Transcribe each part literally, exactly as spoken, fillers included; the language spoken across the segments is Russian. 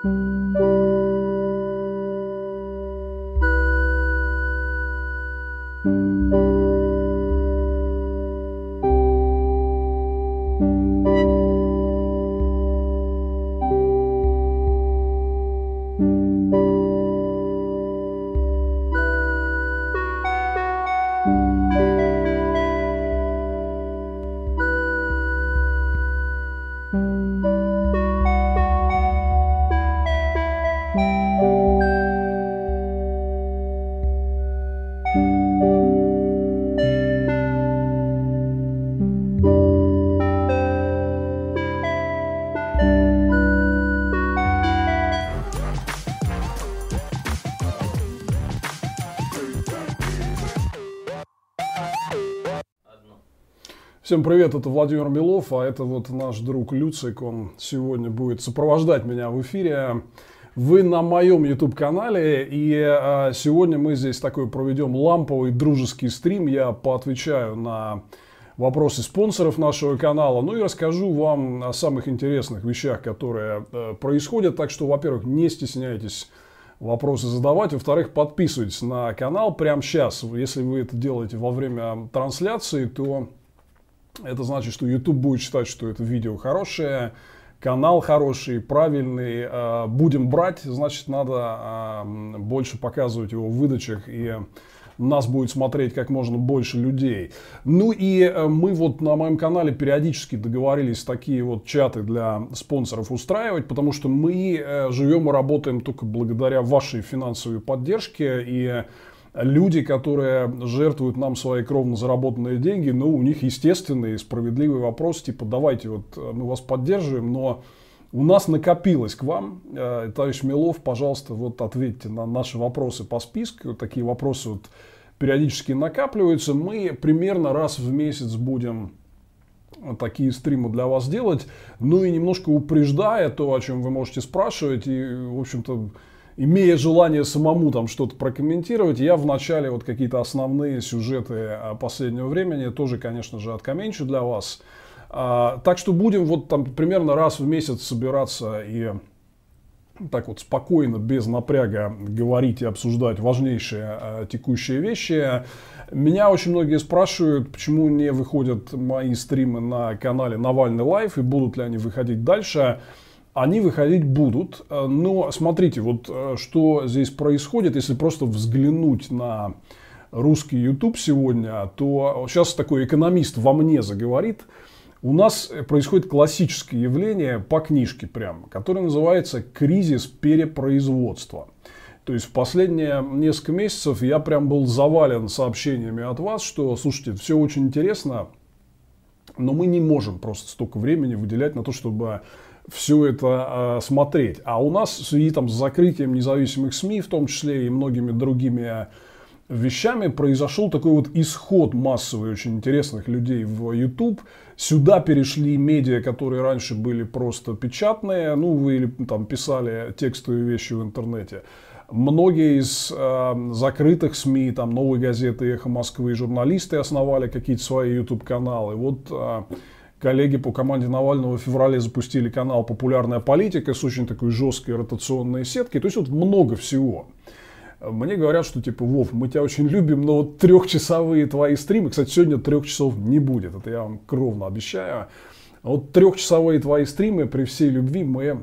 Всем привет, это Владимир Милов, а это вот наш друг Люцик, он сегодня будет сопровождать меня в эфире. Вы на моем YouTube-канале, и а, сегодня мы здесь такой проведем ламповый дружеский стрим. Я поотвечаю на вопросы спонсоров нашего канала, ну и расскажу вам о самых интересных вещах, которые а, происходят. Так что, во-первых, не стесняйтесь вопросы задавать. Во-вторых, подписывайтесь на канал прямо сейчас. Если вы это делаете во время трансляции, то это значит, что YouTube будет считать, что это видео хорошее, канал хороший, правильный. Будем брать, значит, надо больше показывать его в выдачах, и нас будет смотреть как можно больше людей. Ну и мы вот на моем канале периодически договорились такие вот чаты для спонсоров устраивать, потому что мы живем и работаем только благодаря вашей финансовой поддержке, и люди, которые жертвуют нам свои кровно заработанные деньги, ну, у них естественный и справедливый вопрос, типа, давайте, вот мы вас поддерживаем, но у нас накопилось к вам, э, товарищ Милов, пожалуйста, вот ответьте на наши вопросы по списку, вот такие вопросы вот периодически накапливаются, мы примерно раз в месяц будем такие стримы для вас делать, ну и немножко упреждая то, о чем вы можете спрашивать, и, в общем-то, имея желание самому там что-то прокомментировать, я вначале вот какие-то основные сюжеты последнего времени тоже, конечно же, откоменчу для вас. А, так что будем вот там примерно раз в месяц собираться и так вот спокойно, без напряга говорить и обсуждать важнейшие а, текущие вещи. Меня очень многие спрашивают, почему не выходят мои стримы на канале Навальный Лайв и будут ли они выходить дальше. Они выходить будут, но смотрите, вот что здесь происходит, если просто взглянуть на русский YouTube сегодня, то сейчас такой экономист во мне заговорит. У нас происходит классическое явление по книжке прямо, которое называется «Кризис перепроизводства». То есть в последние несколько месяцев я прям был завален сообщениями от вас, что, слушайте, все очень интересно, но мы не можем просто столько времени выделять на то, чтобы все это э, смотреть. А у нас в связи там, с закрытием независимых СМИ, в том числе и многими другими вещами, произошел такой вот исход массовый очень интересных людей в YouTube. Сюда перешли медиа, которые раньше были просто печатные, ну вы или там писали текстовые вещи в интернете. Многие из э, закрытых СМИ, там «Новые газеты», «Эхо Москвы», журналисты основали какие-то свои YouTube-каналы. Вот э, коллеги по команде Навального в феврале запустили канал «Популярная политика» с очень такой жесткой ротационной сеткой. То есть вот много всего. Мне говорят, что типа, Вов, мы тебя очень любим, но вот трехчасовые твои стримы, кстати, сегодня трех часов не будет, это я вам кровно обещаю. Вот трехчасовые твои стримы при всей любви мы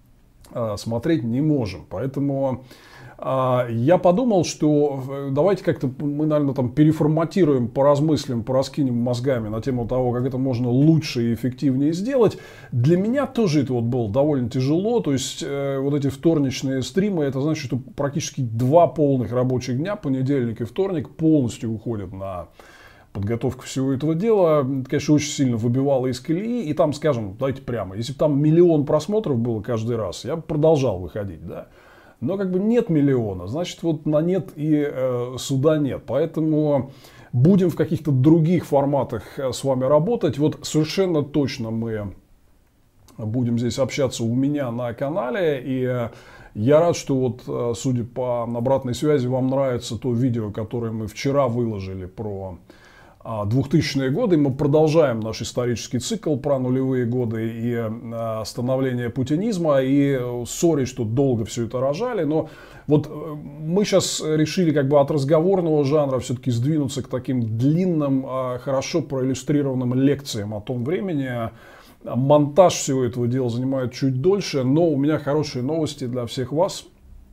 э, смотреть не можем. Поэтому э, я подумал, что давайте как-то мы, наверное, там переформатируем, поразмыслим, пораскинем мозгами на тему того, как это можно лучше и эффективнее сделать. Для меня тоже это вот было довольно тяжело. То есть э, вот эти вторничные стримы, это значит, что практически два полных рабочих дня, понедельник и вторник, полностью уходят на подготовку всего этого дела. Это, конечно, очень сильно выбивало из колеи. И там, скажем, давайте прямо, если бы там миллион просмотров было каждый раз, я бы продолжал выходить, да. Но как бы нет миллиона, значит, вот на нет и э, суда нет. Поэтому будем в каких-то других форматах с вами работать. Вот совершенно точно мы будем здесь общаться у меня на канале. И э, я рад, что вот, э, судя по обратной связи, вам нравится то видео, которое мы вчера выложили про двухтысячные годы. Мы продолжаем наш исторический цикл про нулевые годы и становление путинизма. И сори, что долго все это рожали. Но вот мы сейчас решили как бы от разговорного жанра все-таки сдвинуться к таким длинным, хорошо проиллюстрированным лекциям о том времени. Монтаж всего этого дела занимает чуть дольше. Но у меня хорошие новости для всех вас.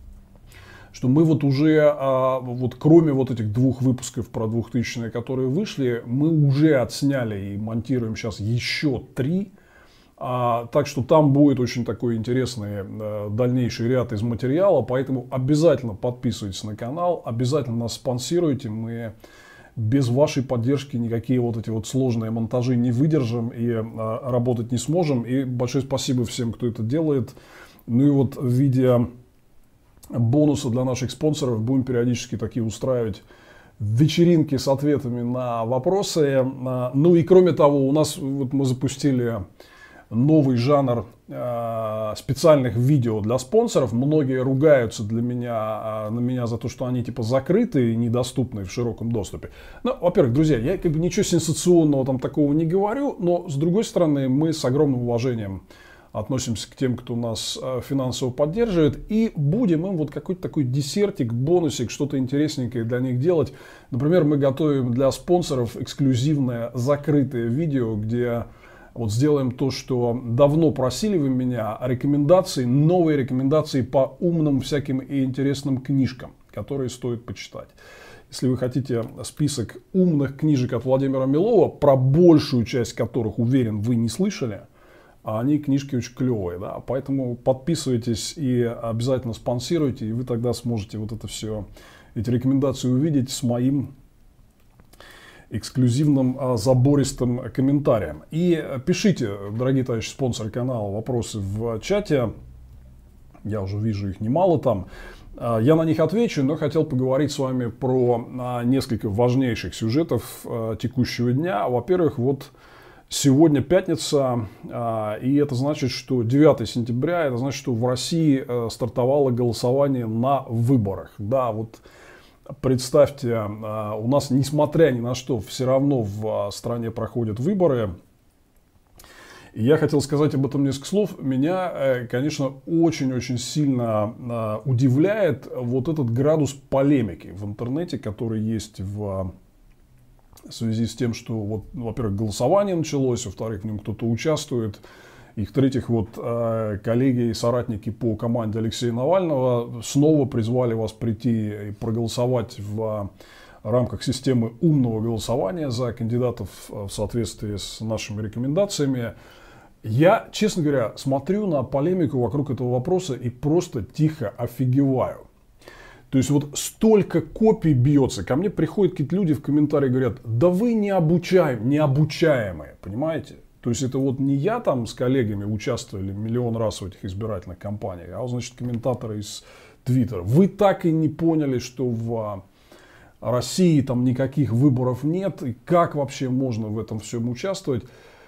Что мы вот уже, вот кроме вот этих двух выпусков про двухтысячные, которые вышли, мы уже отсняли и монтируем сейчас еще три. Так что там будет очень такой интересный дальнейший ряд из материала. Поэтому обязательно подписывайтесь на канал, обязательно нас спонсируйте. Мы без вашей поддержки никакие вот эти вот сложные монтажи не выдержим и работать не сможем. И большое спасибо всем, кто это делает. Ну и вот в виде бонусы для наших спонсоров будем периодически такие устраивать вечеринки с ответами на вопросы. Ну и кроме того, у нас вот мы запустили новый жанр э, специальных видео для спонсоров. Многие ругаются для меня, э, на меня за то, что они типа закрыты и недоступны в широком доступе. Ну, во-первых, друзья, я как бы ничего сенсационного там такого не говорю, но с другой стороны мы с огромным уважением относимся к тем, кто нас финансово поддерживает, и будем им вот какой-то такой десертик, бонусик, что-то интересненькое для них делать. Например, мы готовим для спонсоров эксклюзивное закрытое видео, где вот сделаем то, что давно просили вы меня, рекомендации, новые рекомендации по умным всяким и интересным книжкам, которые стоит почитать. Если вы хотите список умных книжек от Владимира Милова, про большую часть которых, уверен, вы не слышали, а они книжки очень клевые, да, поэтому подписывайтесь и обязательно спонсируйте, и вы тогда сможете вот это все, эти рекомендации увидеть с моим эксклюзивным забористым комментарием. И пишите, дорогие товарищи спонсоры канала, вопросы в чате, я уже вижу их немало там, я на них отвечу, но хотел поговорить с вами про несколько важнейших сюжетов текущего дня. Во-первых, вот сегодня пятница, и это значит, что девятое сентября, это значит, что в России стартовало голосование на выборах. Да, вот представьте, у нас, несмотря ни на что, все равно в стране проходят выборы. И я хотел сказать об этом несколько слов. Меня, конечно, очень-очень сильно удивляет вот этот градус полемики в интернете, который есть в... В связи с тем, что, вот, во-первых, голосование началось, во-вторых, в нем кто-то участвует, и, в-третьих, вот, э, коллеги и соратники по команде Алексея Навального снова призвали вас прийти и проголосовать в рамках системы умного голосования за кандидатов в соответствии с нашими рекомендациями. Я, честно говоря, смотрю на полемику вокруг этого вопроса и просто тихо офигеваю. То есть вот столько копий бьется. Ко мне приходят какие-то люди в комментарии и говорят: да вы не обучаем, не обучаемые, понимаете? То есть это вот не я там с коллегами участвовали миллион раз в этих избирательных кампаниях, а значит комментаторы из Твиттера. Вы так и не поняли, что в России там никаких выборов нет, и как вообще можно в этом всем участвовать?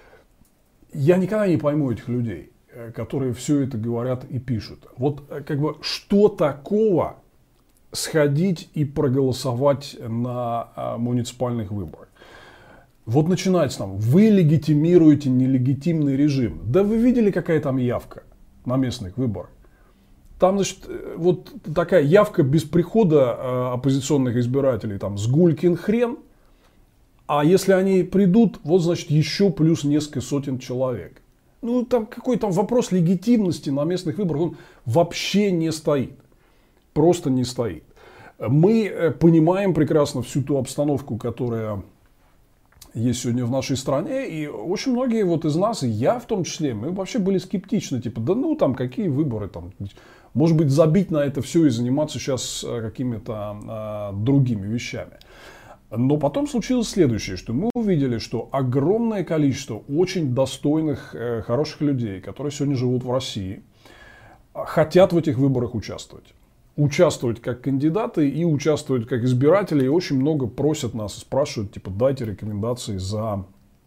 Я никогда не пойму этих людей, которые все это говорят и пишут. Вот как бы что такого сходить и проголосовать на а, муниципальных выборах? Вот начинается там: вы легитимируете нелегитимный режим. Да вы видели, какая там явка на местных выборах? Там, значит, вот такая явка без прихода а, оппозиционных избирателей, там, с гулькин хрен. А если они придут, вот, значит, еще плюс несколько сотен человек. Ну, там какой там вопрос легитимности на местных выборах, он вообще не стоит. Просто не стоит. Мы понимаем прекрасно всю ту обстановку, которая есть сегодня в нашей стране. И очень многие вот из нас, и я в том числе, мы вообще были скептичны. Типа, да ну там какие выборы там. Может быть, забить на это все и заниматься сейчас какими-то а, другими вещами. Но потом случилось следующее, что мы увидели, что огромное количество очень достойных, хороших людей, которые сегодня живут в России, хотят в этих выборах участвовать. Участвовать как кандидаты и участвовать как избиратели. И очень много просят нас и спрашивают, типа, дайте рекомендации, за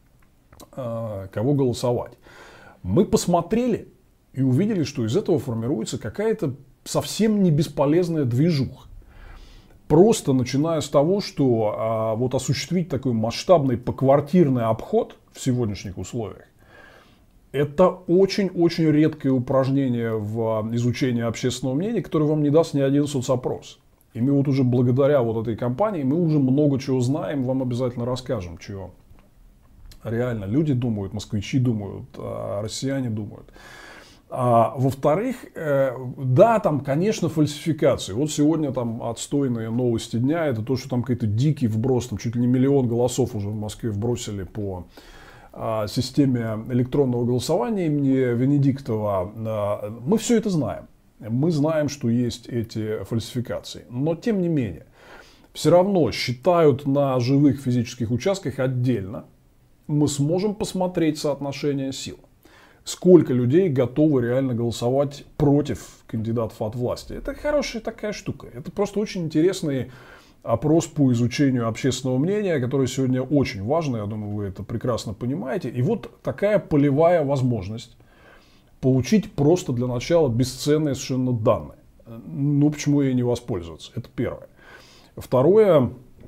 э, кого голосовать. Мы посмотрели и увидели, что из этого формируется какая-то совсем не бесполезная движуха. Просто начиная с того, что а, вот осуществить такой масштабный поквартирный обход в сегодняшних условиях, это очень-очень редкое упражнение в изучении общественного мнения, которое вам не даст ни один соцопрос. И мы вот уже благодаря вот этой кампании, мы уже много чего знаем, вам обязательно расскажем, чего реально люди думают, москвичи думают, россияне думают. А, во-вторых, э, да, там, конечно, фальсификации. Вот сегодня там отстойные новости дня, это то, что там какой-то дикий вброс, там чуть ли не миллион голосов уже в Москве вбросили по а, системе электронного голосования имени Венедиктова. А, мы все это знаем. Мы знаем, что есть эти фальсификации. Но, тем не менее, все равно считают на живых физических участках отдельно. Мы сможем посмотреть соотношение сил. Сколько людей готовы реально голосовать против кандидатов от власти. Это хорошая такая штука. Это просто очень интересный опрос по изучению общественного мнения, который сегодня очень важный. Я думаю, вы это прекрасно понимаете. И вот такая полевая возможность получить просто для начала бесценные совершенно данные. Ну, почему ей не воспользоваться? Это первое. Второе.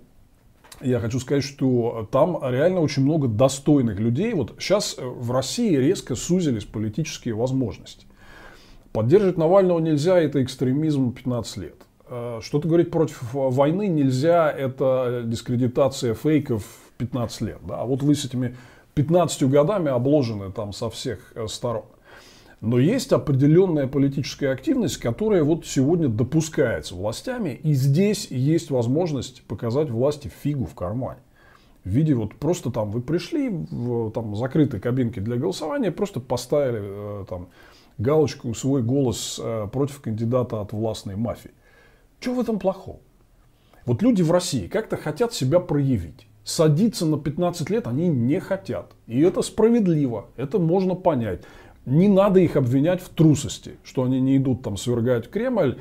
Я хочу сказать, что там реально очень много достойных людей. Вот сейчас в России резко сузились политические возможности. Поддерживать Навального нельзя, это экстремизм пятнадцать лет. Что-то говорить против войны нельзя, это дискредитация фейков пятнадцать лет. Да? А вот вы с этими пятнадцатью годами обложены там со всех сторон. Но есть определенная политическая активность, которая вот сегодня допускается властями. И здесь есть возможность показать власти фигу в кармане. В виде вот просто там вы пришли в там, закрытой кабинке для голосования, просто поставили э, там, галочку, свой голос э, против кандидата от властной мафии. Что в этом плохого? Вот люди в России как-то хотят себя проявить. Садиться на пятнадцать лет они не хотят. И это справедливо, это можно понять. Не надо их обвинять в трусости, что они не идут там свергать Кремль.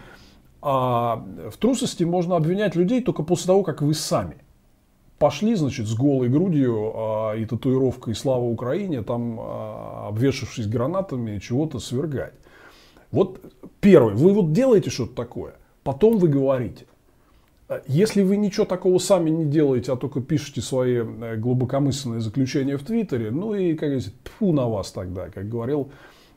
А в трусости можно обвинять людей только после того, как вы сами пошли, значит, с голой грудью а, и татуировкой «Слава Украине», там, а, обвешавшись гранатами, чего-то свергать. Вот первое. Вы вот делаете что-то такое, потом вы говорите. Если вы ничего такого сами не делаете, а только пишете свои глубокомысленные заключения в Твиттере, ну и, как говорится, тьфу на вас тогда, как говорил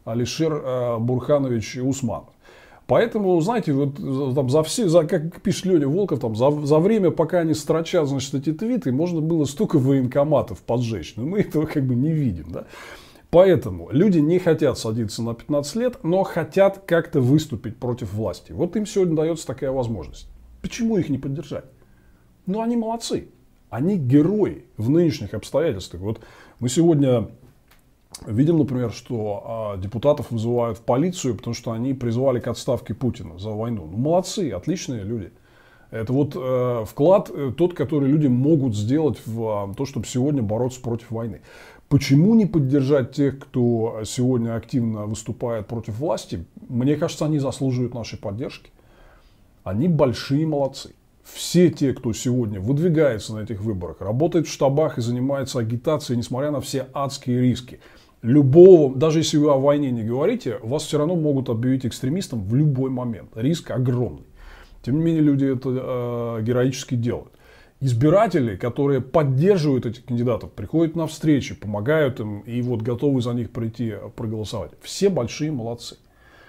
Алишер Бурханович Усманов. Поэтому, знаете, вот там за все, за, как пишет Леня Волков, там, за, за время, пока они строчат, значит, эти твиты, можно было столько военкоматов поджечь. Но мы этого как бы не видим, да. Поэтому люди не хотят садиться на пятнадцать лет, но хотят как-то выступить против власти. Вот им сегодня дается такая возможность. Почему их не поддержать? Ну, они молодцы. Они герои в нынешних обстоятельствах. Вот мы сегодня видим, например, что а, депутатов вызывают в полицию, потому что они призвали к отставке Путина за войну. Ну, молодцы, отличные люди. Это вот э, вклад э, тот, который люди могут сделать в э, то, чтобы сегодня бороться против войны. Почему не поддержать тех, кто сегодня активно выступает против власти? Мне кажется, они заслуживают нашей поддержки. Они большие молодцы. Все те, кто сегодня выдвигается на этих выборах, работает в штабах и занимается агитацией, несмотря на все адские риски. Любого, даже если вы о войне не говорите, вас все равно могут объявить экстремистом в любой момент. Риск огромный. Тем не менее, люди это э, героически делают. Избиратели, которые поддерживают этих кандидатов, приходят на встречи, помогают им и вот готовы за них прийти проголосовать. Все большие молодцы.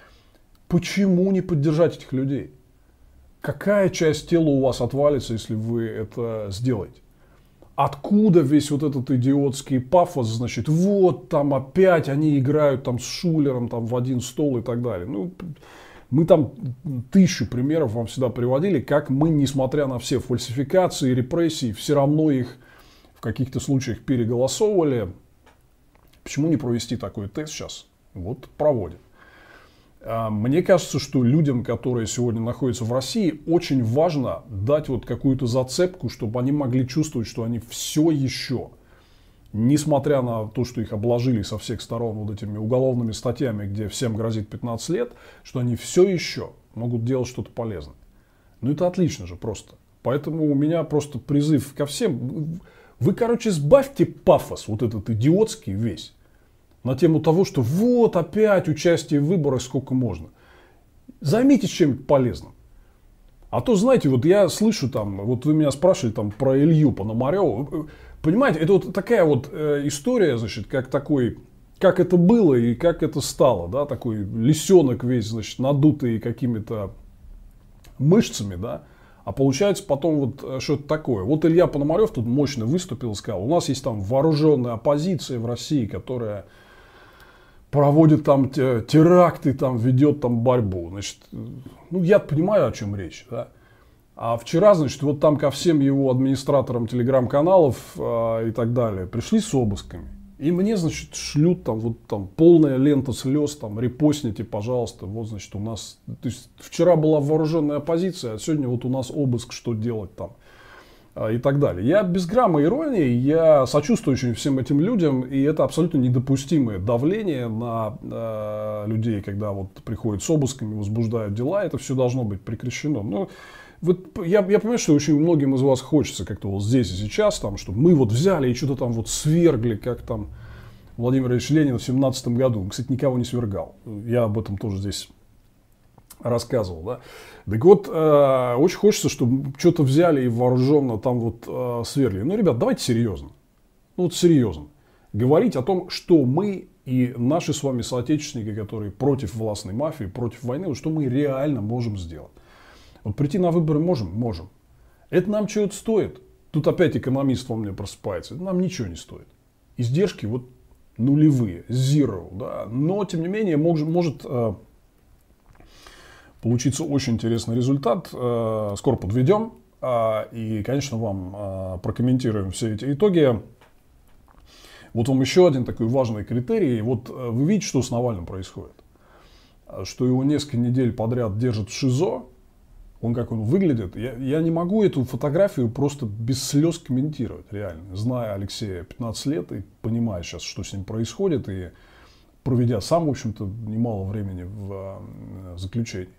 Почему не поддержать этих людей? Какая часть тела у вас отвалится, если вы это сделаете? Откуда весь вот этот идиотский пафос, значит, вот там опять они играют там с Шулером там, в один стол и так далее. Ну, мы там тысячу примеров вам всегда приводили, как мы, несмотря на все фальсификации, репрессии, все равно их в каких-то случаях переголосовывали. Почему не провести такой тест сейчас? Вот проводим. Мне кажется, что людям, которые сегодня находятся в России, очень важно дать вот какую-то зацепку, чтобы они могли чувствовать, что они все еще, несмотря на то, что их обложили со всех сторон вот этими уголовными статьями, где всем грозит пятнадцать лет, что они все еще могут делать что-то полезное. Ну это отлично же просто. Поэтому у меня просто призыв ко всем. Вы, короче, сбавьте пафос вот этот идиотский весь. На тему того, что вот опять участие в выборах сколько можно. Займитесь чем-нибудь полезным. А то, знаете, вот я слышу там, вот вы меня спрашивали там про Илью Пономарёва. Понимаете, это вот такая вот э, история, значит, как такой, как это было и как это стало, да, такой лисенок весь, значит, надутый какими-то мышцами, да. А получается потом вот что-то такое. Вот Илья Пономарев тут мощно выступил и сказал, у нас есть там вооруженная оппозиция в России, которая проводит там теракты, там ведет там борьбу. Значит, ну я понимаю, о чем речь, да. А вчера, значит, вот там ко всем его администраторам телеграм-каналов э, и так далее пришли с обысками. И мне, значит, шлют там вот там полная лента слез, там репостните, пожалуйста. Вот, значит, у нас, то есть вчера была вооруженная оппозиция, а сегодня вот у нас обыск, что делать там и так далее. Я без грамма иронии, я сочувствую очень всем этим людям, и это абсолютно недопустимое давление на э, людей, когда вот приходят с обысками, возбуждают дела, это все должно быть прекращено. Но вот я, я понимаю, что очень многим из вас хочется как-то вот здесь и сейчас, там, чтобы мы вот взяли и что-то там вот свергли, как там Владимир Ильич Ленин в семнадцатом году. Он, кстати, никого не свергал. Я об этом тоже здесь рассказывал, да. Так вот, э, очень хочется, чтобы что-то взяли и вооруженно там вот э, свергли. Ну, ребят, давайте серьезно. Ну, вот серьезно. Говорить о том, что мы и наши с вами соотечественники, которые против властной мафии, против войны, вот что мы реально можем сделать. Вот прийти на выборы можем? Можем. Это нам чего-то стоит. Тут опять экономист во мне просыпается. Это нам ничего не стоит. Издержки вот нулевые, zero, да. Но, тем не менее, может, может э, получиться очень интересный результат. Э, скоро подведем. Э, и, конечно, вам э, прокомментируем все эти итоги. Вот вам еще один такой важный критерий. Вот э, вы видите, что с Навальным происходит. Что его несколько недель подряд держат в ШИЗО. Он как он выглядит, я, я не могу эту фотографию просто без слез комментировать, реально. Зная Алексея пятнадцать лет и понимая сейчас, что с ним происходит, и проведя сам, в общем-то, немало времени в э, заключении.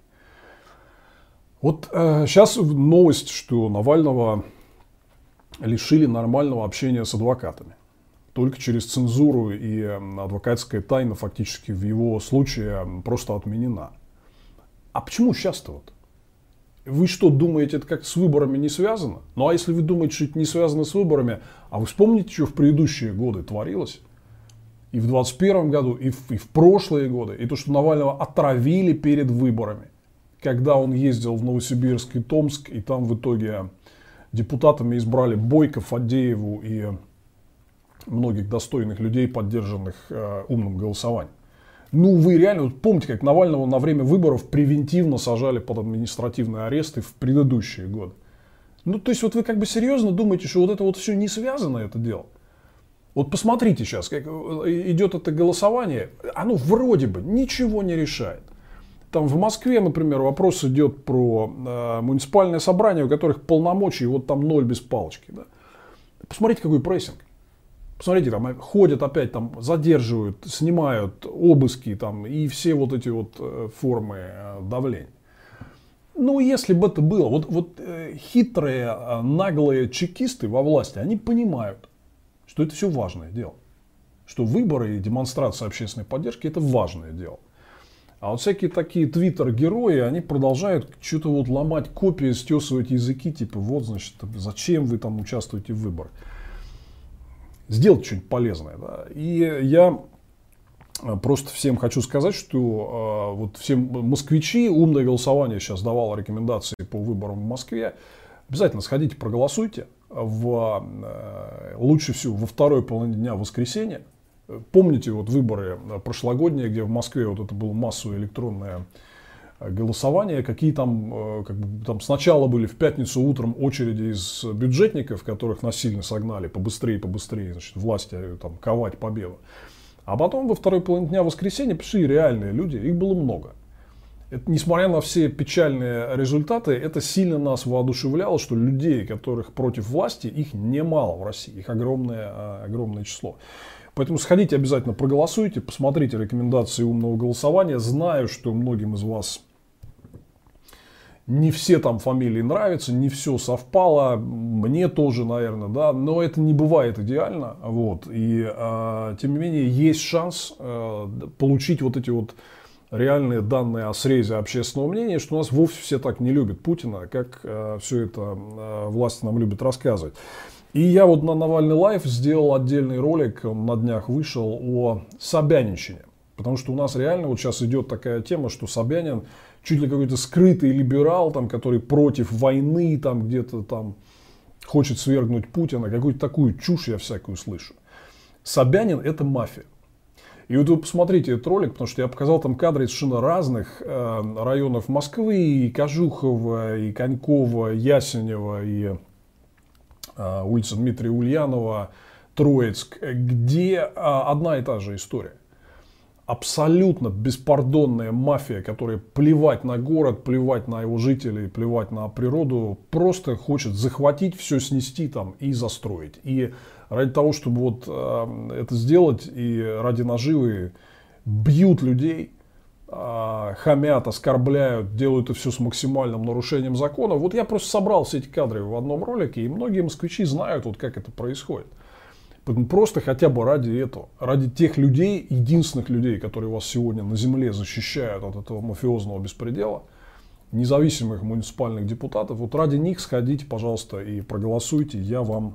Вот э, сейчас новость, что Навального лишили нормального общения с адвокатами. Только через цензуру, и адвокатская тайна фактически в его случае просто отменена. А почему сейчас-то вот? Вы что, думаете, это как с выборами не связано? Ну, а если вы думаете, что это не связано с выборами, а вы вспомните, что в предыдущие годы творилось? И в двадцать первом году, и в, и в прошлые годы. И то, что Навального отравили перед выборами. Когда он ездил в Новосибирск и Томск, и там в итоге депутатами избрали Бойко, Фадееву и многих достойных людей, поддержанных э, умным голосованием. Ну, вы реально вот помните, как Навального на время выборов превентивно сажали под административные аресты в предыдущие годы. Ну, то есть, вот вы как бы серьезно думаете, что вот это вот все не связано, это дело? Вот посмотрите сейчас, как идет это голосование, оно вроде бы ничего не решает. Там в Москве, например, вопрос идет про э, муниципальное собрание, у которых полномочий вот там ноль без палочки. Да? Посмотрите, какой прессинг. Посмотрите, там ходят опять, там задерживают, снимают обыски там, и все вот эти вот формы давления. Ну, если бы это было, вот, вот хитрые, наглые чекисты во власти, они понимают, что это все важное дело. Что выборы и демонстрация общественной поддержки – это важное дело. А вот всякие такие твиттер-герои, они продолжают что-то вот ломать копии, стесывать языки, типа, вот, значит, зачем вы там участвуете в выборах. Сделать что-нибудь полезное. Да? И я просто всем хочу сказать, что э, вот все москвичи, умное голосование сейчас давало рекомендации по выборам в Москве. Обязательно сходите, проголосуйте. В, э, лучше всего во второй половине дня воскресенья. Помните вот выборы прошлогодние, где в Москве вот это было массовое электронное голосование, какие там, как бы, там сначала были в пятницу утром очереди из бюджетников, которых насильно согнали побыстрее, побыстрее, значит, власти там ковать победу. А потом во второй половине дня воскресенья пришли реальные люди, их было много. Это, несмотря на все печальные результаты, это сильно нас воодушевляло, что людей, которых против власти, их немало в России, их огромное, огромное число. Поэтому сходите обязательно, проголосуйте, посмотрите рекомендации умного голосования. Знаю, что многим из вас не все там фамилии нравятся, не все совпало, мне тоже, наверное, да, но это не бывает идеально, вот, и э, тем не менее есть шанс э, получить вот эти вот реальные данные о срезе общественного мнения, что у нас вовсе все так не любят Путина, как э, все это э, власть нам любит рассказывать. И я вот на Навальный Лайв сделал отдельный ролик, он на днях вышел, о Собянинщине. Потому что у нас реально вот сейчас идет такая тема, что Собянин чуть ли какой-то скрытый либерал, там, который против войны, там где-то там хочет свергнуть Путина. Какую-то такую чушь я всякую слышу. Собянин — это мафия. И вот вы посмотрите этот ролик, потому что я показал там кадры из совершенно разных э, районов Москвы, и Кожухова, и Конькова, Ясенева, и э, улица Дмитрия Ульянова, Троицк, где э, одна и та же история. Абсолютно беспардонная мафия, которая плевать на город, плевать на его жителей, плевать на природу, просто хочет захватить, все снести там и застроить. И ради того, чтобы вот э, это сделать, и ради наживы бьют людей, э, хамят, оскорбляют, делают это все с максимальным нарушением закона. Вот я просто собрал все эти кадры в одном ролике, и многие москвичи знают, вот как это происходит. Поэтому просто хотя бы ради этого, ради тех людей, единственных людей, которые вас сегодня на земле защищают от этого мафиозного беспредела, независимых муниципальных депутатов, вот ради них сходите, пожалуйста, и проголосуйте, я вам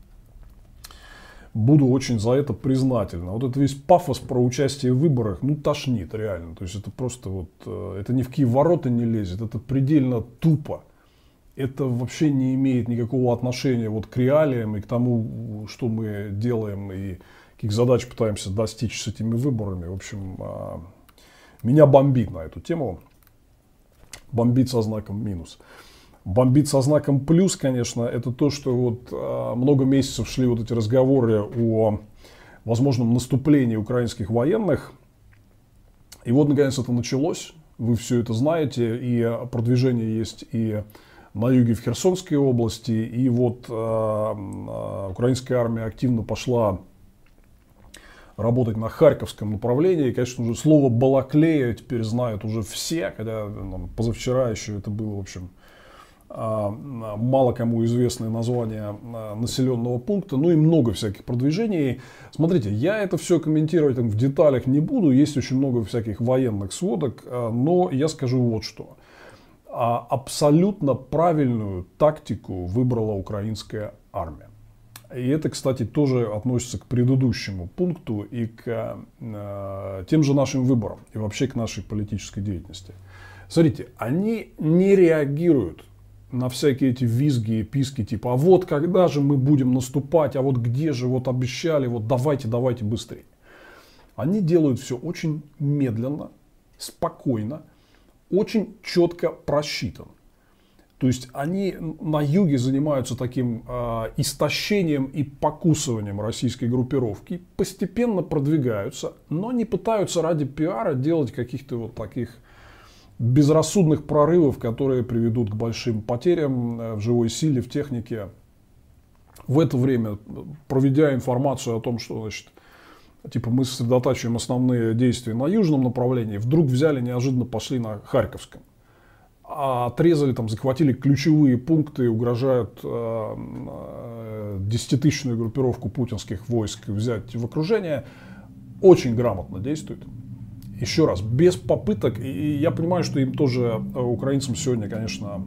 буду очень за это признателен. Вот это весь пафос про участие в выборах, ну, тошнит реально. То есть это просто вот, это ни в какие ворота не лезет, это предельно тупо. Это вообще не имеет никакого отношения вот к реалиям и к тому, что мы делаем и каких задач пытаемся достичь с этими выборами. В общем, меня бомбит на эту тему. Бомбит со знаком минус. Бомбит со знаком плюс, конечно, это то, что вот много месяцев шли вот эти разговоры о возможном наступлении украинских военных. И вот, наконец, это началось. Вы все это знаете. И продвижение есть и на юге в Херсонской области. И вот э, э, украинская армия активно пошла работать на Харьковском направлении. И, конечно, уже слово Балаклея теперь знают уже все. Хотя ну, позавчера еще это было, в общем, э, мало кому известное название э, населенного пункта. Ну и много всяких продвижений. Смотрите, я это все комментировать там, в деталях не буду. Есть очень много всяких военных сводок. Э, но я скажу вот что. Абсолютно правильную тактику выбрала украинская армия. И это, кстати, тоже относится к предыдущему пункту и к э, тем же нашим выборам, и вообще к нашей политической деятельности. Смотрите, они не реагируют на всякие эти визги и писки, типа, а вот когда же мы будем наступать, а вот где же, вот обещали, вот давайте, давайте быстрее. Они делают все очень медленно, спокойно, очень четко просчитан. То есть они на юге занимаются таким э, истощением и покусыванием российской группировки, постепенно продвигаются, но не пытаются ради пиара делать каких-то вот таких безрассудных прорывов, которые приведут к большим потерям в живой силе, в технике. В это время, проведя информацию о том, что, значит, типа мы сосредотачиваем основные действия на южном направлении, вдруг взяли, неожиданно пошли на Харьковском. А отрезали, там, захватили ключевые пункты, угрожают э, э, десятитысячную группировку путинских войск взять в окружение. Очень грамотно действует. Еще раз, без попыток. И я понимаю, что им тоже, украинцам сегодня, конечно,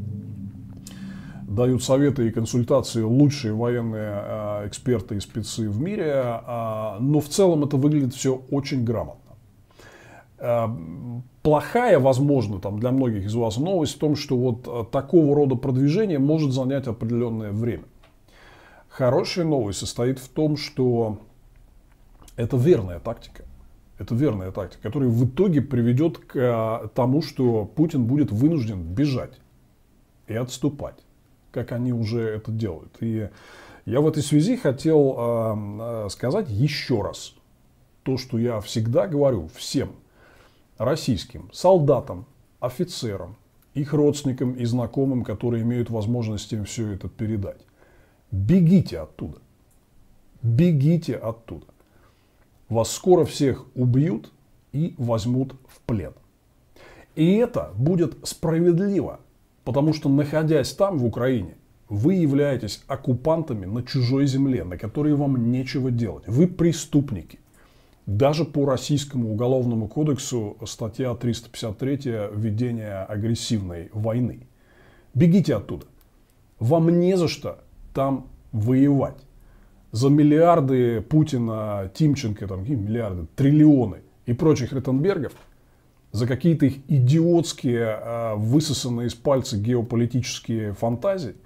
дают советы и консультации лучшие военные э, эксперты и спецы в мире, э, но в целом это выглядит все очень грамотно. Э, плохая, возможно, там, для многих из вас новость в том, что вот э, такого рода продвижение может занять определенное время. Хорошая новость состоит в том, что это верная тактика. Это верная тактика, которая в итоге приведет к э, тому, что Путин будет вынужден бежать и отступать, как они уже это делают. И я в этой связи хотел э, сказать еще раз то, что я всегда говорю всем российским солдатам, офицерам, их родственникам и знакомым, которые имеют возможность им все это передать. Бегите оттуда. Бегите оттуда. Вас скоро всех убьют и возьмут в плен. И это будет справедливо. Потому что, находясь там, в Украине, вы являетесь оккупантами на чужой земле, на которой вам нечего делать. Вы преступники. Даже по российскому уголовному кодексу статья триста пятьдесят три «Введение агрессивной войны». Бегите оттуда. Вам не за что там воевать. За миллиарды Путина, Тимченко, там, какие миллиарды, триллионы и прочих Ротенбергов, за какие-то их идиотские, высосанные из пальца геополитические фантазии,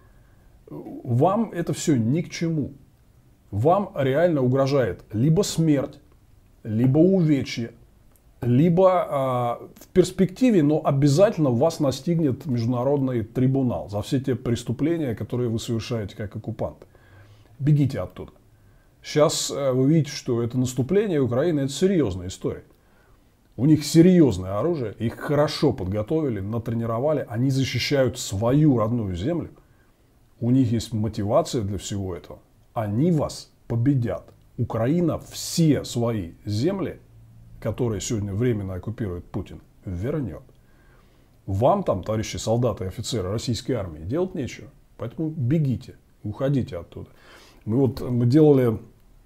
вам это все ни к чему. Вам реально угрожает либо смерть, либо увечье, либо в перспективе, но обязательно вас настигнет международный трибунал за все те преступления, которые вы совершаете как оккупанты. Бегите оттуда. Сейчас вы видите, что это наступление Украины – это серьезная история. У них серьезное оружие, их хорошо подготовили, натренировали, они защищают свою родную землю. У них есть мотивация для всего этого. Они вас победят. Украина все свои земли, которые сегодня временно оккупирует Путин, вернет. Вам там, товарищи солдаты и офицеры российской армии, делать нечего. Поэтому бегите, уходите оттуда. Мы вот мы делали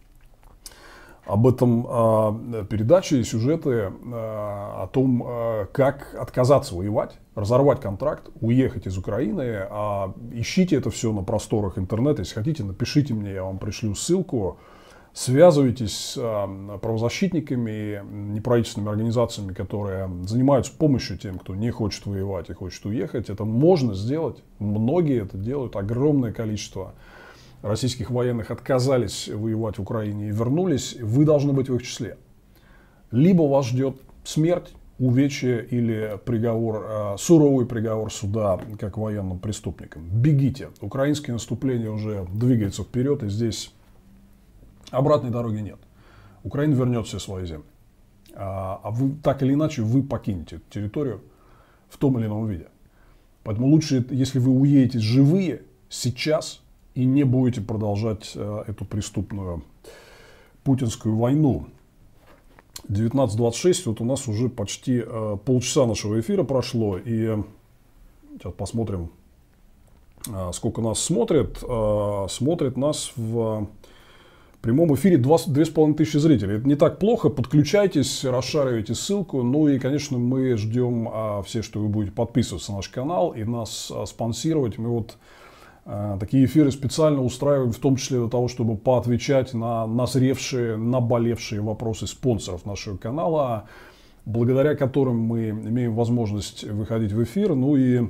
об этом э, передачи и сюжеты э, о том, э, как отказаться воевать, разорвать контракт, уехать из Украины. Э, ищите это все на просторах интернета. Если хотите, напишите мне, я вам пришлю ссылку. Связывайтесь с э, правозащитниками, неправительственными организациями, которые занимаются помощью тем, кто не хочет воевать и хочет уехать. Это можно сделать. Многие это делают. Огромное количество российских военных отказались воевать в Украине и вернулись, вы должны быть в их числе. Либо вас ждет смерть, увечье или приговор, суровый приговор суда как военным преступникам. Бегите. Украинское наступление уже двигается вперед, и здесь обратной дороги нет. Украина вернет все свои земли. А вы, так или иначе, вы покинете эту территорию в том или ином виде. Поэтому лучше, если вы уедете живые сейчас, и не будете продолжать э, эту преступную путинскую войну. девятнадцать двадцать шесть, вот у нас уже почти э, полчаса нашего эфира прошло. И сейчас посмотрим, э, сколько нас смотрит. Э, смотрит нас в прямом эфире две с половиной тысячи зрителей. Это не так плохо. Подключайтесь, расшаривайте ссылку. Ну и, конечно, мы ждем э, все, что вы будете подписываться на наш канал и нас э, спонсировать. Мы вот такие эфиры специально устраиваем, в том числе для того, чтобы поотвечать на назревшие, наболевшие вопросы спонсоров нашего канала, благодаря которым мы имеем возможность выходить в эфир. Ну и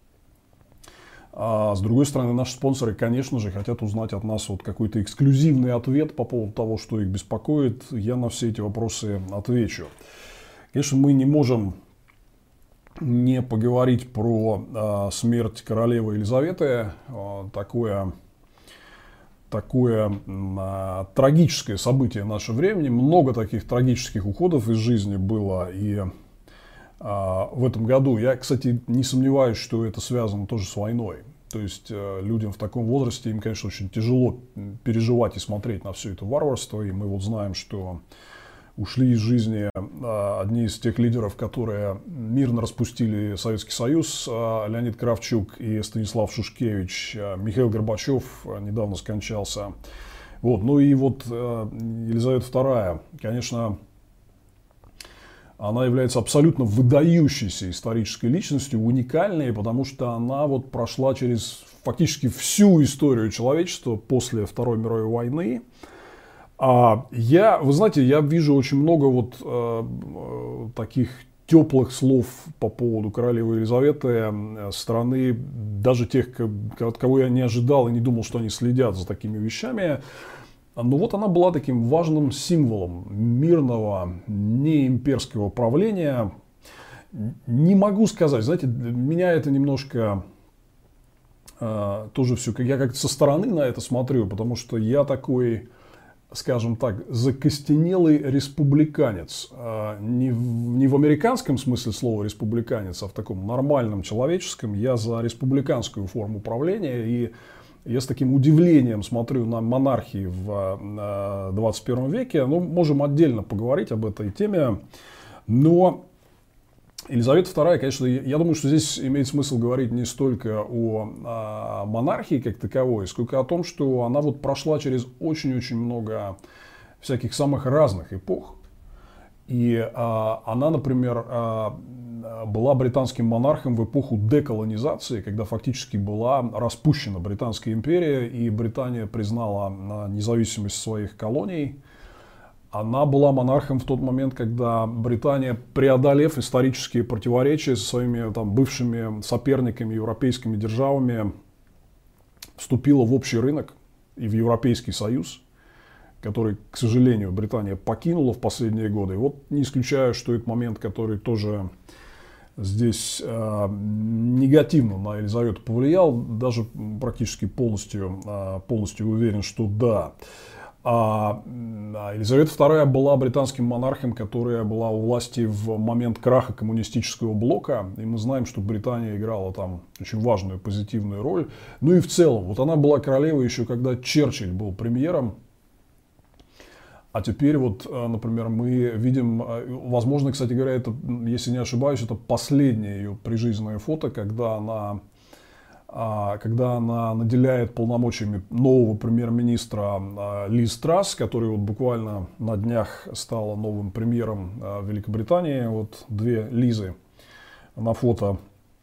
а, с другой стороны, наши спонсоры, конечно же, хотят узнать от нас вот какой-то эксклюзивный ответ по поводу того, что их беспокоит. Я на все эти вопросы отвечу. Конечно, мы не можем не поговорить про э, смерть королевы Елизаветы. Э, такое такое э, трагическое событие нашего времени. Много таких трагических уходов из жизни было и э, в этом году. Я, кстати, не сомневаюсь, что это связано тоже с войной. То есть э, людям в таком возрасте, им, конечно, очень тяжело переживать и смотреть на все это варварство. И мы вот знаем, что ушли из жизни одни из тех лидеров, которые мирно распустили Советский Союз, Леонид Кравчук и Станислав Шушкевич. Михаил Горбачев недавно скончался. Вот. Ну и вот Елизавета вторая, конечно, она является абсолютно выдающейся исторической личностью, уникальной, потому что она вот прошла через фактически всю историю человечества после Второй мировой войны. А я, вы знаете, я вижу очень много вот э, таких теплых слов по поводу королевы Елизаветы со стороны даже тех, от кого я не ожидал и не думал, что они следят за такими вещами. Но вот она была таким важным символом мирного, неимперского правления. Не могу сказать, знаете, меня это немножко э, тоже все, я как-то со стороны на это смотрю, потому что я такой, скажем так, закостенелый республиканец. Не в, не в американском смысле слова республиканец, а в таком нормальном человеческом. Я за республиканскую форму правления. И я с таким удивлением смотрю на монархии в двадцать первом веке. Ну, можем отдельно поговорить об этой теме. Но Елизавета вторая, конечно, я думаю, что здесь имеет смысл говорить не столько о монархии как таковой, сколько о том, что она вот прошла через очень-очень много всяких самых разных эпох. И а, она, например, а, была британским монархом в эпоху деколонизации, когда фактически была распущена Британская империя, и Британия признала независимость своих колоний. Она была монархом в тот момент, когда Британия, преодолев исторические противоречия со своими там, бывшими соперниками, европейскими державами, вступила в общий рынок и в Европейский Союз, который, к сожалению, Британия покинула в последние годы. И вот не исключаю, что это момент, который тоже здесь э, негативно на Елизавету повлиял, даже практически полностью, э, полностью уверен, что да. А Елизавета вторая была британским монархом, которая была у власти в момент краха коммунистического блока. И мы знаем, что Британия играла там очень важную позитивную роль. Ну и в целом, вот она была королевой еще когда Черчилль был премьером. А теперь вот, например, мы видим, возможно, кстати говоря, это, если не ошибаюсь, это последнее ее прижизненное фото, когда она... когда она наделяет полномочиями нового премьер-министра Лиз Трасс, который вот буквально на днях стала новым премьером Великобритании. Вот две Лизы на фото.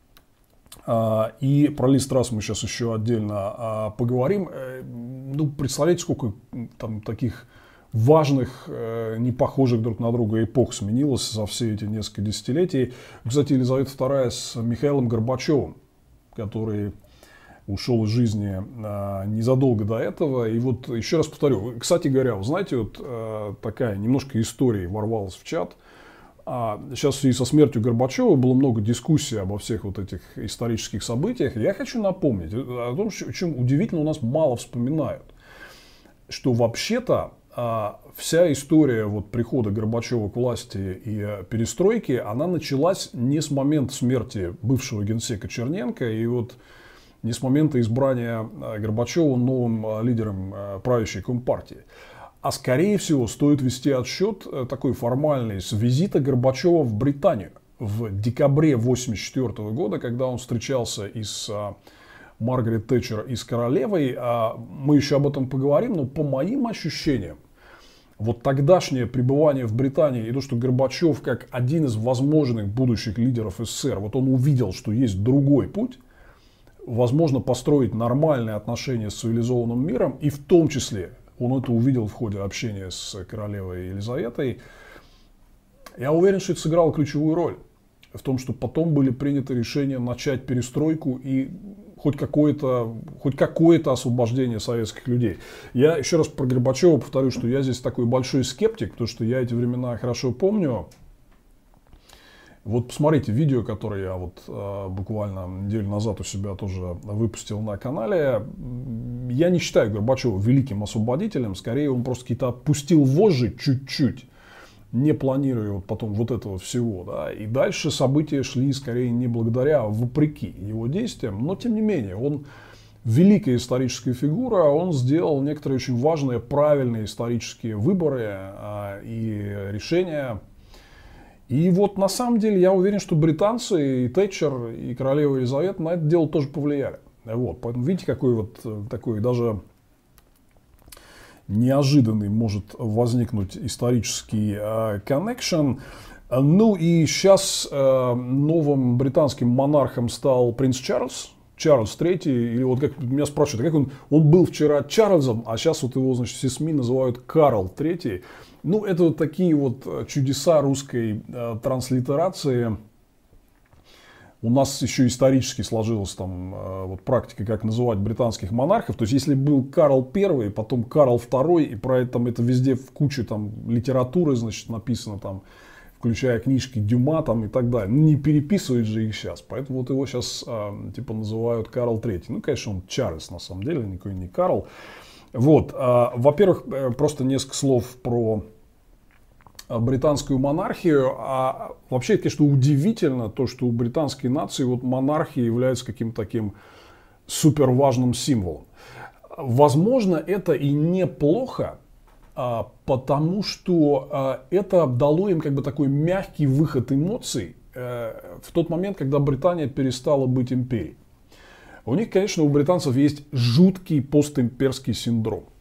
И про Лиз Трасс мы сейчас еще отдельно поговорим. Ну, представляете, сколько там таких важных, не похожих друг на друга эпох сменилось за все эти несколько десятилетий. Кстати, Елизавета вторая с Михаилом Горбачевым, который ушел из жизни а, незадолго до этого. И вот еще раз повторю, кстати говоря, вы знаете, вот а, такая немножко история ворвалась в чат. А, сейчас в связи со смертью Горбачева было много дискуссий обо всех вот этих исторических событиях. Я хочу напомнить о том, о чем удивительно у нас мало вспоминают, что вообще-то а, вся история вот прихода Горбачева к власти и перестройки, она началась не с момента смерти бывшего генсека Черненко и вот не с момента избрания Горбачева новым лидером правящей Компартии. А скорее всего стоит вести отсчет такой формальный с визита Горбачева в Британию в декабре тысяча девятьсот восемьдесят четвёртого года, когда он встречался и с Маргарет Тэтчер, и с королевой. Мы еще об этом поговорим, но по моим ощущениям, вот тогдашнее пребывание в Британии и то, что Горбачев как один из возможных будущих лидеров СССР, вот он увидел, что есть другой путь, возможно построить нормальные отношения с цивилизованным миром, и в том числе он это увидел в ходе общения с королевой Елизаветой. Я уверен, что это сыграло ключевую роль в том, что потом были приняты решения начать перестройку и хоть какое-то, хоть какое-то освобождение советских людей. Я еще раз про Горбачева повторю, что я здесь такой большой скептик, потому что я эти времена хорошо помню. Вот посмотрите видео, которое я вот э, буквально неделю назад у себя тоже выпустил на канале. Я не считаю Горбачева великим освободителем, скорее он просто какие-то отпустил вожжи чуть-чуть, не планируя вот потом вот этого всего. Да? И дальше события шли скорее не благодаря, а вопреки его действиям. Но тем не менее, он великая историческая фигура, он сделал некоторые очень важные, правильные исторические выборы э, и решения. И вот на самом деле я уверен, что британцы, и Тэтчер, и королева Елизавета на это дело тоже повлияли. Вот. Поэтому видите, какой вот такой даже неожиданный может возникнуть исторический коннекшн. Э, ну и сейчас э, новым британским монархом стал принц Чарльз. Чарльз третий, или вот как меня спрашивают, как он, он был вчера Чарльзом, а сейчас вот его, значит, все СМИ называют Карл третий. Ну, это вот такие вот чудеса русской э, транслитерации. У нас еще исторически сложилась там э, вот практика, как называть британских монархов. То есть, если был Карл первый, потом Карл второй, и про это, там, это везде в куче там литературы, значит, написано там, включая книжки Дюма там и так далее. Ну, не переписывают же их сейчас. Поэтому вот его сейчас э, типа называют Карл третий. Ну, конечно, он Чарльз на самом деле, никакой не Карл. Вот. Э, во-первых, э, просто несколько слов про британскую монархию. А вообще, это, конечно, удивительно то, что у британской нации вот монархия является каким-то таким супер важным символом. Возможно, это и неплохо, потому что это дало им как бы такой мягкий выход эмоций в тот момент, когда Британия перестала быть империей. У них, конечно, у британцев есть жуткий постимперский синдром.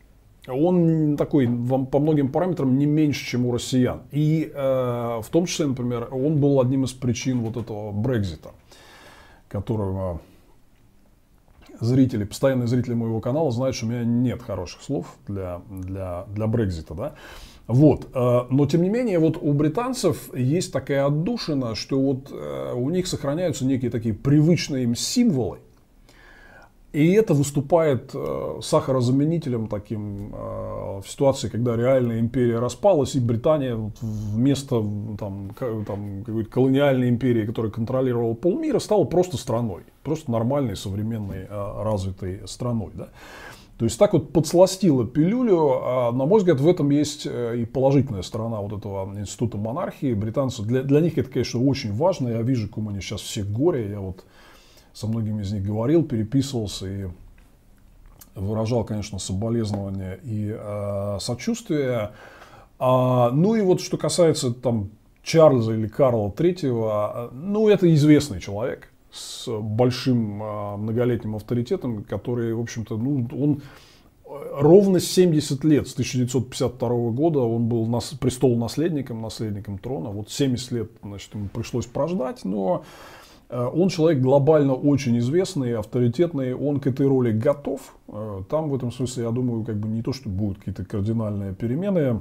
он такой по многим параметрам не меньше, чем у россиян. И э, в том числе, например, он был одним из причин вот этого Брексита, которого зрители, постоянные зрители моего канала знают, что у меня нет хороших слов для, для, для Брексита. Да? Вот. Но, тем не менее, вот у британцев есть такая отдушина, что вот у них сохраняются некие такие привычные им символы. И это выступает сахарозаменителем таким в ситуации, когда реальная империя распалась, и Британия вместо там, там, какой-то колониальной империи, которая контролировала полмира, стала просто страной. Просто нормальной, современной, развитой страной. Да? То есть так вот подсластила пилюлю. На мой взгляд, в этом есть и положительная сторона вот этого института монархии. Британцы, для, для них это, конечно, очень важно. Я вижу, как они сейчас все горе. Я вот со многими из них говорил, переписывался и выражал, конечно, соболезнования и э, сочувствие. А, ну и вот что касается там Чарльза или Карла Третьего, ну это известный человек с большим э, многолетним авторитетом, который, в общем-то, ну он ровно семьдесят лет, с тысяча девятьсот пятьдесят второго года он был нас, престолонаследником, наследником трона. Вот семьдесят лет, значит, ему пришлось прождать, но он человек глобально очень известный, авторитетный, он к этой роли готов. Там в этом смысле, я думаю, как бы не то, что будут какие-то кардинальные перемены.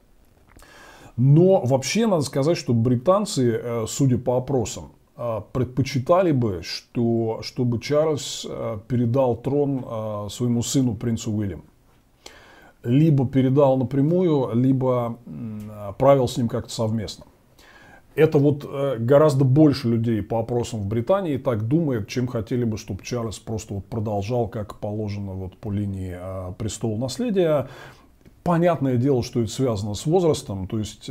Но вообще надо сказать, что британцы, судя по опросам, предпочитали бы, что, чтобы Чарльз передал трон своему сыну, принцу Уильяму. Либо передал напрямую, либо правил с ним как-то совместно. Это вот гораздо больше людей по опросам в Британии так думает, чем хотели бы, чтобы Чарльз просто вот продолжал, как положено вот по линии престола наследия. Понятное дело, что это связано с возрастом. То есть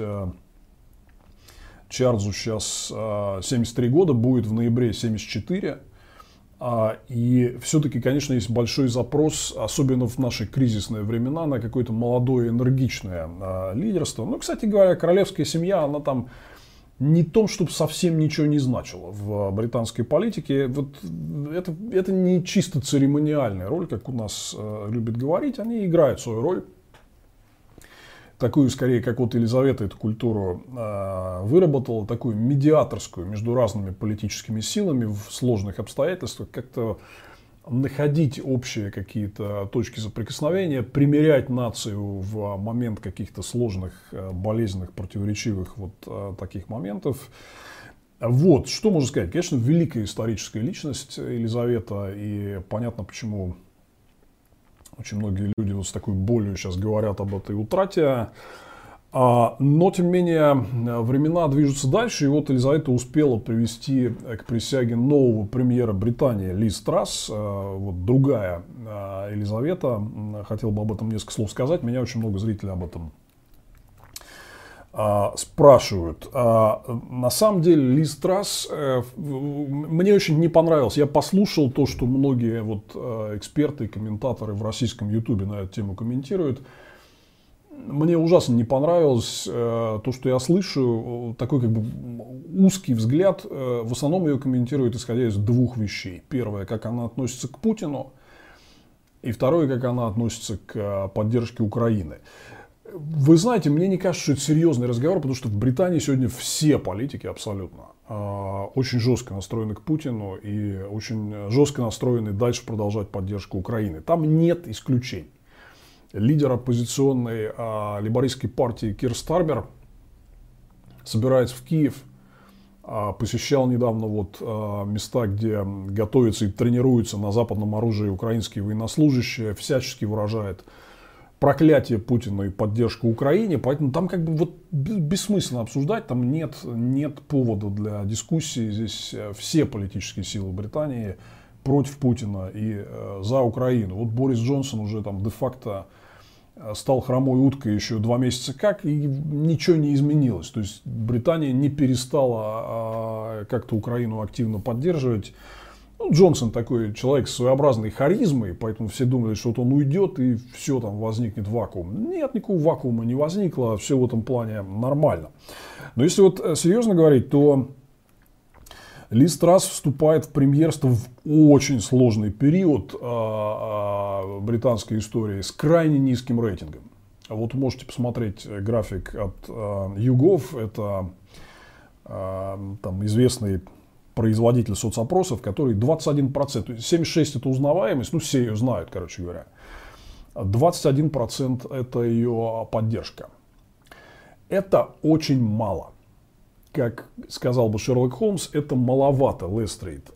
Чарльзу сейчас семьдесят три года, будет в ноябре семьдесят четыре. И все-таки, конечно, есть большой запрос, особенно в наши кризисные времена, на какое-то молодое, энергичное лидерство. Ну, кстати говоря, королевская семья, она там не том, чтобы совсем ничего не значило в британской политике. Вот это, это не чисто церемониальная роль, как у нас э, любят говорить. Они играют свою роль. Такую, скорее, как вот Елизавета эту культуру э, выработала, такую медиаторскую между разными политическими силами в сложных обстоятельствах. Как-то находить общие какие-то точки соприкосновения, примирять нацию в момент каких-то сложных, болезненных, противоречивых вот таких моментов. Вот, что можно сказать? Конечно, великая историческая личность Елизавета, и понятно, почему очень многие люди вот с такой болью сейчас говорят об этой утрате. Но, тем не менее, времена движутся дальше, и вот Елизавета успела привести к присяге нового премьера Британии Лиз Трасс, вот другая Елизавета. Хотел бы об этом несколько слов сказать, меня очень много зрителей об этом спрашивают. На самом деле Лиз Трасс мне очень не понравилось. Я послушал то, что многие вот эксперты и комментаторы в российском ютубе на эту тему комментируют. Мне ужасно не понравилось э, то, что я слышу, такой как бы узкий взгляд. Э, в основном ее комментируют, исходя из двух вещей. Первое, как она относится к Путину. И второе, как она относится к поддержке Украины. Вы знаете, мне не кажется, что это серьезный разговор, потому что в Британии сегодня все политики абсолютно э, очень жестко настроены к Путину и очень жестко настроены дальше продолжать поддержку Украины. Там нет исключений. Лидер оппозиционной а, лейбористской партии Кир Стармер собирается в Киев, а, посещал недавно вот, а, места, где готовятся и тренируются на западном оружии украинские военнослужащие, всячески выражает проклятие Путина и поддержку Украине, поэтому там как бы вот бессмысленно обсуждать, там нет, нет повода для дискуссии, здесь все политические силы Британии против Путина и э, за Украину. Вот Борис Джонсон уже там де-факто стал хромой уткой еще два месяца как, и ничего не изменилось. То есть Британия не перестала а, как-то Украину активно поддерживать. Ну, Джонсон такой человек с своеобразной харизмой, поэтому все думали, что вот он уйдет и все, там возникнет вакуум. Нет, никакого вакуума не возникло, все в этом плане нормально. Но если вот серьезно говорить, то Лиз Трасс вступает в премьерство в очень сложный период э, британской истории с крайне низким рейтингом. Вот можете посмотреть график от э, YouGov, это э, там известный производитель соцопросов, который двадцать один процент, семьдесят шесть процентов это узнаваемость, ну все ее знают, короче говоря, двадцать один процент это ее поддержка. Это очень мало. Как сказал бы Шерлок Холмс, это маловато, Лестрейд.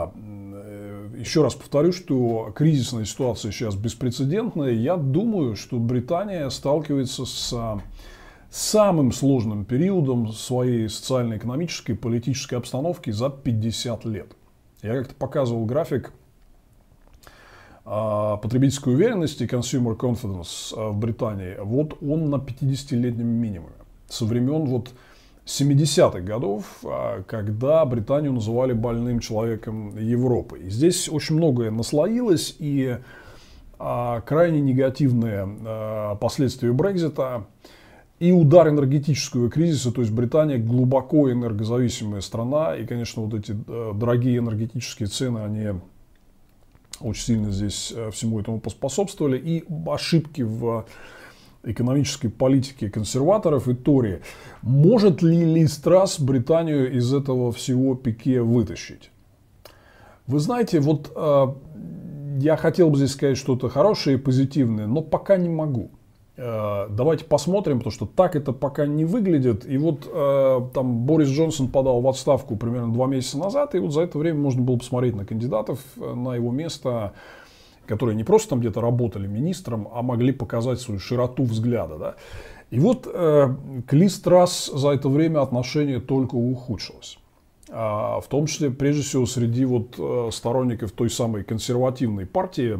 Еще раз повторю, что кризисная ситуация сейчас беспрецедентная. Я думаю, что Британия сталкивается с самым сложным периодом своей социально-экономической и политической обстановки за пятьдесят лет. Я как-то показывал график потребительской уверенности, consumer confidence в Британии. Вот он на пятидесятилетнем минимуме. Со времен вот семидесятых годов, когда Британию называли больным человеком Европы. И здесь очень многое наслоилось, и крайне негативные последствия Брексита, и удар энергетического кризиса, то есть Британия глубоко энергозависимая страна, и, конечно, вот эти дорогие энергетические цены, они очень сильно здесь всему этому поспособствовали, и ошибки в экономической политике консерваторов и Тори. Может ли Лиз Трасс Британию из этого всего пике вытащить? Вы знаете, вот э, я хотел бы здесь сказать что-то хорошее и позитивное, но пока не могу. Давайте посмотрим, потому что так это пока не выглядит. И вот э, там Борис Джонсон подал в отставку примерно два месяца назад, и вот за это время можно было посмотреть на кандидатов на его место, которые не просто там где-то работали министром, а могли показать свою широту взгляда. Да? И вот э, к Лиз Трасс за это время отношение только ухудшилось. А, в том числе, прежде всего, среди вот, э, сторонников той самой консервативной партии.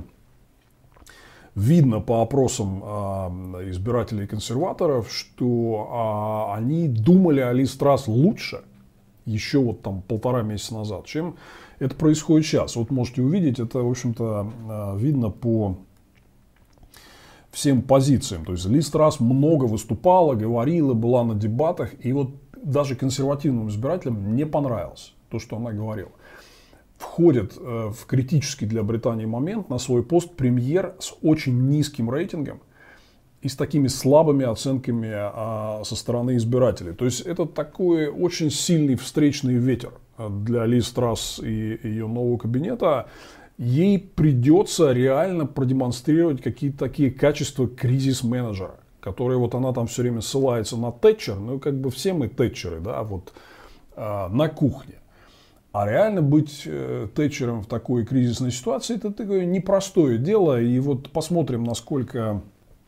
Видно по опросам э, избирателей консерваторов, что э, они думали о Лиз Трасс лучше еще вот там полтора месяца назад, чем это происходит сейчас. Вот можете увидеть, это, в общем-то, э, видно по всем позициям. То есть Лиз Трасс много выступала, говорила, была на дебатах, и вот даже консервативным избирателям не понравилось то, что она говорила. Входит в критический для Британии момент на свой пост премьер с очень низким рейтингом и с такими слабыми оценками со стороны избирателей. То есть это такой очень сильный встречный ветер для Лиз Трасс и ее нового кабинета. Ей придется реально продемонстрировать какие-то такие качества кризис-менеджера, которые вот она там все время ссылается на Тэтчер, ну как бы все мы Тэтчеры, да, вот на кухне. А реально быть э, Тэтчером в такой кризисной ситуации, это такое непростое дело. И вот посмотрим, насколько,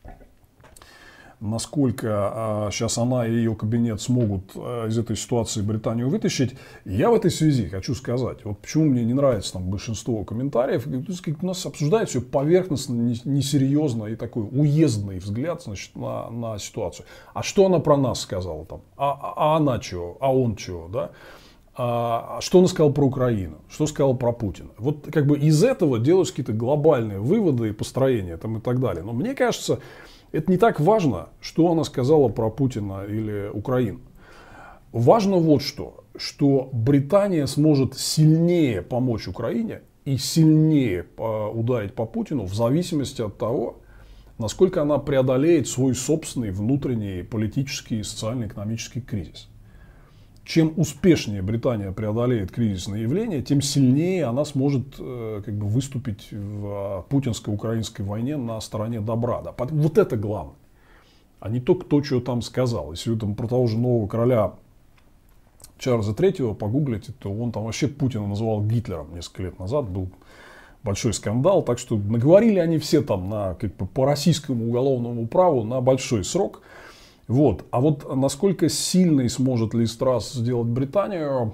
насколько э, сейчас она и ее кабинет смогут э, из этой ситуации Британию вытащить. Я в этой связи хочу сказать, вот почему мне не нравится там большинство комментариев. У нас обсуждают все поверхностно, несерьезно и такой уездный взгляд, значит, на, на ситуацию. А что она про нас сказала там? А, а она чего? А он чего? Да? Что он сказал про Украину, что сказал про Путина. Вот как бы из этого делаются какие-то глобальные выводы и построения там, и так далее. Но мне кажется, это не так важно, что она сказала про Путина или Украину. Важно вот что, что Британия сможет сильнее помочь Украине и сильнее ударить по Путину в зависимости от того, насколько она преодолеет свой собственный внутренний политический и социально-экономический кризис. Чем успешнее Британия преодолеет кризисное явление, тем сильнее она сможет э, как бы выступить в путинско-украинской войне на стороне добра. Да. Вот это главное. А не то, кто что там сказал. Если вы там про того же нового короля Чарльза третьего погуглите, то он там вообще Путина называл Гитлером несколько лет назад. Был большой скандал. Так что наговорили они все там на, как бы, по российскому уголовному праву на большой срок. Вот. А вот насколько сильной сможет Лиз Трасс сделать Британию,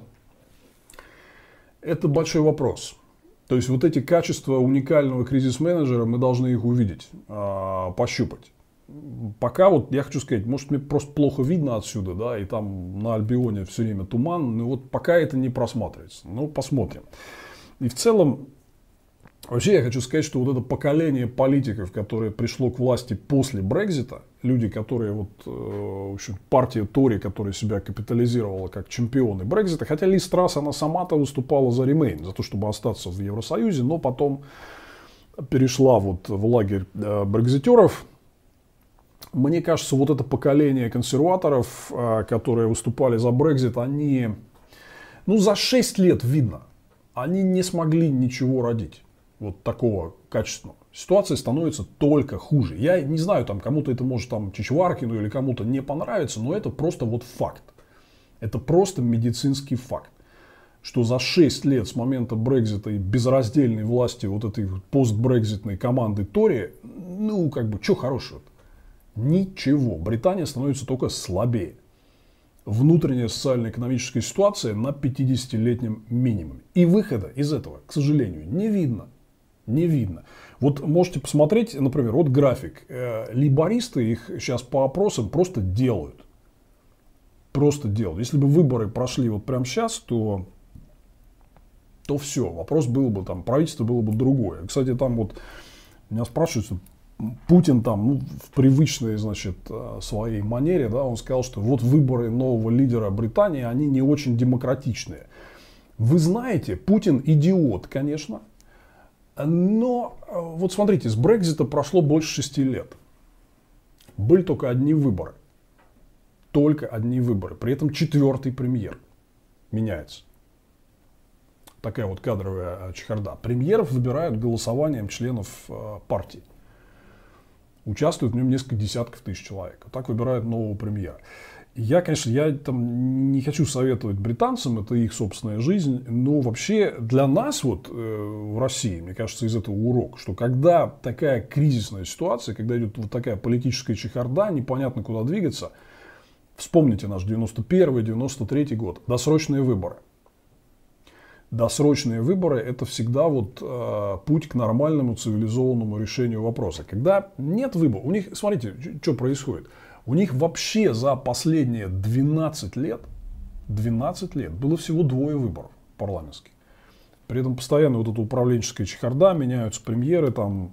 это большой вопрос. То есть вот эти качества уникального кризис-менеджера, мы должны их увидеть, пощупать. Пока вот я хочу сказать, может мне просто плохо видно отсюда, да, и там на Альбионе все время туман, но вот пока это не просматривается. Ну, посмотрим. И в целом, Вообще я хочу сказать, что вот это поколение политиков, которое пришло к власти после Брексита, люди, которые вот, в общем, партия Тори, которая себя капитализировала как чемпионы Брексита, хотя Лиз Трасс, она сама-то выступала за Ремейн, за то, чтобы остаться в Евросоюзе, но потом перешла вот в лагерь брекситеров. Мне кажется, вот это поколение консерваторов, которые выступали за Брексит, они, ну, за шесть лет видно, они не смогли ничего родить. Вот такого качественного. Ситуация становится только хуже. Я не знаю, там кому-то это может там Чичваркину или кому-то не понравится, но это просто вот факт. Это просто медицинский факт. Что за шесть лет с момента Брексита и безраздельной власти вот этой постбрекситной команды Тори, ну как бы, что хорошего-то? Ничего. Британия становится только слабее. Внутренняя социально-экономическая ситуация на пятидесятилетнем минимуме. И выхода из этого, к сожалению, не видно. Не видно. Вот можете посмотреть, например, вот график. Лейбористы их сейчас по опросам просто делают. Просто делают. Если бы выборы прошли вот прямо сейчас, то, то все. Вопрос был бы там, правительство было бы другое. Кстати, там вот меня спрашивают, что Путин там, ну, в привычной, значит, своей манере, да, он сказал, что вот выборы нового лидера Британии, они не очень демократичные. Вы знаете, Путин идиот, конечно. Но вот смотрите, с Брексита прошло больше шести лет. Были только одни выборы. Только одни выборы. При этом четвертый премьер меняется. Такая вот кадровая чехарда. Премьеров выбирают голосованием членов партии. Участвует в нем несколько десятков тысяч человек. Вот так выбирают нового премьера. Я, конечно, я там не хочу советовать британцам, это их собственная жизнь, но вообще для нас вот э, в России, мне кажется, из этого урок, что когда такая кризисная ситуация, когда идет вот такая политическая чехарда, непонятно куда двигаться, вспомните наш девяносто первый девяносто третий год, досрочные выборы. Досрочные выборы – это всегда вот, э, путь к нормальному цивилизованному решению вопроса. Когда нет выбора, у них, смотрите, что происходит. У них вообще за последние двенадцать лет, двенадцать лет было всего двое выборов парламентских. При этом постоянно вот эта управленческая чехарда, меняются премьеры, там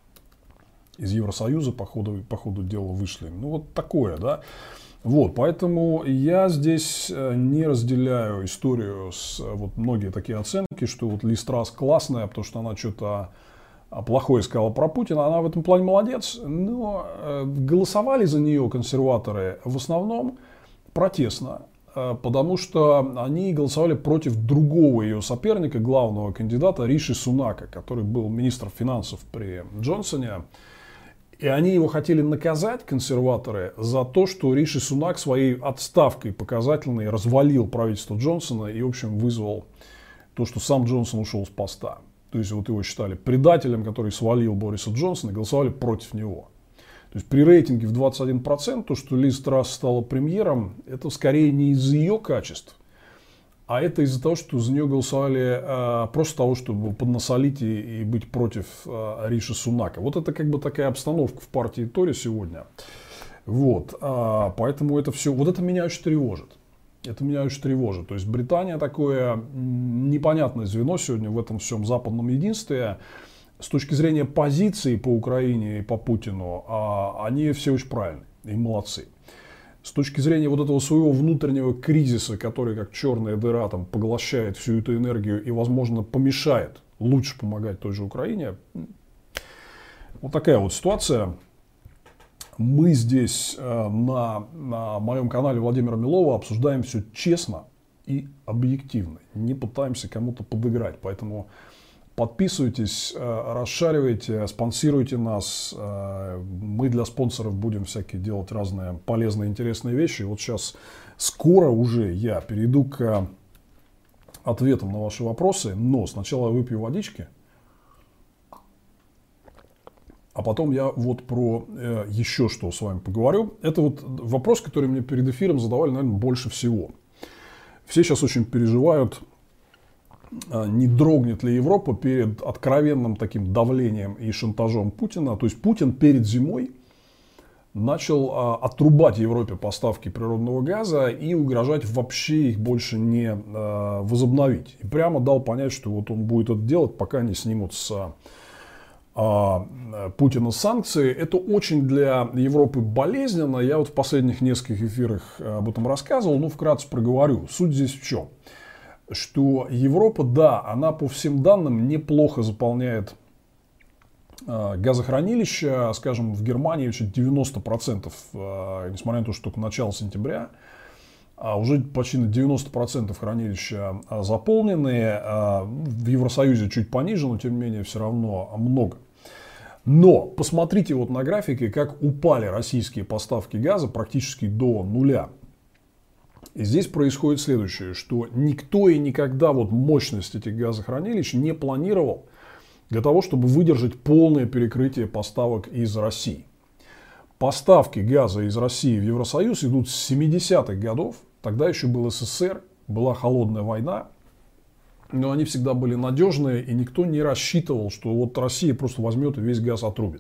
из Евросоюза по ходу, по ходу дела вышли. Ну вот такое, да. Вот, поэтому я здесь не разделяю историю с вот многие такие оценки, что вот Лиз Трасс классная, потому что она что-то плохое сказала про Путина, она в этом плане молодец, но голосовали за нее консерваторы в основном протестно, потому что они голосовали против другого ее соперника, главного кандидата Риши Сунака, который был министром финансов при Джонсоне. И они его хотели наказать, консерваторы, за то, что Риши Сунак своей отставкой показательной развалил правительство Джонсона и, в общем, вызвал то, что сам Джонсон ушел с поста. То есть вот его считали предателем, который свалил Бориса Джонсона, и голосовали против него. То есть при рейтинге в двадцать один процент то, что Лиз Трасс стала премьером, это скорее не из-за ее качеств, а это из-за того, что за нее голосовали э, просто того, чтобы поднасолить и, и быть против э, Риши Сунака. Вот это как бы такая обстановка в партии Тори сегодня. Вот, э, поэтому это все, вот это меня очень тревожит. Это меня очень тревожит. То есть Британия такое непонятное звено сегодня в этом всем западном единстве. С точки зрения позиции по Украине и по Путину, они все очень правильные и молодцы. С точки зрения вот этого своего внутреннего кризиса, который как черная дыра там поглощает всю эту энергию и, возможно, помешает лучше помогать той же Украине. Вот такая вот ситуация. Мы здесь на, на моем канале Владимира Милова обсуждаем все честно и объективно. Не пытаемся кому-то подыграть. Поэтому подписывайтесь, расшаривайте, спонсируйте нас. Мы для спонсоров будем всякие делать разные полезные, интересные вещи. И вот сейчас скоро уже я перейду к ответам на ваши вопросы. Но сначала я выпью водички. А потом я вот про э, еще что с вами поговорю. Это вот вопрос, который мне перед эфиром задавали, наверное, больше всего. Все сейчас очень переживают, э, не дрогнет ли Европа перед откровенным таким давлением и шантажом Путина. То есть Путин перед зимой начал а, отрубать Европе поставки природного газа и угрожать вообще их больше не а, возобновить. И прямо дал понять, что вот он будет это делать, пока не снимут с а, Путина санкции. Это очень для Европы болезненно. Я вот в последних нескольких эфирах об этом рассказывал, ну вкратце проговорю. Суть здесь в чем? Что Европа, да, она по всем данным неплохо заполняет газохранилища, скажем, в Германии девяносто процентов, несмотря на то, что только начало сентября, уже почти на девяносто процентов хранилища заполнены. В Евросоюзе чуть пониже, но тем не менее все равно много. Но посмотрите вот на графике, как упали российские поставки газа практически до нуля. И здесь происходит следующее, что никто и никогда вот мощность этих газохранилищ не планировал для того, чтобы выдержать полное перекрытие поставок из России. Поставки газа из России в Евросоюз идут с семидесятых годов. Тогда еще был СССР, была холодная война. Но они всегда были надежные, и никто не рассчитывал, что вот Россия просто возьмет и весь газ отрубит.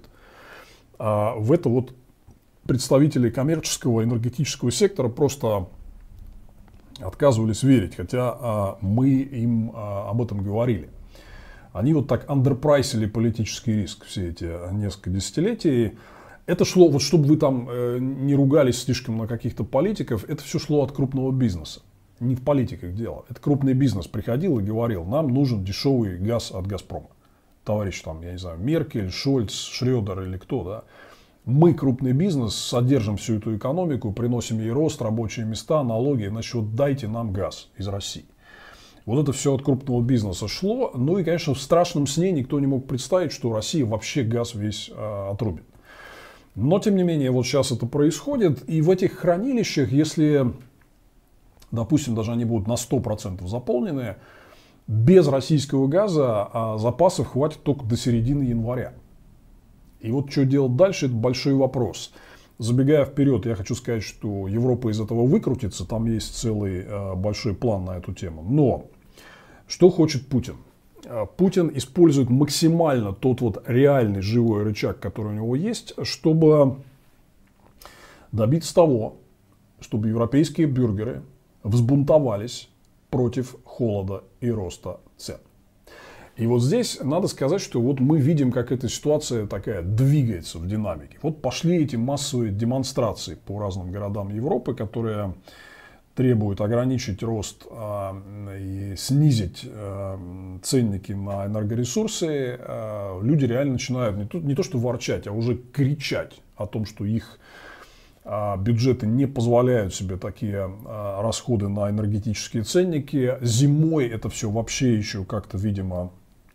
А в это вот представители коммерческого энергетического сектора просто отказывались верить, хотя а, мы им а, об этом говорили. Они вот так андерпрайсили политический риск все эти несколько десятилетий. Это шло, вот чтобы вы там э, не ругались слишком на каких-то политиков, это все шло от крупного бизнеса. Не в политиках дело. Это крупный бизнес приходил и говорил, нам нужен дешевый газ от Газпрома. Товарищ там, я не знаю, Меркель, Шольц, Шредер или кто, да. Мы, крупный бизнес, содержим всю эту экономику, приносим ей рост, рабочие места, налоги, значит, вот дайте нам газ из России. Вот это все от крупного бизнеса шло. Ну и, конечно, в страшном сне никто не мог представить, что Россия вообще газ весь э, отрубит. Но, тем не менее, вот сейчас это происходит. И в этих хранилищах, если, допустим, даже они будут на сто процентов заполнены, без российского газа а запасов хватит только до середины января. И вот что делать дальше, это большой вопрос. Забегая вперед, я хочу сказать, что Европа из этого выкрутится. Там есть целый э, большой план на эту тему. Но что хочет Путин? Путин использует максимально тот вот реальный живой рычаг, который у него есть, чтобы добиться того, чтобы европейские бюргеры взбунтовались против холода и роста цен. И вот здесь надо сказать, что вот мы видим, как эта ситуация такая двигается в динамике. Вот пошли эти массовые демонстрации по разным городам Европы, которые требуют ограничить рост э, и снизить э, ценники на энергоресурсы. Э, люди реально начинают не то, не то что ворчать, а уже кричать о том, что их э, бюджеты не позволяют себе такие э, расходы на энергетические ценники. Зимой это все вообще еще как-то, видимо,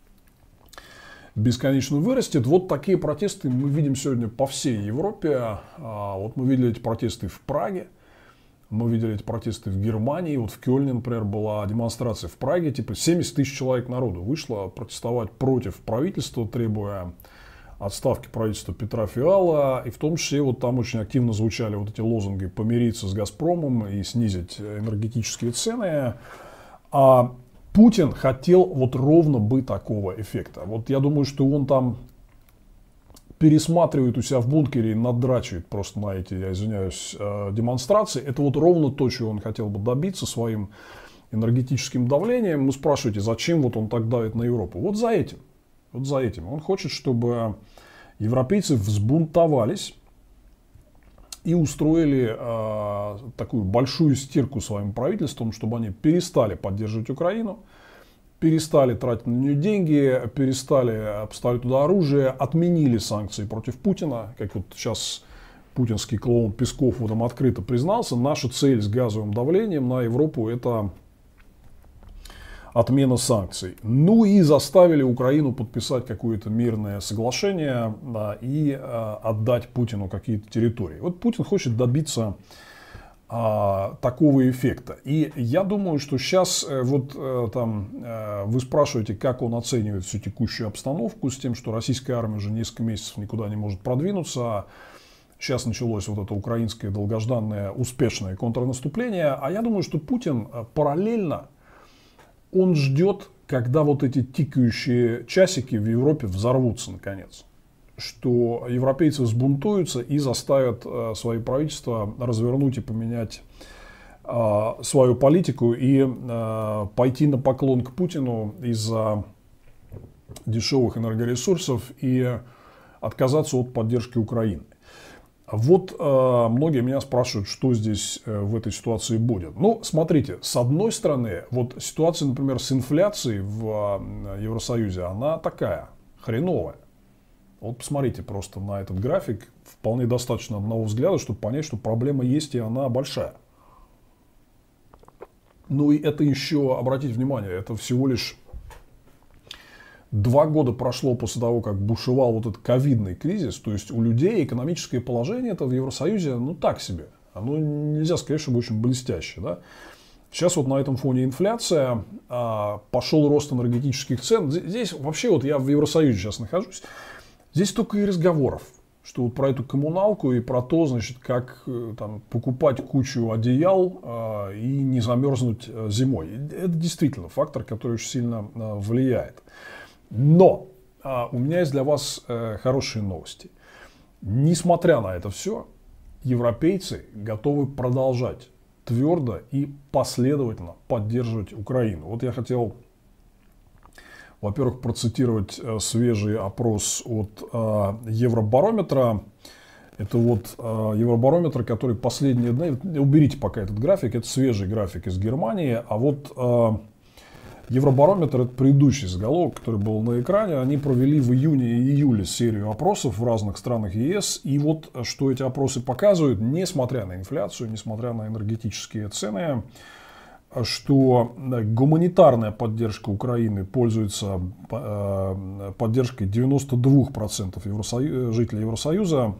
бесконечно вырастет. Вот такие протесты мы видим сегодня по всей Европе. Вот мы видели эти протесты в Праге, мы видели эти протесты в Германии. Вот в Кёльне, например, была демонстрация в Праге. Типа семьдесят тысяч человек народу вышло протестовать против правительства, требуя отставки правительства Петра Фиала. И в том числе вот там очень активно звучали вот эти лозунги помириться с Газпромом и снизить энергетические цены. А Путин хотел вот ровно бы такого эффекта. Вот я думаю, что он там пересматривает у себя в бункере и надрачивает просто на эти, я извиняюсь, демонстрации. Это вот ровно то, чего он хотел бы добиться своим энергетическим давлением. Вы спрашиваете, зачем вот он так давит на Европу? Вот за этим. Вот за этим. Он хочет, чтобы европейцы взбунтовались и устроили э, такую большую стирку своим правительством, чтобы они перестали поддерживать Украину, перестали тратить на нее деньги, перестали поставить туда оружие, отменили санкции против Путина. Как вот сейчас путинский клоун Песков в этом открыто признался, наша цель с газовым давлением на Европу — это отмена санкций. Ну и заставили Украину подписать какое-то мирное соглашение, да, и э, отдать Путину какие-то территории. Вот Путин хочет добиться э, такого эффекта. И я думаю, что сейчас э, вот э, там э, вы спрашиваете, как он оценивает всю текущую обстановку с тем, что российская армия уже несколько месяцев никуда не может продвинуться. Сейчас началось вот это украинское долгожданное успешное контрнаступление. А я думаю, что Путин параллельно он ждет, когда вот эти тикающие часики в Европе взорвутся наконец. что европейцы взбунтуются и заставят свои правительства развернуть и поменять свою политику и пойти на поклон к Путину из-за дешевых энергоресурсов и отказаться от поддержки Украины. Вот э, многие меня спрашивают, что здесь э, в этой ситуации будет. Ну, смотрите, с одной стороны, вот ситуация, например, с инфляцией в э, Евросоюзе, она такая, хреновая. Вот посмотрите просто на этот график, вполне достаточно одного взгляда, чтобы понять, что проблема есть и она большая. Ну и это еще, обратите внимание, это всего лишь два года прошло после того, как бушевал вот этот ковидный кризис. То есть у людей экономическое положение это в Евросоюзе, ну так себе. Оно нельзя сказать, чтобы очень блестящее. Да? Сейчас вот на этом фоне инфляция, а, пошел рост энергетических цен. Здесь вообще вот я в Евросоюзе сейчас нахожусь. Здесь только и разговоров, что вот про эту коммуналку и про то, значит, как там, покупать кучу одеял а, и не замерзнуть зимой. Это действительно фактор, который очень сильно а, влияет. Но а, у меня есть для вас э, хорошие новости. Несмотря на это все, европейцы готовы продолжать твердо и последовательно поддерживать Украину. Вот я хотел, во-первых, процитировать э, свежий опрос от э, Евробарометра. Это вот э, Евробарометр, который последние дни... Уберите пока этот график, это свежий график из Германии. А вот... Э, Евробарометр, это предыдущий заголовок, который был на экране, они провели в июне и июле серию опросов в разных странах ЕС. И вот что эти опросы показывают, несмотря на инфляцию, несмотря на энергетические цены, что гуманитарная поддержка Украины пользуется поддержкой девяноста двух процентов Евросоюза, жителей Евросоюза,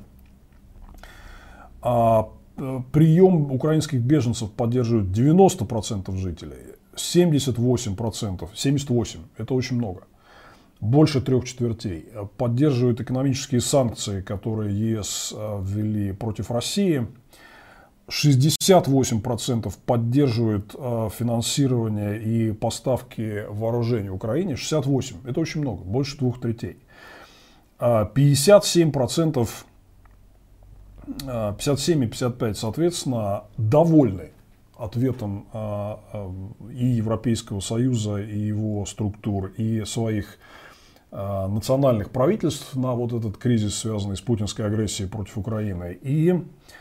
а прием украинских беженцев поддерживают девяносто процентов жителей. семьдесят восемь процентов, семьдесят восемь процентов, это очень много, больше трех четвертей, поддерживают экономические санкции, которые ЕС ввели против России, шестьдесят восемь процентов поддерживают финансирование и поставки вооружений Украине, шестьдесят восемь процентов, это очень много, больше двух третей, пятьдесят семь процентов, пятьдесят семь и пятьдесят пять, соответственно, довольны ответом э, э, и Европейского Союза, и его структур, и своих э, национальных правительств на вот этот кризис, связанный с путинской агрессией против Украины. И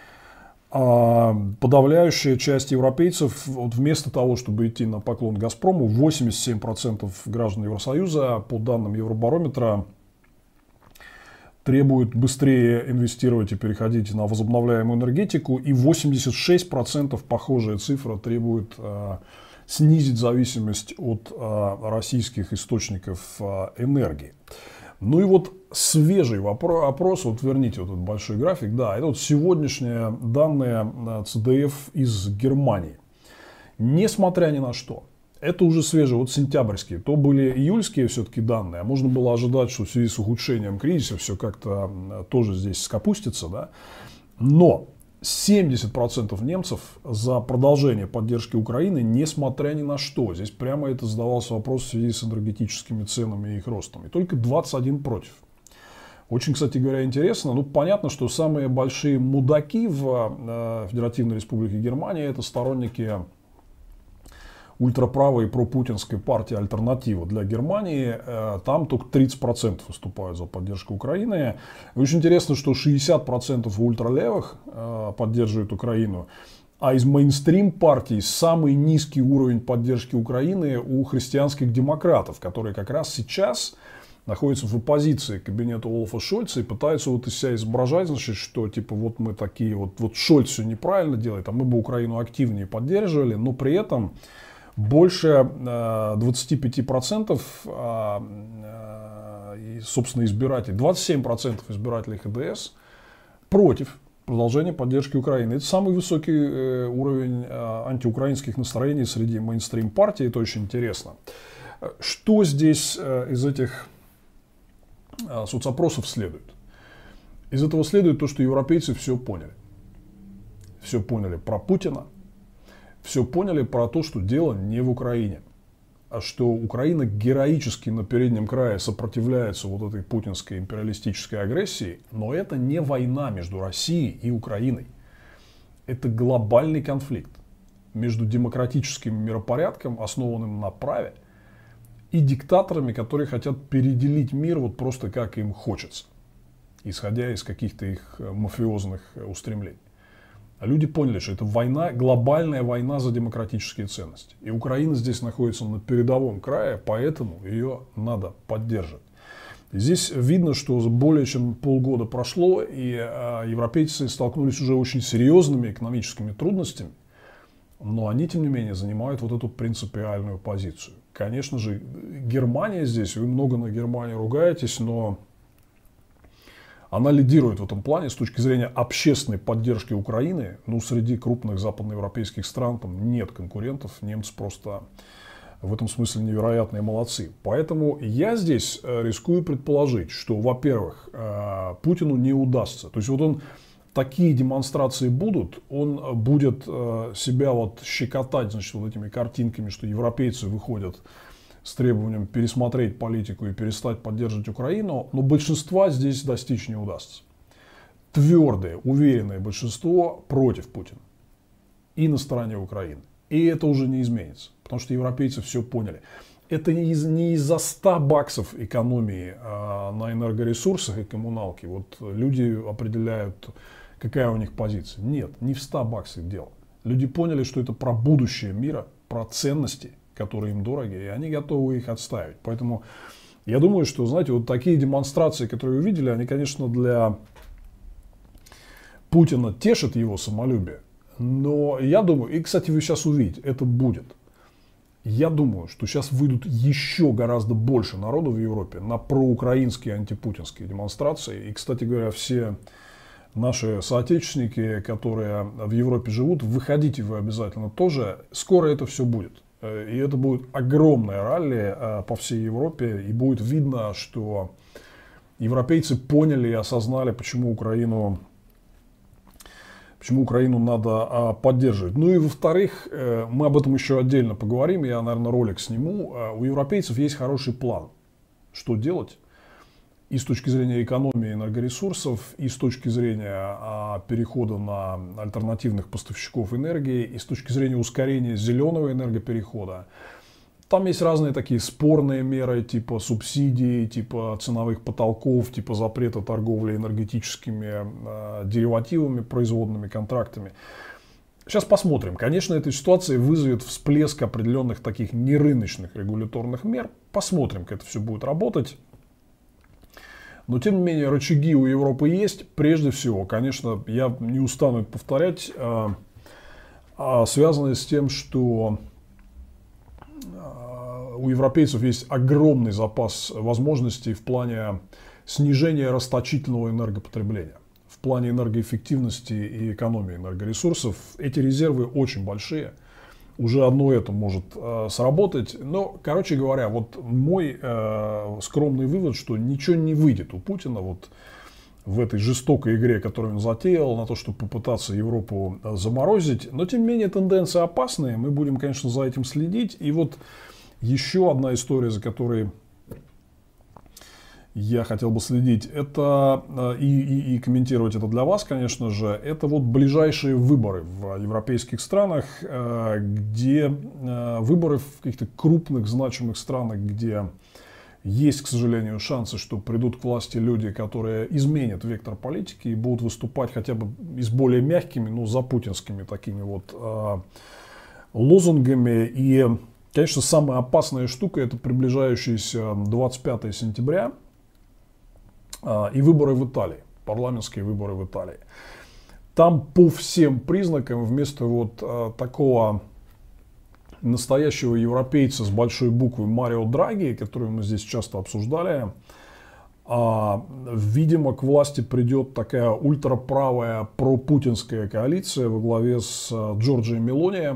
э, подавляющая часть европейцев, вот вместо того, чтобы идти на поклон Газпрому, восемьдесят семь процентов граждан Евросоюза, по данным Евробарометра, требуют быстрее инвестировать и переходить на возобновляемую энергетику. И восемьдесят шесть процентов, похожая цифра, требует э, снизить зависимость от э, российских источников э, энергии. Ну и вот свежий вопрос, опрос, вот верните вот этот большой график, да, это вот сегодняшние данные э, ЦДФ из Германии. Несмотря ни на что, это уже свежие, вот сентябрьские, то были июльские все-таки данные, а можно было ожидать, что в связи с ухудшением кризиса все как-то тоже здесь скопустится, да. Но семьдесят процентов немцев за продолжение поддержки Украины, несмотря ни на что. Здесь прямо это задавался вопрос в связи с энергетическими ценами и их ростом. И только двадцать один против. Очень, кстати говоря, интересно. Ну, понятно, что самые большие мудаки в э, Федеративной Республике Германия — это сторонники ультраправой пропутинской партии «Альтернатива для Германии». Там только тридцать процентов выступают за поддержку Украины. И очень интересно, что шестьдесят процентов ультралевых поддерживают Украину. А из мейнстрим партий самый низкий уровень поддержки Украины у христианских демократов, которые как раз сейчас находятся в оппозиции к кабинету Олафа Шольца и пытаются вот из себя изображать, значит, что типа вот мы такие, вот, вот Шольц все неправильно делает, а мы бы Украину активнее поддерживали, но при этом больше двадцати пяти процентов собственно избирателей, двадцать семь процентов избирателей ХДС против продолжения поддержки Украины. Это самый высокий уровень антиукраинских настроений среди мейнстрим партий. Это очень интересно. Что здесь из этих соцопросов следует? Из этого следует то, что европейцы все поняли. Все поняли про Путина. Все поняли про то, что дело не в Украине. что Украина героически на переднем крае сопротивляется вот этой путинской империалистической агрессии, но это не война между Россией и Украиной. Это глобальный конфликт между демократическим миропорядком, основанным на праве, и диктаторами, которые хотят переделить мир вот просто как им хочется, исходя из каких-то их мафиозных устремлений. Люди поняли, что это война, глобальная война за демократические ценности. И Украина здесь находится на передовом крае, поэтому ее надо поддерживать. Здесь видно, что более чем полгода прошло, и э, европейцы столкнулись уже очень серьезными экономическими трудностями, но они, тем не менее, занимают вот эту принципиальную позицию. Конечно же, Германия здесь, вы много на Германию ругаетесь, но она лидирует в этом плане с точки зрения общественной поддержки Украины. Ну, среди крупных западноевропейских стран там нет конкурентов. Немцы просто в этом смысле невероятные молодцы. Поэтому я здесь рискую предположить, что, во-первых, Путину не удастся. То есть вот он, такие демонстрации будут, он будет себя вот щекотать, значит, вот этими картинками, что европейцы выходят с требованием пересмотреть политику и перестать поддерживать Украину, но большинства здесь достичь не удастся. Твердое, уверенное большинство против Путина и на стороне Украины. И это уже не изменится, потому что европейцы все поняли. Это не, из, не из-за ста баксов экономии а, на энергоресурсах и коммуналке. Вот люди определяют, какая у них позиция. Нет, не в ста баксах дело. Люди поняли, что это про будущее мира, про ценности, которые им дороги, и они готовы их отстаивать. Поэтому я думаю, что, знаете, вот такие демонстрации, которые вы видели, они, конечно, для Путина тешат его самолюбие. Но я думаю, и, кстати, вы сейчас увидите, это будет. Я думаю, что сейчас выйдут еще гораздо больше народу в Европе на проукраинские антипутинские демонстрации. И, кстати говоря, все наши соотечественники, которые в Европе живут, выходите вы обязательно тоже. Скоро это все будет. И это будет огромное ралли по всей Европе. И будет видно, что европейцы поняли и осознали, почему Украину, почему Украину надо поддерживать. Ну и во-вторых, мы об этом еще отдельно поговорим. Я, наверное, ролик сниму. У европейцев есть хороший план, что делать. И с точки зрения экономии энергоресурсов, и с точки зрения а, перехода на альтернативных поставщиков энергии, и с точки зрения ускорения зеленого энергоперехода. Там есть разные такие спорные меры, типа субсидий, типа ценовых потолков, типа запрета торговли энергетическими а, деривативами, производными контрактами. Сейчас посмотрим. Конечно, эта ситуация вызовет всплеск определенных таких нерыночных регуляторных мер. Посмотрим, как это все будет работать. Но, тем не менее, рычаги у Европы есть. Прежде всего, конечно, я не устану повторять, а, а, связанные с тем, что а, у европейцев есть огромный запас возможностей в плане снижения расточительного энергопотребления. В плане энергоэффективности и экономии энергоресурсов эти резервы очень большие. Уже одно это может э, сработать. Но, короче говоря, вот мой э, скромный вывод, что ничего не выйдет у Путина вот в этой жестокой игре, которую он затеял, на то, чтобы попытаться Европу заморозить. Но, тем не менее, тенденции опасные. Мы будем, конечно, за этим следить. И вот еще одна история, за которой я хотел бы следить, это и, и, и комментировать это для вас, конечно же, это вот ближайшие выборы в европейских странах, где выборы в каких-то крупных, значимых странах, где есть, к сожалению, шансы, что придут к власти люди, которые изменят вектор политики и будут выступать хотя бы и с более мягкими, но запутинскими такими вот лозунгами. И, конечно, самая опасная штука — это приближающийся двадцать пятое сентября. И выборы в Италии, парламентские выборы в Италии. Там по всем признакам вместо вот а, такого настоящего европейца с большой буквы Марио Драги, которого мы здесь часто обсуждали, а, видимо, к власти придет такая ультраправая пропутинская коалиция во главе с а, Джорджией Мелони,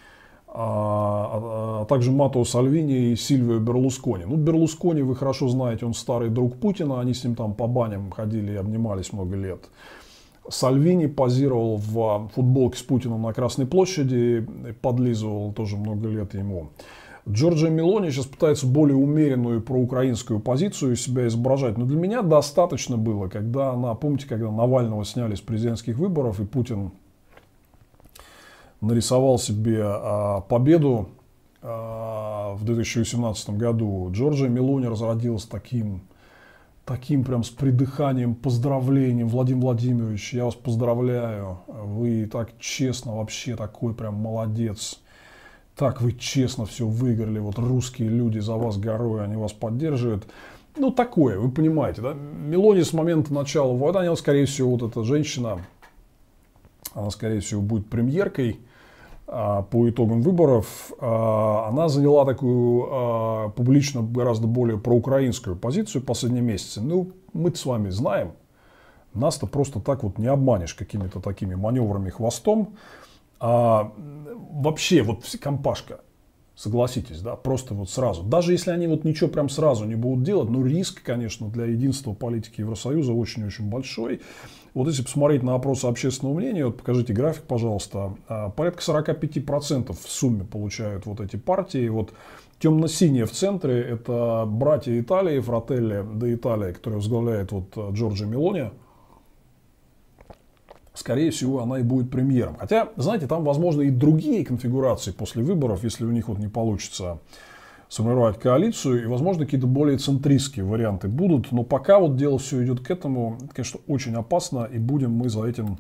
а также Маттео Сальвини и Сильвио Берлускони. Ну, Берлускони, вы хорошо знаете, он старый друг Путина, они с ним там по баням ходили и обнимались много лет. Сальвини позировал в футболке с Путиным на Красной площади, подлизывал тоже много лет ему. Джорджия Мелони сейчас пытается более умеренную проукраинскую позицию себя изображать. Но для меня достаточно было, когда она, помните, когда Навального сняли с президентских выборов, и Путин нарисовал себе а, победу а, в две тысячи восемнадцатом году. Джорджия Мелони разродилась таким, таким прям с придыханием, поздравлением. Владимир Владимирович, я вас поздравляю. Вы так честно, вообще такой прям молодец. Так вы честно все выиграли. Вот русские люди за вас горой, они вас поддерживают. Ну, такое, вы понимаете, да? Мелони с момента начала войны, она, скорее всего, вот эта женщина, она, скорее всего, будет премьеркой по итогам выборов. Она заняла такую публично гораздо более проукраинскую позицию в последние месяцы. Ну, мы-то с вами знаем, нас-то просто так вот не обманешь какими-то такими маневрами хвостом. А вообще, вот компашка, согласитесь, да, просто вот сразу. Даже если они вот ничего прям сразу не будут делать, ну, риск, конечно, для единства политики Евросоюза очень-очень большой. Вот если посмотреть на опросы общественного мнения, вот покажите график, пожалуйста, порядка сорок пять процентов в сумме получают вот эти партии. Вот темно-синие в центре – это братья Италии, Фрателли де Италия, которые возглавляет вот Джорджия Мелони. Скорее всего, она и будет премьером. Хотя, знаете, там, возможно, и другие конфигурации после выборов, если у них вот не получится сформировать коалицию, и, возможно, какие-то более центристские варианты будут. Но пока вот дело все идет к этому, это, конечно, очень опасно, и будем мы за этим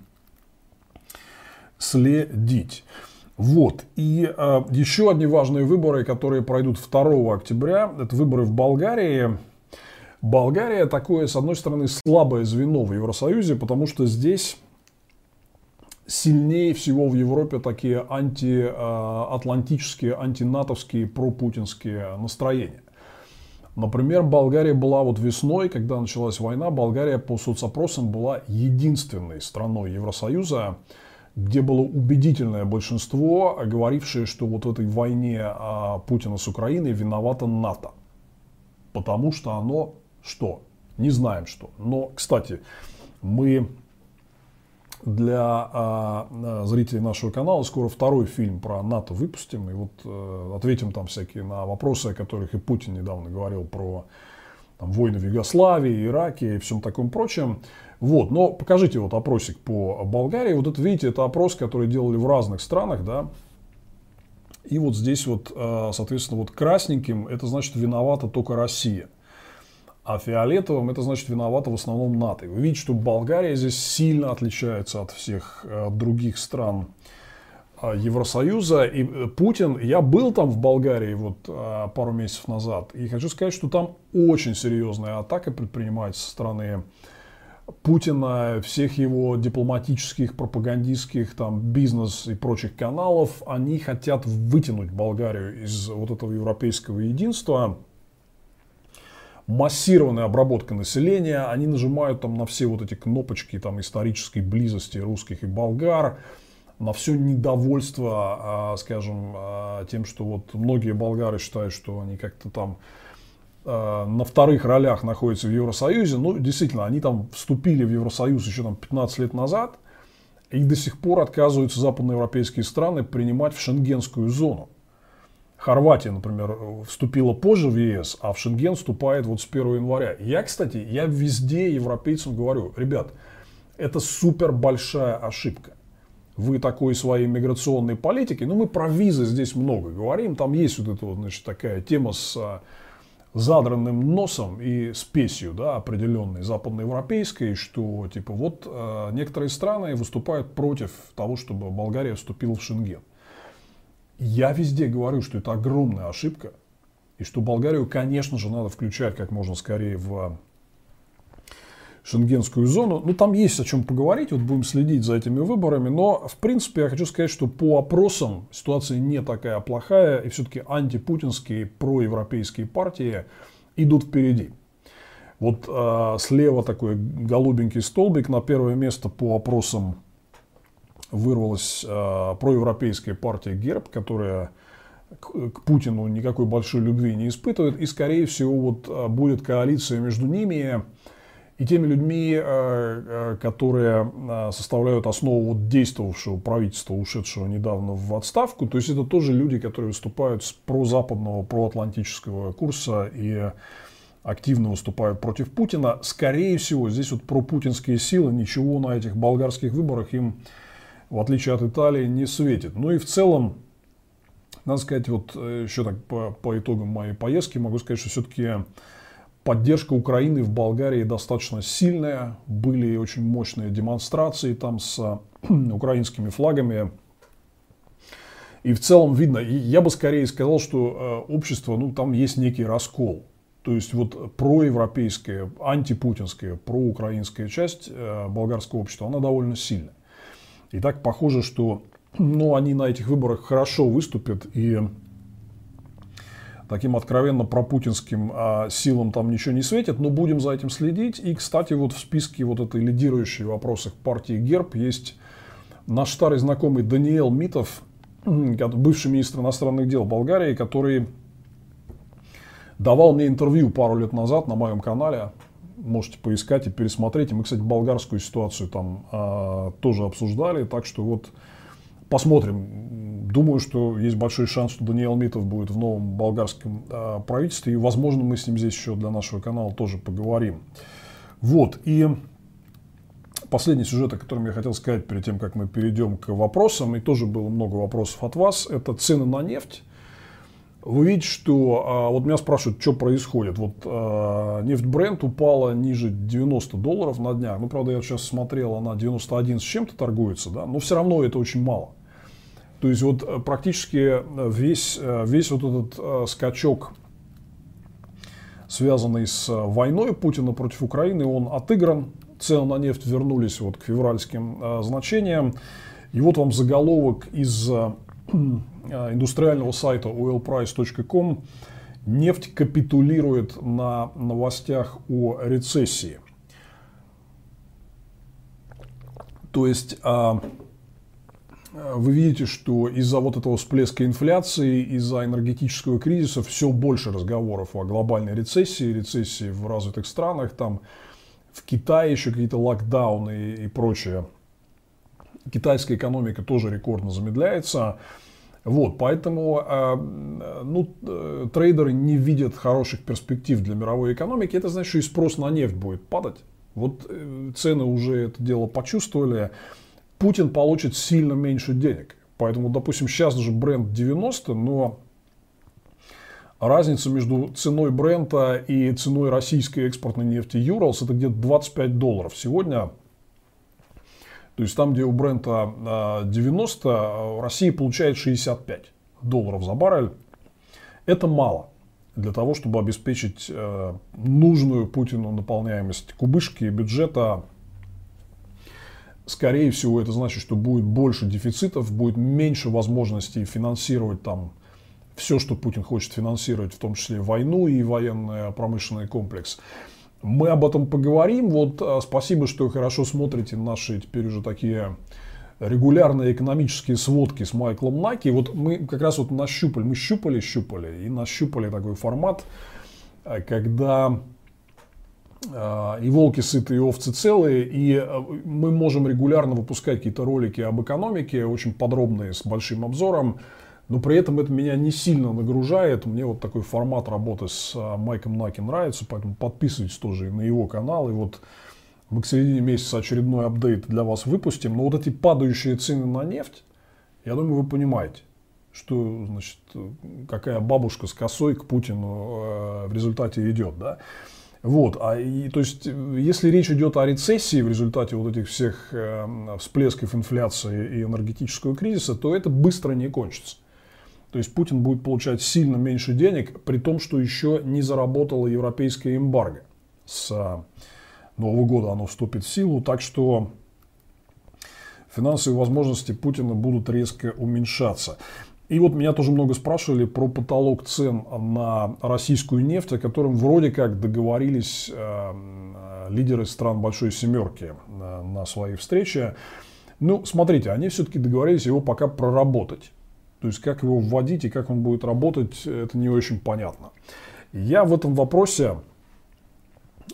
следить. Вот. И э, еще одни важные выборы, которые пройдут второго октября, это выборы в Болгарии. Болгария такое, с одной стороны, слабое звено в Евросоюзе, потому что здесь сильнее всего в Европе такие антиатлантические, антинатовские, пропутинские настроения. Например, Болгария была вот весной, когда началась война, Болгария по соцопросам была единственной страной Евросоюза, где было убедительное большинство, говорившее, что вот в этой войне Путина с Украиной виновата НАТО. Потому что оно что? Не знаем что. Но, кстати, мы для а, зрителей нашего канала скоро второй фильм про НАТО выпустим. И вот а, ответим там всякие на вопросы, о которых и Путин недавно говорил, про там, войны в Югославии, Ираке и всем таком прочем. Вот. Но покажите вот опросик по Болгарии. Вот это, видите, это опрос, который делали в разных странах, да. И вот здесь вот, соответственно, вот красненьким это значит виновата только Россия. А фиолетовым это значит виновата в основном НАТО. Вы видите, что Болгария здесь сильно отличается от всех других стран Евросоюза. И Путин, я был там в Болгарии вот пару месяцев назад, и хочу сказать, что там очень серьезная атака предпринимается со стороны Путина, всех его дипломатических, пропагандистских, там, бизнес и прочих каналов. Они хотят вытянуть Болгарию из вот этого европейского единства. Массированная обработка населения, они нажимают там на все вот эти кнопочки там, исторической близости русских и болгар, на все недовольство, скажем, тем, что вот многие болгары считают, что они как-то там на вторых ролях находятся в Евросоюзе. Ну, действительно, они там вступили в Евросоюз еще там пятнадцать лет назад, и до сих пор отказываются западноевропейские страны принимать в шенгенскую зону. Хорватия, например, вступила позже в ЕС, а в Шенген вступает вот с первого января. Я, кстати, я везде европейцам говорю, ребят, это супер большая ошибка. Вы такой своей миграционной политикой, ну мы про визы здесь много говорим, там есть вот эта вот, значит, такая тема с задранным носом и спесью, да, определенной западноевропейской, что типа вот некоторые страны выступают против того, чтобы Болгария вступила в Шенген. Я везде говорю, что это огромная ошибка, и что Болгарию, конечно же, надо включать как можно скорее в шенгенскую зону. Ну, там есть о чем поговорить, вот будем следить за этими выборами, но, в принципе, я хочу сказать, что по опросам ситуация не такая плохая, и все-таки антипутинские, проевропейские партии идут впереди. Вот э, слева такой голубенький столбик, на первое место по опросам вырвалась э, проевропейская партия ГЕРБ, которая к, к Путину никакой большой любви не испытывает. И, скорее всего, вот, будет коалиция между ними. и теми людьми, которые составляют основу вот действовавшего правительства, ушедшего недавно в отставку. То есть это тоже люди, которые выступают с прозападного, проатлантического курса и активно выступают против Путина. Скорее всего, здесь вот пропутинские силы ничего на этих болгарских выборах им, в отличие от Италии, не светит. Ну и в целом, надо сказать, вот еще так по, по итогам моей поездки могу сказать, что все-таки поддержка Украины в Болгарии достаточно сильная. Были очень мощные демонстрации там с украинскими флагами. И в целом видно, я бы скорее сказал, что общество, ну там есть некий раскол. То есть вот проевропейская, антипутинская, проукраинская часть болгарского общества, она довольно сильная. И так похоже, что ну, они на этих выборах хорошо выступят, и таким откровенно пропутинским а, силам там ничего не светит, но будем за этим следить. И, кстати, вот в списке вот этой лидирующей в вопросах партии ГЕРБ есть наш старый знакомый Даниил Митов, бывший министр иностранных дел Болгарии, который давал мне интервью пару лет назад на моем канале. Можете поискать и пересмотреть. И мы, кстати, болгарскую ситуацию там а, тоже обсуждали. Так что вот посмотрим. Думаю, что есть большой шанс, что Даниил Митов будет в новом болгарском а, правительстве. И, возможно, мы с ним здесь еще для нашего канала тоже поговорим. Вот. И последний сюжет, о котором я хотел сказать перед тем, как мы перейдем к вопросам. И тоже было много вопросов от вас. Это цены на нефть. Вы видите, что вот меня спрашивают, что происходит. Вот э, нефть Brent упала ниже девяноста долларов на днях. Ну, правда, я сейчас смотрел, она девяносто один с чем-то торгуется, да, но все равно это очень мало. То есть вот практически весь, весь вот этот э, скачок, связанный с войной Путина против Украины, он отыгран. Цены на нефть вернулись вот к февральским э, значениям. И вот вам заголовок из э, индустриального сайта ойл прайс точка ком. Нефть капитулирует на новостях о рецессии. То есть вы видите, что из-за вот этого всплеска инфляции, из-за энергетического кризиса все больше разговоров о глобальной рецессии, рецессии в развитых странах, там в Китае еще какие-то локдауны и прочее. Китайская экономика тоже рекордно замедляется. Вот, поэтому э, ну, э, трейдеры не видят хороших перспектив для мировой экономики. Это значит, что и спрос на нефть будет падать. Вот э, цены уже это дело почувствовали. Путин получит сильно меньше денег. Поэтому, допустим, сейчас даже Brent девяносто, но разница между ценой Брента и ценой российской экспортной нефти Urals это где-то двадцать пять долларов. Сегодня, то есть там, где у Брента девяносто, Россия получает шестьдесят пять долларов за баррель. Это мало для того, чтобы обеспечить нужную Путину наполняемость кубышки бюджета. Скорее всего, это значит, что будет больше дефицитов, будет меньше возможностей финансировать там все, что Путин хочет финансировать, в том числе войну и военно-промышленный комплекс. Мы об этом поговорим. Вот спасибо, что хорошо смотрите наши теперь уже такие регулярные экономические сводки с Майклом Наки. Вот мы как раз вот нащупали, мы щупали, щупали и нащупали такой формат, когда и волки сыты, и овцы целые, и мы можем регулярно выпускать какие-то ролики об экономике, очень подробные, с большим обзором. Но при этом это меня не сильно нагружает. Мне вот такой формат работы с Майком Наки нравится, поэтому подписывайтесь тоже и на его канал. И вот мы к середине месяца очередной апдейт для вас выпустим. Но вот эти падающие цены на нефть, я думаю, вы понимаете, что, значит, какая бабушка с косой к Путину в результате идет, да? Вот, а и, то есть, если речь идет о рецессии в результате вот этих всех э, всплесков инфляции и энергетического кризиса, то это быстро не кончится. То есть Путин будет получать сильно меньше денег, при том, что еще не заработала европейская эмбарго. С Нового года оно вступит в силу, так что финансовые возможности Путина будут резко уменьшаться. И вот меня тоже много спрашивали про потолок цен на российскую нефть, о котором вроде как договорились э, лидеры стран Большой Семерки на, на своей встрече. Ну, смотрите, они все-таки договорились его пока проработать. То есть, как его вводить и как он будет работать, это не очень понятно. Я в этом вопросе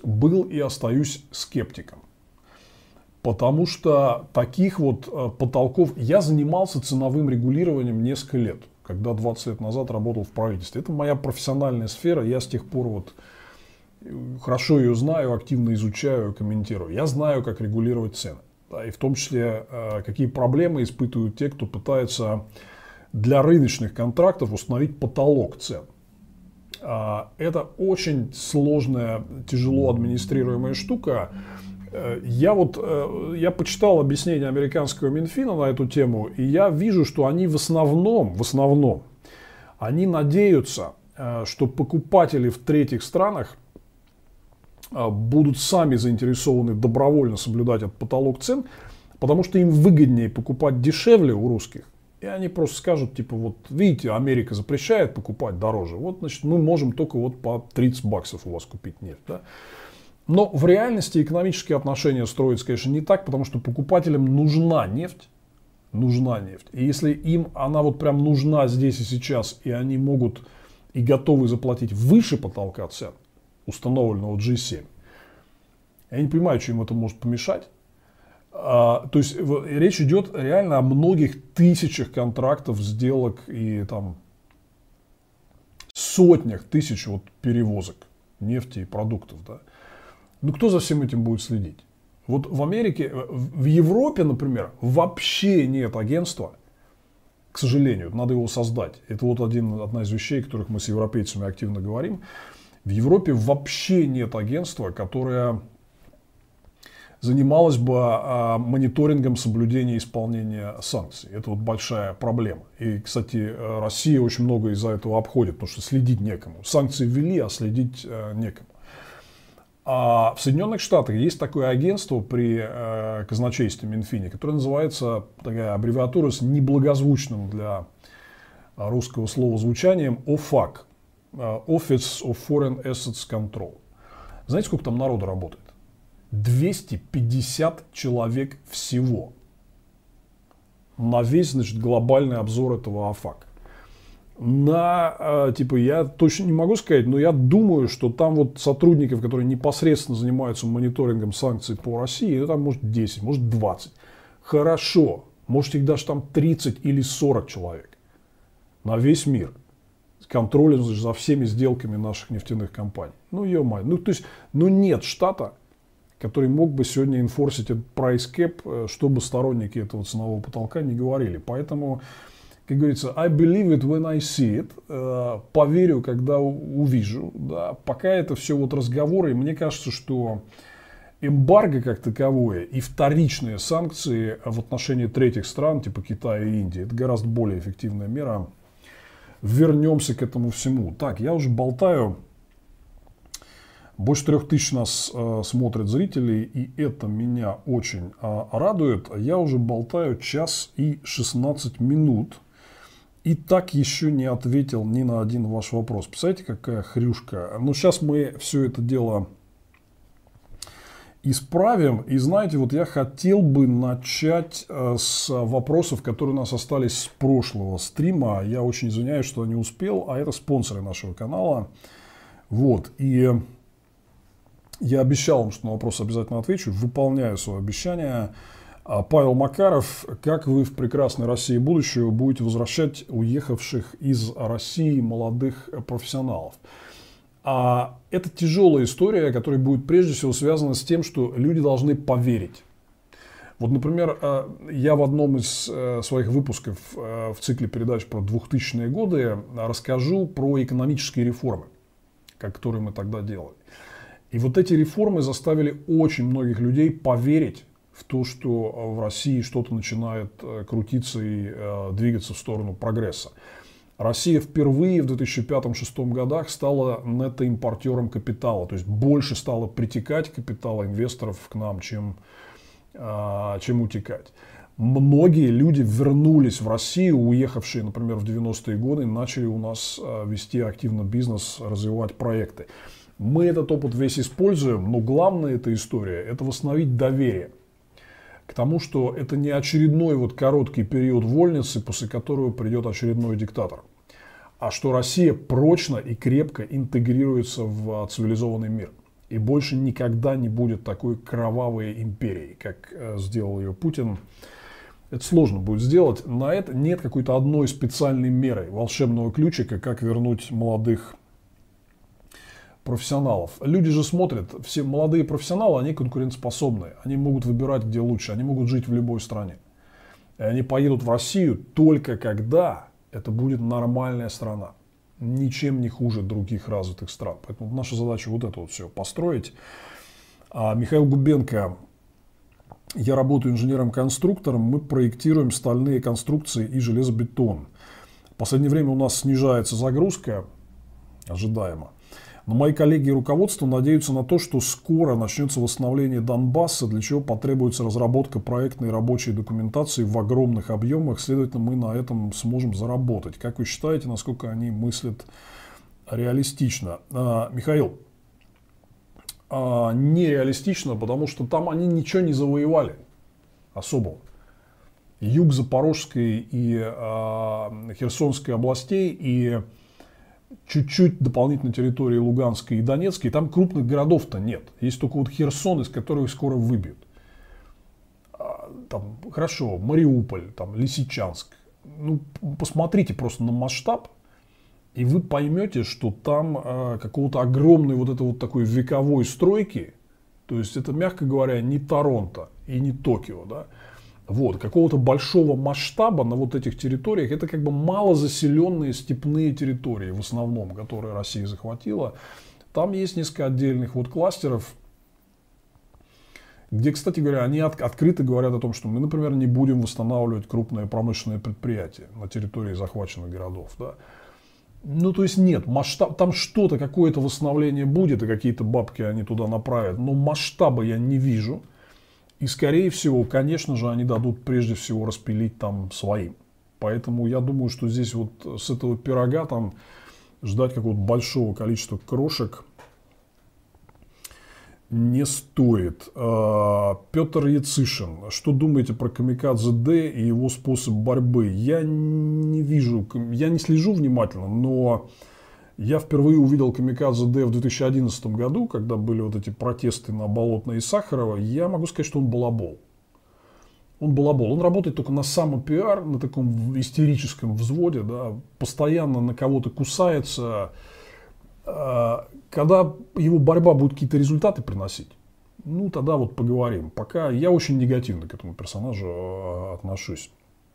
был и остаюсь скептиком. Потому что таких вот потолков... Я занимался ценовым регулированием несколько лет, когда двадцать лет назад работал в правительстве. Это моя профессиональная сфера, я с тех пор вот хорошо ее знаю, активно изучаю, комментирую. Я знаю, как регулировать цены. Да, и в том числе, какие проблемы испытывают те, кто пытается для рыночных контрактов установить потолок цен. Это очень сложная, тяжело администрируемая штука. Я вот, я почитал объяснение американского Минфина на эту тему, и я вижу, что они в основном, в основном, они надеются, что покупатели в третьих странах будут сами заинтересованы добровольно соблюдать этот потолок цен, потому что им выгоднее покупать дешевле у русских. И они просто скажут, типа, вот видите, Америка запрещает покупать дороже, вот, значит, мы можем только вот по тридцать баксов у вас купить нефть. Да? Но в реальности экономические отношения строятся, конечно, не так, потому что покупателям нужна нефть, нужна нефть. И если им она вот прям нужна здесь и сейчас, и они могут и готовы заплатить выше потолка цен, установленного джи семь, я не понимаю, что им это может помешать. А, то есть речь идет реально о многих тысячах контрактов, сделок и там сотнях тысяч вот перевозок нефти и продуктов. Да. Ну кто за всем этим будет следить? Вот в Америке, в Европе, например, вообще нет агентства, к сожалению, надо его создать. Это вот один, одна из вещей, о которых мы с европейцами активно говорим. В Европе вообще нет агентства, которое занималась бы а, мониторингом соблюдения исполнения санкций. Это вот большая проблема. И, кстати, Россия очень много из-за этого обходит, потому что следить некому. Санкции ввели, а следить а, некому. А в Соединенных Штатах есть такое агентство при а, казначействе Минфине, которое называется, такая аббревиатура с неблагозвучным для русского слова звучанием, о фак. Office of Foreign Assets Control. Знаете, сколько там народу работает? двести пятьдесят человек всего на весь, значит, глобальный обзор этого ОФАК. На, типа, я точно не могу сказать, но я думаю, что там вот сотрудников, которые непосредственно занимаются мониторингом санкций по России, ну, там может десять, может двадцать. Хорошо, может их даже там тридцать или сорок человек на весь мир. Контролем за всеми сделками наших нефтяных компаний. Ну, ё-моё. Ну, то есть, ну, нет штата, который мог бы сегодня инфорсить этот price cap, чтобы сторонники этого ценового потолка не говорили. Поэтому, как говорится, I believe it when I see it. Поверю, когда увижу. Да. Пока это все вот разговоры. И мне кажется, что эмбарго как таковое и вторичные санкции в отношении третьих стран, типа Китая и Индии, это гораздо более эффективная мера. Вернемся к этому всему. Так, я уже болтаю. Больше трех тысяч нас э, смотрят зрителей, и это меня очень э, радует. Я уже болтаю час и шестнадцать минут. И так еще не ответил ни на один ваш вопрос. Представляете, какая хрюшка. Но сейчас мы все это дело исправим. И знаете, вот я хотел бы начать э, с вопросов, которые у нас остались с прошлого стрима. Я очень извиняюсь, что не успел, а это спонсоры нашего канала. Вот. И я обещал вам, что на вопрос обязательно отвечу. Выполняю свое обещание. Павел Макаров, как вы в прекрасной России будущего будете возвращать уехавших из России молодых профессионалов? А это тяжелая история, которая будет прежде всего связана с тем, что люди должны поверить. Вот, например, я в одном из своих выпусков в цикле передач про двухтысячные годы расскажу про экономические реформы, которые мы тогда делали. И вот эти реформы заставили очень многих людей поверить в то, что в России что-то начинает крутиться и двигаться в сторону прогресса. Россия впервые в две тысячи пятом — две тысячи шестом годах стала нетоимпортером капитала, то есть больше стало притекать капитала инвесторов к нам, чем, чем утекать. Многие люди вернулись в Россию, уехавшие, например, в девяностые годы, и начали у нас вести активно бизнес, развивать проекты. Мы этот опыт весь используем, но главная эта история – это восстановить доверие к тому, что это не очередной вот короткий период вольницы, после которого придет очередной диктатор, а что Россия прочно и крепко интегрируется в цивилизованный мир. И больше никогда не будет такой кровавой империи, как сделал ее Путин. Это сложно будет сделать. На это нет какой-то одной специальной меры, волшебного ключика, как вернуть молодых профессионалов. Люди же смотрят, все молодые профессионалы, они конкурентоспособные. Они могут выбирать, где лучше. Они могут жить в любой стране. И они поедут в Россию только когда это будет нормальная страна. Ничем не хуже других развитых стран. Поэтому наша задача вот это вот все построить. А Михаил Губенко. Я работаю инженером-конструктором. Мы проектируем стальные конструкции и железобетон. В последнее время у нас снижается загрузка. Ожидаемо. Но мои коллеги и руководство надеются на то, что скоро начнется восстановление Донбасса, для чего потребуется разработка проектной и рабочей документации в огромных объемах. Следовательно, мы на этом сможем заработать. Как вы считаете, насколько они мыслят реалистично? А, Михаил, а, нереалистично, потому что там они ничего не завоевали особого. Юг Запорожской и а, Херсонской областей и чуть-чуть дополнительной территории Луганской и Донецкой, там крупных городов-то нет. Есть только вот Херсон, из которого их скоро выбьют. Там, хорошо, Мариуполь, там, Лисичанск. Ну, посмотрите просто на масштаб, и вы поймете, что там э, какого-то огромной вот этой вот такой вековой стройки, то есть это, мягко говоря, не Торонто и не Токио, да, вот, какого-то большого масштаба на вот этих территориях, это как бы малозаселенные степные территории, в основном, которые Россия захватила. Там есть несколько отдельных вот кластеров, где, кстати говоря, они от, открыто говорят о том, что мы, например, не будем восстанавливать крупные промышленные предприятия на территории захваченных городов. Да. Ну, то есть нет, масштаб, там что-то, какое-то восстановление будет, и какие-то бабки они туда направят, но масштаба я не вижу. И, скорее всего, конечно же, они дадут прежде всего распилить там своим. Поэтому я думаю, что здесь вот с этого пирога там ждать какого-то большого количества крошек не стоит. Петр Яцишин. Что думаете про Камикадзе Д и его способ борьбы? Я не вижу, я не слежу внимательно, но я впервые увидел Камикадзе Д в две тысячи одиннадцатом году, когда были вот эти протесты на Болотной и Сахарова. Я могу сказать, что он балабол. Он балабол. Он работает только на самопиар, на таком истерическом взводе, да, постоянно на кого-то кусается. Когда его борьба будет какие-то результаты приносить, ну тогда вот поговорим. Пока я очень негативно к этому персонажу отношусь.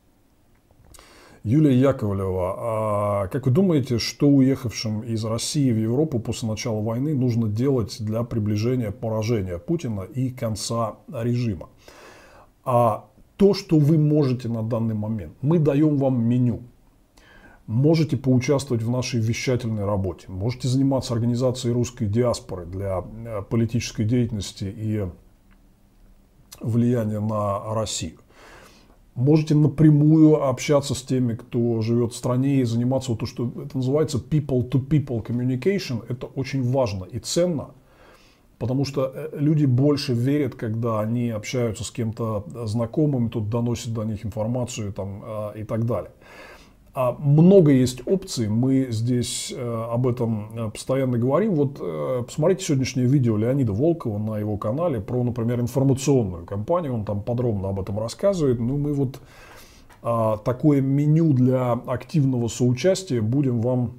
Юлия Яковлева, а как вы думаете, что уехавшим из России в Европу после начала войны нужно делать для приближения поражения Путина и конца режима? А то, что вы можете на данный момент, мы даем вам меню. Можете поучаствовать в нашей вещательной работе, можете заниматься организацией русской диаспоры для политической деятельности и влияния на Россию. Можете напрямую общаться с теми, кто живет в стране, и заниматься вот то, что это называется people-to-people communication. Это очень важно и ценно, потому что люди больше верят, когда они общаются с кем-то знакомым, тот доносит до них информацию там, и так далее. А много есть опций, мы здесь э, об этом постоянно говорим. Вот э, посмотрите сегодняшнее видео Леонида Волкова на его канале про, например, информационную кампанию. Он там подробно об этом рассказывает. Ну, мы вот э, такое меню для активного соучастия будем вам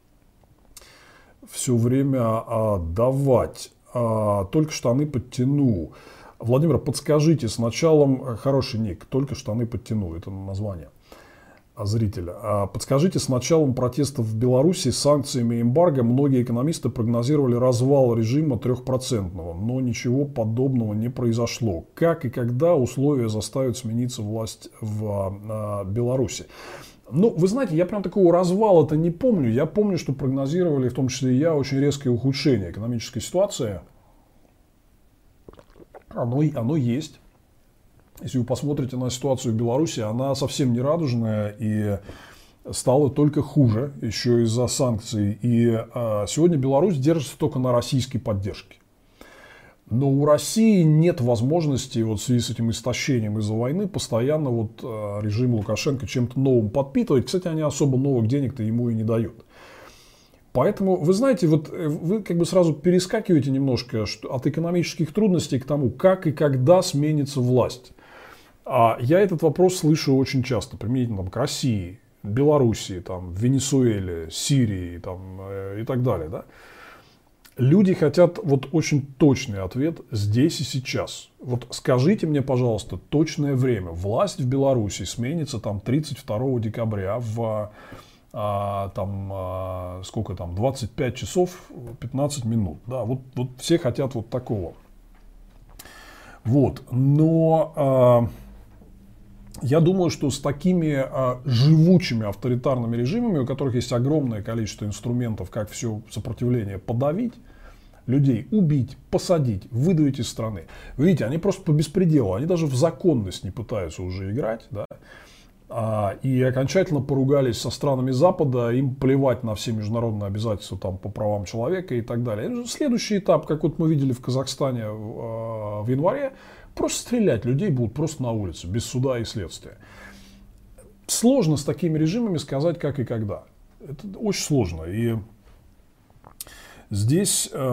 все время э, давать. Э, только штаны подтяну. Владимир, подскажите, с началом, хороший ник, только штаны подтяну, это название зрителя. Подскажите, с началом протестов в Беларуси, санкциями и эмбарго многие экономисты прогнозировали развал режима трехпроцентного, но ничего подобного не произошло. Как и когда условия заставят смениться власть в Беларуси? Ну, вы знаете, я прям такого развала-то не помню. Я помню, что прогнозировали, в том числе и я, очень резкое ухудшение экономической ситуации. Оно, оно есть. Если вы посмотрите на ситуацию в Беларуси, она совсем не радужная и стала только хуже, еще из-за санкций. И а, сегодня Беларусь держится только на российской поддержке. Но у России нет возможности вот в связи с этим истощением из-за войны постоянно вот, а, режим Лукашенко чем-то новым подпитывать. Кстати, они особо новых денег-то ему и не дают. Поэтому, вы знаете, вот вы как бы сразу перескакиваете немножко от экономических трудностей к тому, как и когда сменится власть. А я этот вопрос слышу очень часто, применительно там, к России, Белоруссии, там, Венесуэле, Сирии там, и так далее. Да? Люди хотят вот очень точный ответ здесь и сейчас. Вот скажите мне, пожалуйста, точное время. Власть в Беларуси сменится там тридцать второго декабря в а, там, а, сколько там, двадцать пять часов пятнадцать минут. Да, вот, вот все хотят вот такого. Вот, но а, я думаю, что с такими а, живучими авторитарными режимами, у которых есть огромное количество инструментов, как все сопротивление подавить, людей убить, посадить, выдавить из страны. Вы видите, они просто по беспределу, они даже в законность не пытаются уже играть, да, а, и окончательно поругались со странами Запада, им плевать на все международные обязательства там, по правам человека и так далее. Следующий этап, как вот мы видели в Казахстане э, в январе, просто стрелять людей будут просто на улице, без суда и следствия. Сложно с такими режимами сказать, как и когда. Это очень сложно. И здесь э,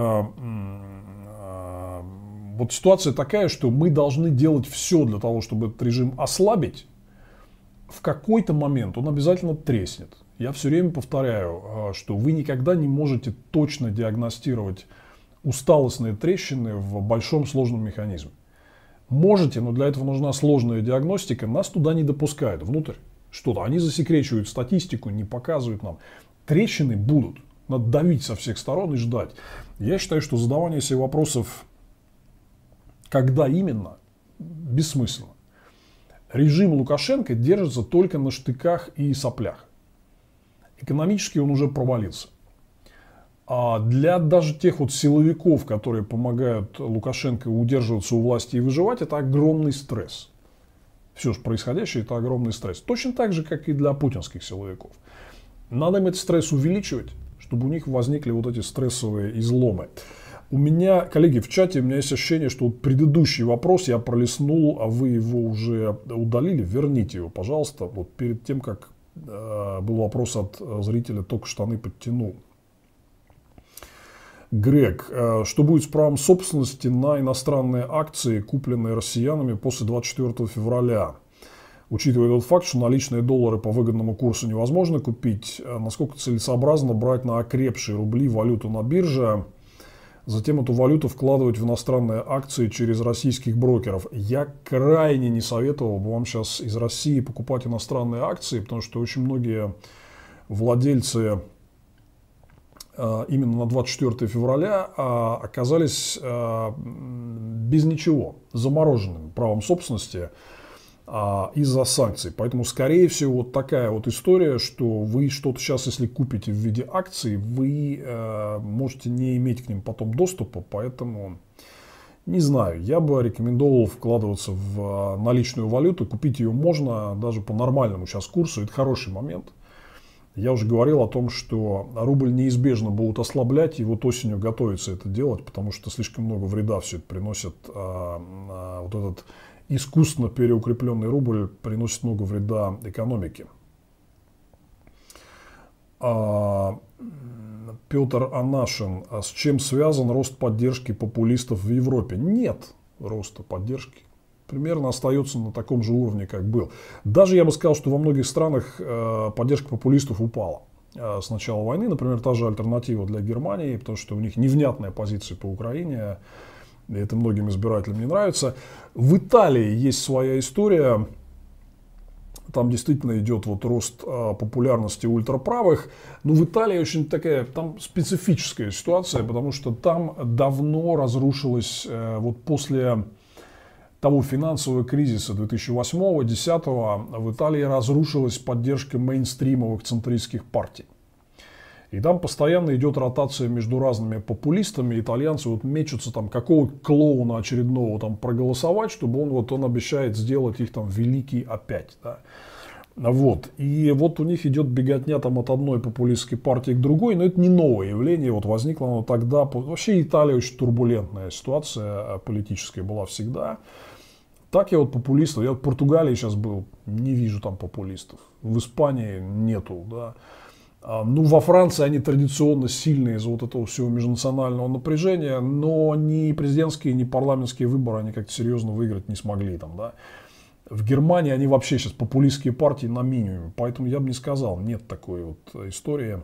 э, вот ситуация такая, что мы должны делать все для того, чтобы этот режим ослабить. В какой-то момент он обязательно треснет. Я все время повторяю, что вы никогда не можете точно диагностировать усталостные трещины в большом сложном механизме. Можете, но для этого нужна сложная диагностика. Нас туда не допускают внутрь. Что-то. Они засекречивают статистику, не показывают нам. Трещины будут. Надо давить со всех сторон и ждать. Я считаю, что задавание себе вопросов, когда именно, бессмысленно. Режим Лукашенко держится только на штыках и соплях. Экономически он уже провалился. А для даже тех вот силовиков, которые помогают Лукашенко удерживаться у власти и выживать, это огромный стресс. Все же происходящее это огромный стресс. Точно так же, как и для путинских силовиков. Надо им этот стресс увеличивать, чтобы у них возникли вот эти стрессовые изломы. У меня, коллеги, в чате у меня есть ощущение, что вот предыдущий вопрос я пролистнул, а вы его уже удалили. Верните его, пожалуйста. Вот перед тем, как э, был вопрос от зрителя, только штаны подтянул. Грег, э, что будет с правом собственности на иностранные акции, купленные россиянами после двадцать четвёртого февраля? Учитывая тот факт, что наличные доллары по выгодному курсу невозможно купить, насколько целесообразно брать на окрепшие рубли валюту на бирже, затем эту валюту вкладывать в иностранные акции через российских брокеров? Я крайне не советовал бы вам сейчас из России покупать иностранные акции, потому что очень многие владельцы именно на двадцать четвёртого февраля оказались без ничего, замороженными правом собственности из-за санкций. Поэтому, скорее всего, вот такая вот история, что вы что-то сейчас, если купите в виде акций, вы э, можете не иметь к ним потом доступа. Поэтому, не знаю, я бы рекомендовал вкладываться в наличную валюту. Купить ее можно даже по нормальному сейчас курсу. Это хороший момент. Я уже говорил о том, что рубль неизбежно будут ослаблять, и вот осенью готовится это делать, потому что слишком много вреда все это приносит. А, а, вот этот искусственно переукрепленный рубль приносит много вреда экономике. А, Петр Анашин. А с чем связан рост поддержки популистов в Европе? Нет роста поддержки. Примерно остается на таком же уровне, как был. Даже я бы сказал, что во многих странах э, поддержка популистов упала э, с начала войны. Например, та же альтернатива для Германии, потому что у них невнятная позиция по Украине. И это многим избирателям не нравится. В Италии есть своя история. Там действительно идет вот рост э, популярности ультраправых. Но в Италии очень такая там специфическая ситуация, потому что там давно разрушилась э, вот после того финансового кризиса две тысячи восьмого — две тысячи десятого в Италии разрушилась поддержка мейнстримовых центристских партий. И там постоянно идет ротация между разными популистами. Итальянцы вот мечутся там, какого клоуна очередного там проголосовать, чтобы он вот он обещает сделать их там великий опять. Да. Вот. И вот у них идет беготня там от одной популистской партии к другой, но это не новое явление. Вот возникло оно тогда. Вообще Италия очень турбулентная ситуация политическая была всегда. Так я вот популистов, я в Португалии сейчас был, не вижу там популистов. В Испании нету, да. Ну, во Франции они традиционно сильные из-за вот этого всего межнационального напряжения, но ни президентские, ни парламентские выборы они как-то серьезно выиграть не смогли там, да. В Германии они вообще сейчас популистские партии на минимуме, поэтому я бы не сказал, нет такой вот истории.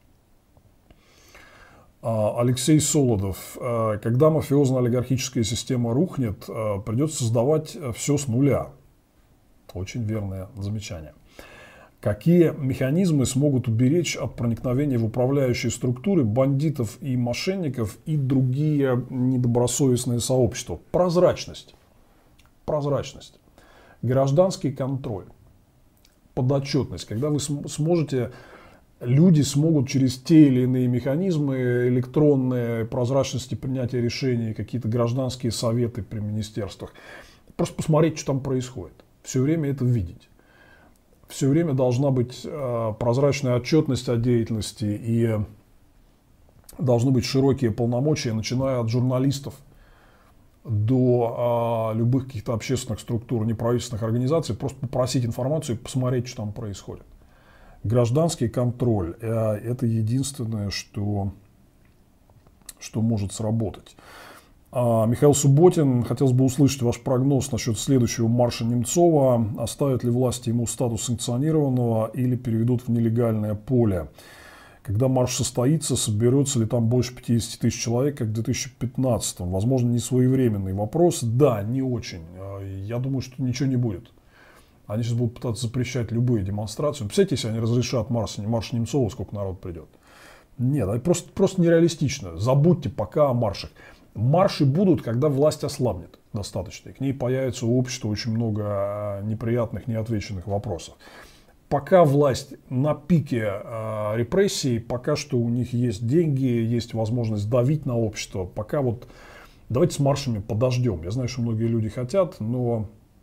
Алексей Солодов. Когда мафиозно-олигархическая система рухнет, придется создавать все с нуля. Очень верное замечание. Какие механизмы смогут уберечь от проникновения в управляющие структуры бандитов и мошенников и другие недобросовестные сообщества? Прозрачность. Прозрачность. Гражданский контроль. Подотчетность. Когда вы сможете, люди смогут через те или иные механизмы электронные прозрачности принятия решений, какие-то гражданские советы при министерствах, просто посмотреть, что там происходит. Все время это видеть. Все время должна быть э, прозрачная отчетность о деятельности и должны быть широкие полномочия, начиная от журналистов до э, любых каких-то общественных структур, неправительственных организаций, просто попросить информацию и посмотреть, что там происходит. Гражданский контроль э, – это единственное, что, что может сработать. А, Михаил Субботин, хотелось бы услышать ваш прогноз насчет следующего марша Немцова. Оставят ли власти ему статус санкционированного или переведут в нелегальное поле? Когда марш состоится, соберется ли там больше пятидесяти тысяч человек, как в две тысячи пятнадцатом? Возможно, не своевременный вопрос. Да, не очень. Я думаю, что ничего не будет. Они сейчас будут пытаться запрещать любые демонстрации. Представляете, если они разрешат марш, марш Немцова, сколько народ придет? Нет, это просто, просто нереалистично. Забудьте пока о маршах. Марши будут, когда власть ослабнет достаточно. И к ней появится у общества очень много неприятных, неотвеченных вопросов. Пока власть на пике э, репрессий, пока что у них есть деньги, есть возможность давить на общество. Пока вот давайте с маршами подождем. Я знаю, что многие люди хотят, но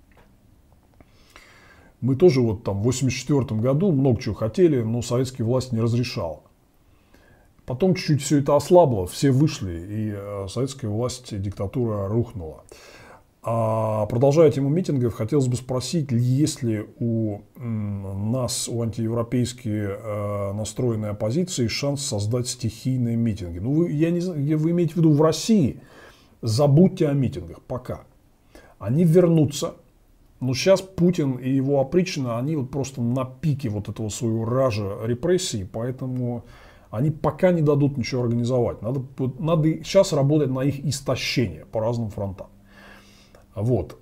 мы тоже вот там в восемьдесят четвёртом году много чего хотели, но советская власть не разрешала. Потом чуть-чуть все это ослабло, все вышли, и советская власть, диктатура рухнула. А продолжая тему митингов, хотелось бы спросить, есть ли у нас, у антиевропейски настроенной оппозиции, шанс создать стихийные митинги? Ну, вы, я не знаю, вы имеете в виду в России? Забудьте о митингах пока. Они вернутся. Но сейчас Путин и его опричнина, они вот просто на пике вот этого своего ража репрессий, поэтому они пока не дадут ничего организовать. Надо, надо сейчас работать на их истощение по разным фронтам. Вот.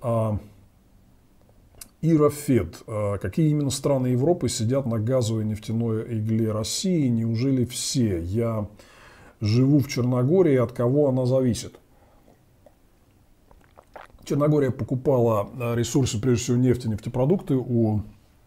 Ира Фед. Какие именно страны Европы сидят на газовой и нефтяной игле России? Неужели все? Я живу в Черногории. От кого она зависит? Черногория покупала ресурсы, прежде всего нефть и нефтепродукты у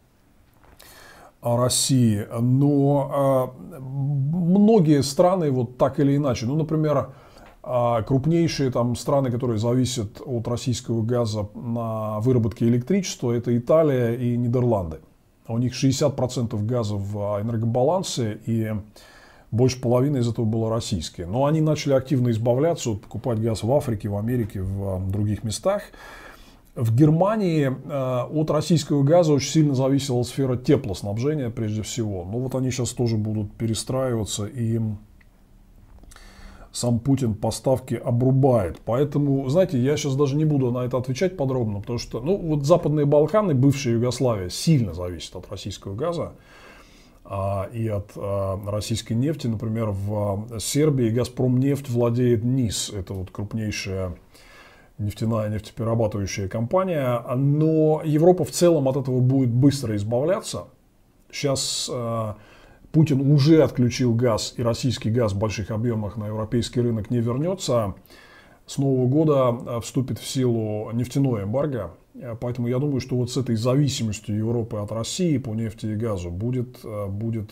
России, но многие страны вот так или иначе, ну, например, крупнейшие там страны, которые зависят от российского газа на выработке электричества, это Италия и Нидерланды. У них шестьдесят процентов газа в энергобалансе, и больше половины из этого было российское. Но они начали активно избавляться, вот, покупать газ в Африке, в Америке, в других местах. В Германии э, от российского газа очень сильно зависела сфера теплоснабжения, прежде всего. Но вот они сейчас тоже будут перестраиваться, и сам Путин поставки обрубает. Поэтому, знаете, я сейчас даже не буду на это отвечать подробно, потому что, ну, вот Западные Балканы, бывшая Югославия, сильно зависит от российского газа а, и от а, российской нефти. Например, в Сербии Газпромнефть владеет НИС, это вот крупнейшая нефтяная, нефтеперерабатывающая компания, но Европа в целом от этого будет быстро избавляться. Сейчас э, Путин уже отключил газ, и российский газ в больших объемах на европейский рынок не вернется. С Нового года вступит в силу нефтяное эмбарго, поэтому я думаю, что вот с этой зависимостью Европы от России по нефти и газу будет, будет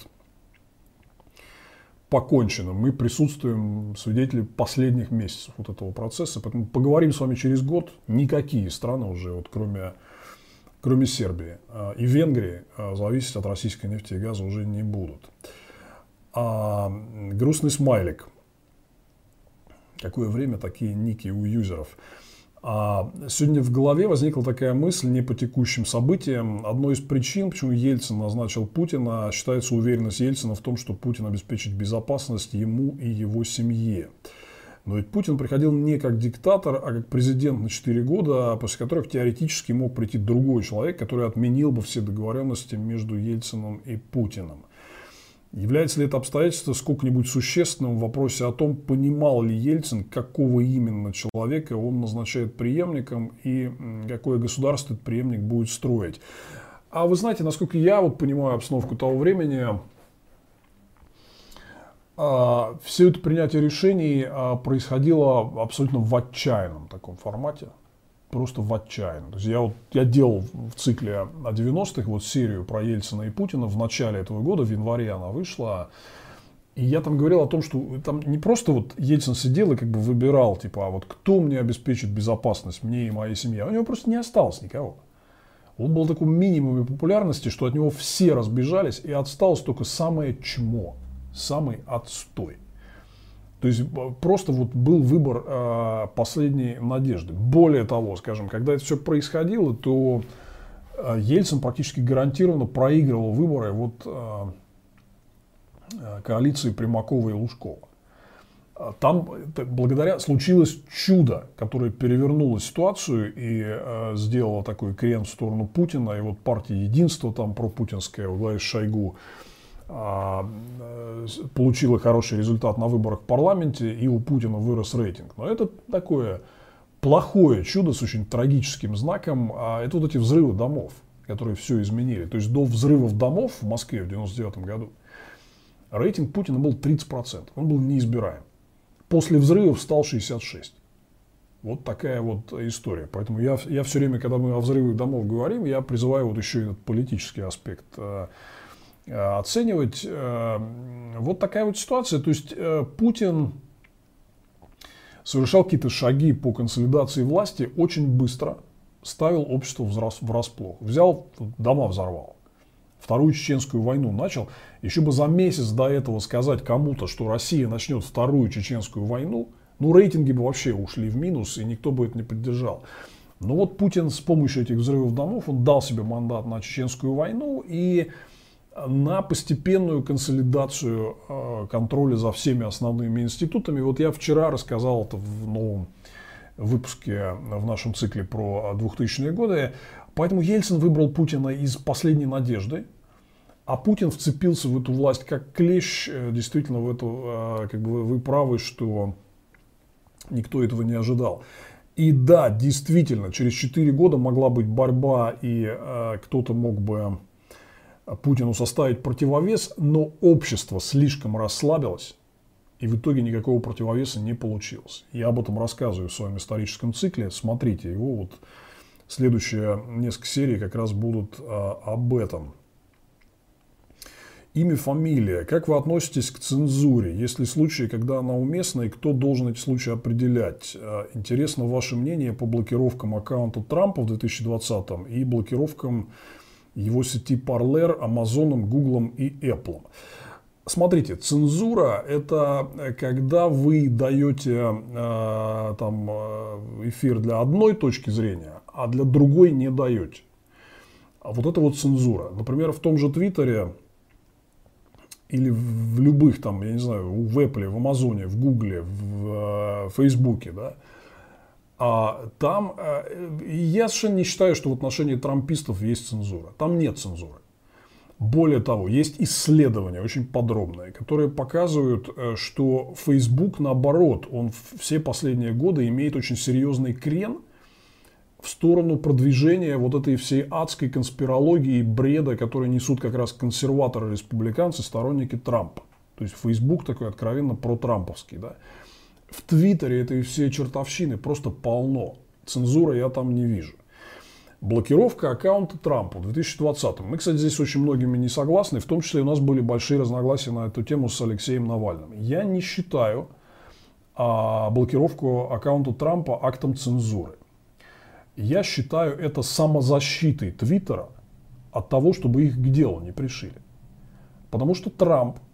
покончено. Мы присутствуем, свидетели последних месяцев вот этого процесса. Поэтому поговорим с вами через год. Никакие страны уже, вот, кроме, кроме Сербии и Венгрии, зависеть от российской нефти и газа уже не будут. А, грустный смайлик. Какое время такие ники у юзеров? А сегодня в голове возникла такая мысль не по текущим событиям. Одной из причин, почему Ельцин назначил Путина, считается уверенность Ельцина в том, что Путин обеспечит безопасность ему и его семье. Но ведь Путин приходил не как диктатор, а как президент на четыре года, после которых теоретически мог прийти другой человек, который отменил бы все договоренности между Ельцином и Путиным. Является ли это обстоятельство сколько-нибудь существенным в вопросе о том, понимал ли Ельцин, какого именно человека он назначает преемником и какое государство этот преемник будет строить? А вы знаете, насколько я вот понимаю обстановку того времени, все это принятие решений происходило абсолютно в отчаянном таком формате. Просто в отчаянном. То есть я, вот, я делал в цикле о девяностых вот серию про Ельцина и Путина в начале этого года, в январе она вышла. И я там говорил о том, что там не просто вот Ельцин сидел и как бы выбирал, типа, а вот кто мне обеспечит безопасность, мне и моей семье. А у него просто не осталось никого. Он был в таком минимуме популярности, что от него все разбежались, и осталось только самое чмо, самый отстой. То есть просто вот был выбор э, последней надежды. Более того, скажем, когда это все происходило, то э, Ельцин практически гарантированно проигрывал выборы вот, э, коалиции Примакова и Лужкова. Там благодаря случилось чудо, которое перевернуло ситуацию и э, сделало такой крен в сторону Путина. И вот партия Единство, там пропутинская, во главе с Шойгу, получила хороший результат на выборах в парламенте, и у Путина вырос рейтинг. Но это такое плохое чудо с очень трагическим знаком. Это вот эти взрывы домов, которые все изменили. То есть до взрывов домов в Москве в девяносто девятом году рейтинг Путина был тридцать процентов. Он был неизбираем. После взрывов стал шестьдесят шесть процентов. Вот такая вот история. Поэтому я, я все время, когда мы о взрывах домов говорим, я призываю вот еще этот политический аспект оценивать. Вот такая вот ситуация. То есть Путин совершал какие-то шаги по консолидации власти очень быстро, ставил общество врасплох. Взял, дома взорвал. Вторую чеченскую войну начал. Еще бы за месяц до этого сказать кому-то, что Россия начнет вторую чеченскую войну, ну рейтинги бы вообще ушли в минус, и никто бы это не поддержал. Но вот Путин с помощью этих взрывов домов, он дал себе мандат на чеченскую войну и на постепенную консолидацию э, контроля за всеми основными институтами. Вот я вчера рассказал это в новом выпуске в нашем цикле про двухтысячные годы. Поэтому Ельцин выбрал Путина из последней надежды, а Путин вцепился в эту власть как клещ. Действительно, в эту, э, как бы вы правы, что никто этого не ожидал. И да, действительно, через четыре года могла быть борьба, и э, кто-то мог бы Путину составить противовес, но общество слишком расслабилось, и в итоге никакого противовеса не получилось. Я об этом рассказываю в своем историческом цикле. Смотрите его. Вот следующие несколько серий как раз будут а, об этом. Имя, фамилия. Как вы относитесь к цензуре? Есть ли случаи, когда она уместна, и кто должен эти случаи определять? Интересно ваше мнение по блокировкам аккаунта Трампа в две тысячи двадцатом и блокировкам его сети Parler, Амазоном, Гуглом и Apple. Смотрите, цензура – это когда вы даете э, там, эфир для одной точки зрения, а для другой не даете. А вот это вот цензура. Например, в том же Твиттере или в любых там, я не знаю, в Apple, в Амазоне, в Гугле, в Фейсбуке, да, а там я совершенно не считаю, что в отношении трампистов есть цензура. Там нет цензуры. Более того, есть исследования очень подробные, которые показывают, что Facebook, наоборот, он все последние годы имеет очень серьезный крен в сторону продвижения вот этой всей адской конспирологии и бреда, которые несут как раз консерваторы, республиканцы, сторонники Трампа. То есть Facebook такой откровенно протрамповский, да. В Твиттере этой все чертовщины просто полно. Цензуры я там не вижу. Блокировка аккаунта Трампа в две тысячи двадцатом. Мы, кстати, здесь очень многими не согласны. В том числе у нас были большие разногласия на эту тему с Алексеем Навальным. Я не считаю а, блокировку аккаунта Трампа актом цензуры. Я считаю это самозащитой Твиттера от того, чтобы их к делу не пришили. Потому что Трамп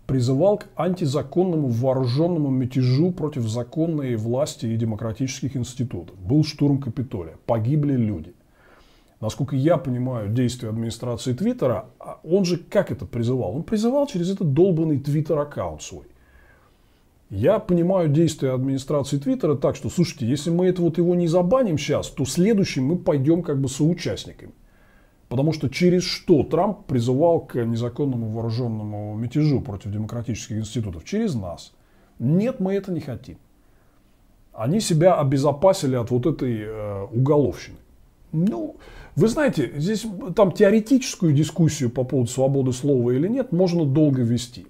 призывал к антизаконному вооруженному мятежу против законной власти и демократических институтов. Был штурм Капитолия, погибли люди. Насколько я понимаю действия администрации Твиттера, он же как это призывал? Он призывал через этот долбанный Твиттер-аккаунт свой. Я понимаю действия администрации Твиттера так, что, слушайте, если мы это вот его не забаним сейчас, то следующим мы пойдем как бы соучастниками. Потому что через что Трамп призывал к незаконному вооруженному мятежу против демократических институтов? Через нас. Нет, мы это не хотим. Они себя обезопасили от вот этой э, уголовщины. Ну, вы знаете, здесь там теоретическую дискуссию по поводу свободы слова или нет можно долго вести.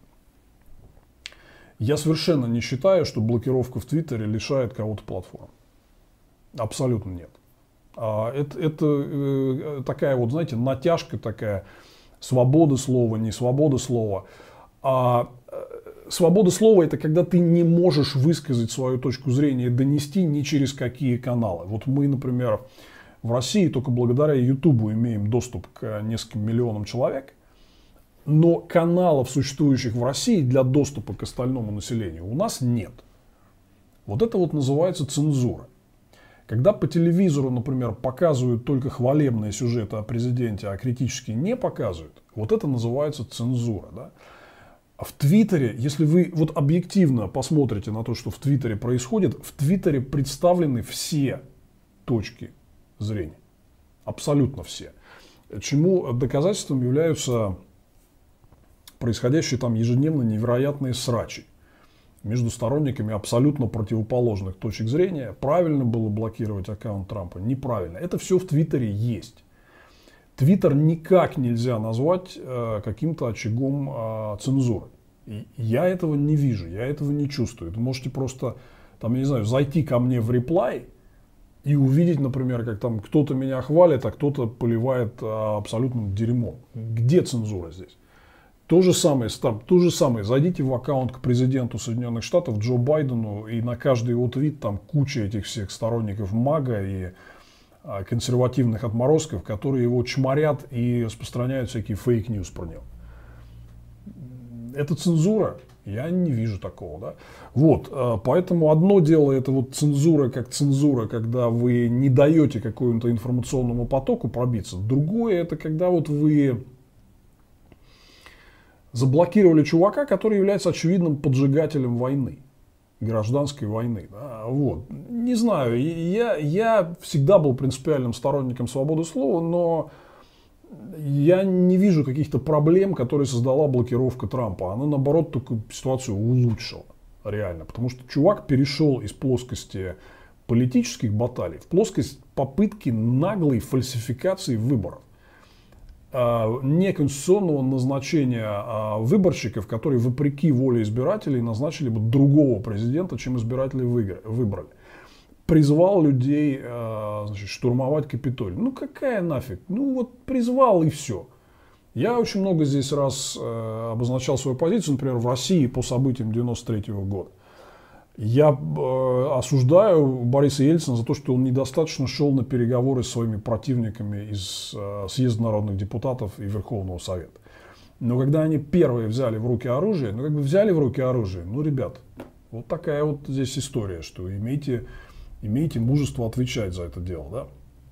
Я совершенно не считаю, что блокировка в Твиттере лишает кого-то платформ. Абсолютно нет. Это, это такая вот, знаете, натяжка такая, свобода слова, не свобода слова. А свобода слова — это когда ты не можешь высказать свою точку зрения, донести ни через какие каналы. Вот мы, например, в России только благодаря Ютубу имеем доступ к нескольким миллионам человек, но каналов, существующих в России для доступа к остальному населению, у нас нет. Вот это вот называется цензура. Когда по телевизору, например, показывают только хвалебные сюжеты о президенте, а критические не показывают, вот это называется цензура. Да? А в Твиттере, если вы вот объективно посмотрите на то, что в Твиттере происходит, в Твиттере представлены все точки зрения. Абсолютно все. Чему доказательством являются происходящие там ежедневно невероятные срачи между сторонниками абсолютно противоположных точек зрения. Правильно было блокировать аккаунт Трампа? Неправильно. Это все в Твиттере есть. Твиттер никак нельзя назвать э, каким-то очагом э, цензуры. И я этого не вижу, я этого не чувствую. Вы можете просто, там, я не знаю, зайти ко мне в реплай и увидеть, например, как там кто-то меня хвалит, а кто-то поливает э, абсолютным дерьмом. Где цензура здесь? То же самое, там, то же самое, зайдите в аккаунт к президенту Соединенных Штатов Джо Байдену, и на каждый его твит там куча этих всех сторонников МАГА и а, консервативных отморозков, которые его чморят и распространяют всякие фейк-ньюс про него. Это цензура? Я не вижу такого. Да? Вот, а, поэтому одно дело это вот цензура как цензура, когда вы не даете какому-то информационному потоку пробиться. Другое это когда вот вы заблокировали чувака, который является очевидным поджигателем войны, гражданской войны. Да, вот. Не знаю, я, я всегда был принципиальным сторонником свободы слова, но я не вижу каких-то проблем, которые создала блокировка Трампа. Она, наоборот, только ситуацию улучшила, реально. Потому что чувак перешел из плоскости политических баталий в плоскость попытки наглой фальсификации выборов. Неконституционного назначения выборщиков, которые вопреки воле избирателей назначили бы другого президента, чем избиратели выбрали. Призвал людей, значит, штурмовать Капитолий. Ну какая нафиг? Ну вот призвал и все. Я очень много здесь раз обозначал свою позицию, например, в России по событиям девяносто третьего года. Я э, осуждаю Бориса Ельцина за то, что он недостаточно шел на переговоры с своими противниками из э, Съезда народных депутатов и Верховного Совета. Но когда они первые взяли в руки оружие, ну как бы взяли в руки оружие, ну ребят, вот такая вот здесь история, что имейте, имейте мужество отвечать за это дело, да.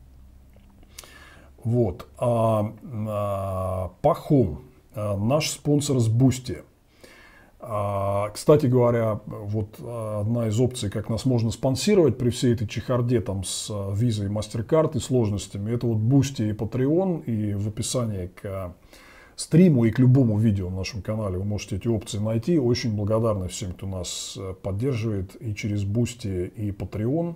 Вот. А, а, Пахом, а, наш спонсор с Boosty. Кстати говоря, вот одна из опций, как нас можно спонсировать при всей этой чехарде там с Visa и MasterCard и сложностями, это вот Boosty и Patreon, и в описании к стриму и к любому видео на нашем канале вы можете эти опции найти. Очень благодарны всем, кто нас поддерживает и через Boosty и Patreon.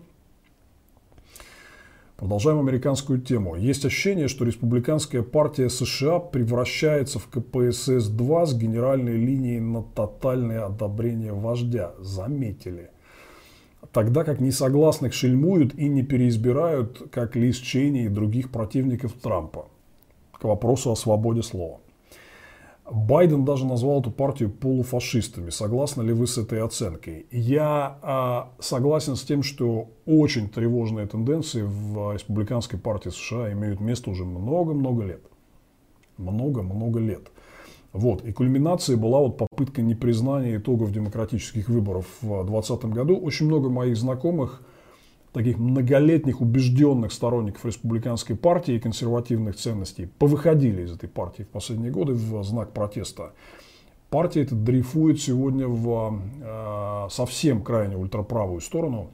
Продолжаем американскую тему. Есть ощущение, что республиканская партия США превращается в ка пэ эс эс два с генеральной линией на тотальное одобрение вождя. Заметили. Тогда как несогласных шельмуют и не переизбирают, как Лиз Чейни и других противников Трампа. К вопросу о свободе слова. Байден даже назвал эту партию полуфашистами. Согласны ли вы с этой оценкой? Я а, согласен с тем, что очень тревожные тенденции в республиканской партии США имеют место уже много-много лет. Много-много лет. Вот. И кульминацией была вот попытка непризнания итогов демократических выборов в две тысячи двадцатом году. Очень много моих знакомых, таких многолетних убежденных сторонников республиканской партии и консервативных ценностей, повыходили из этой партии в последние годы в знак протеста. Партия эта дрейфует сегодня в э, совсем крайне ультраправую сторону.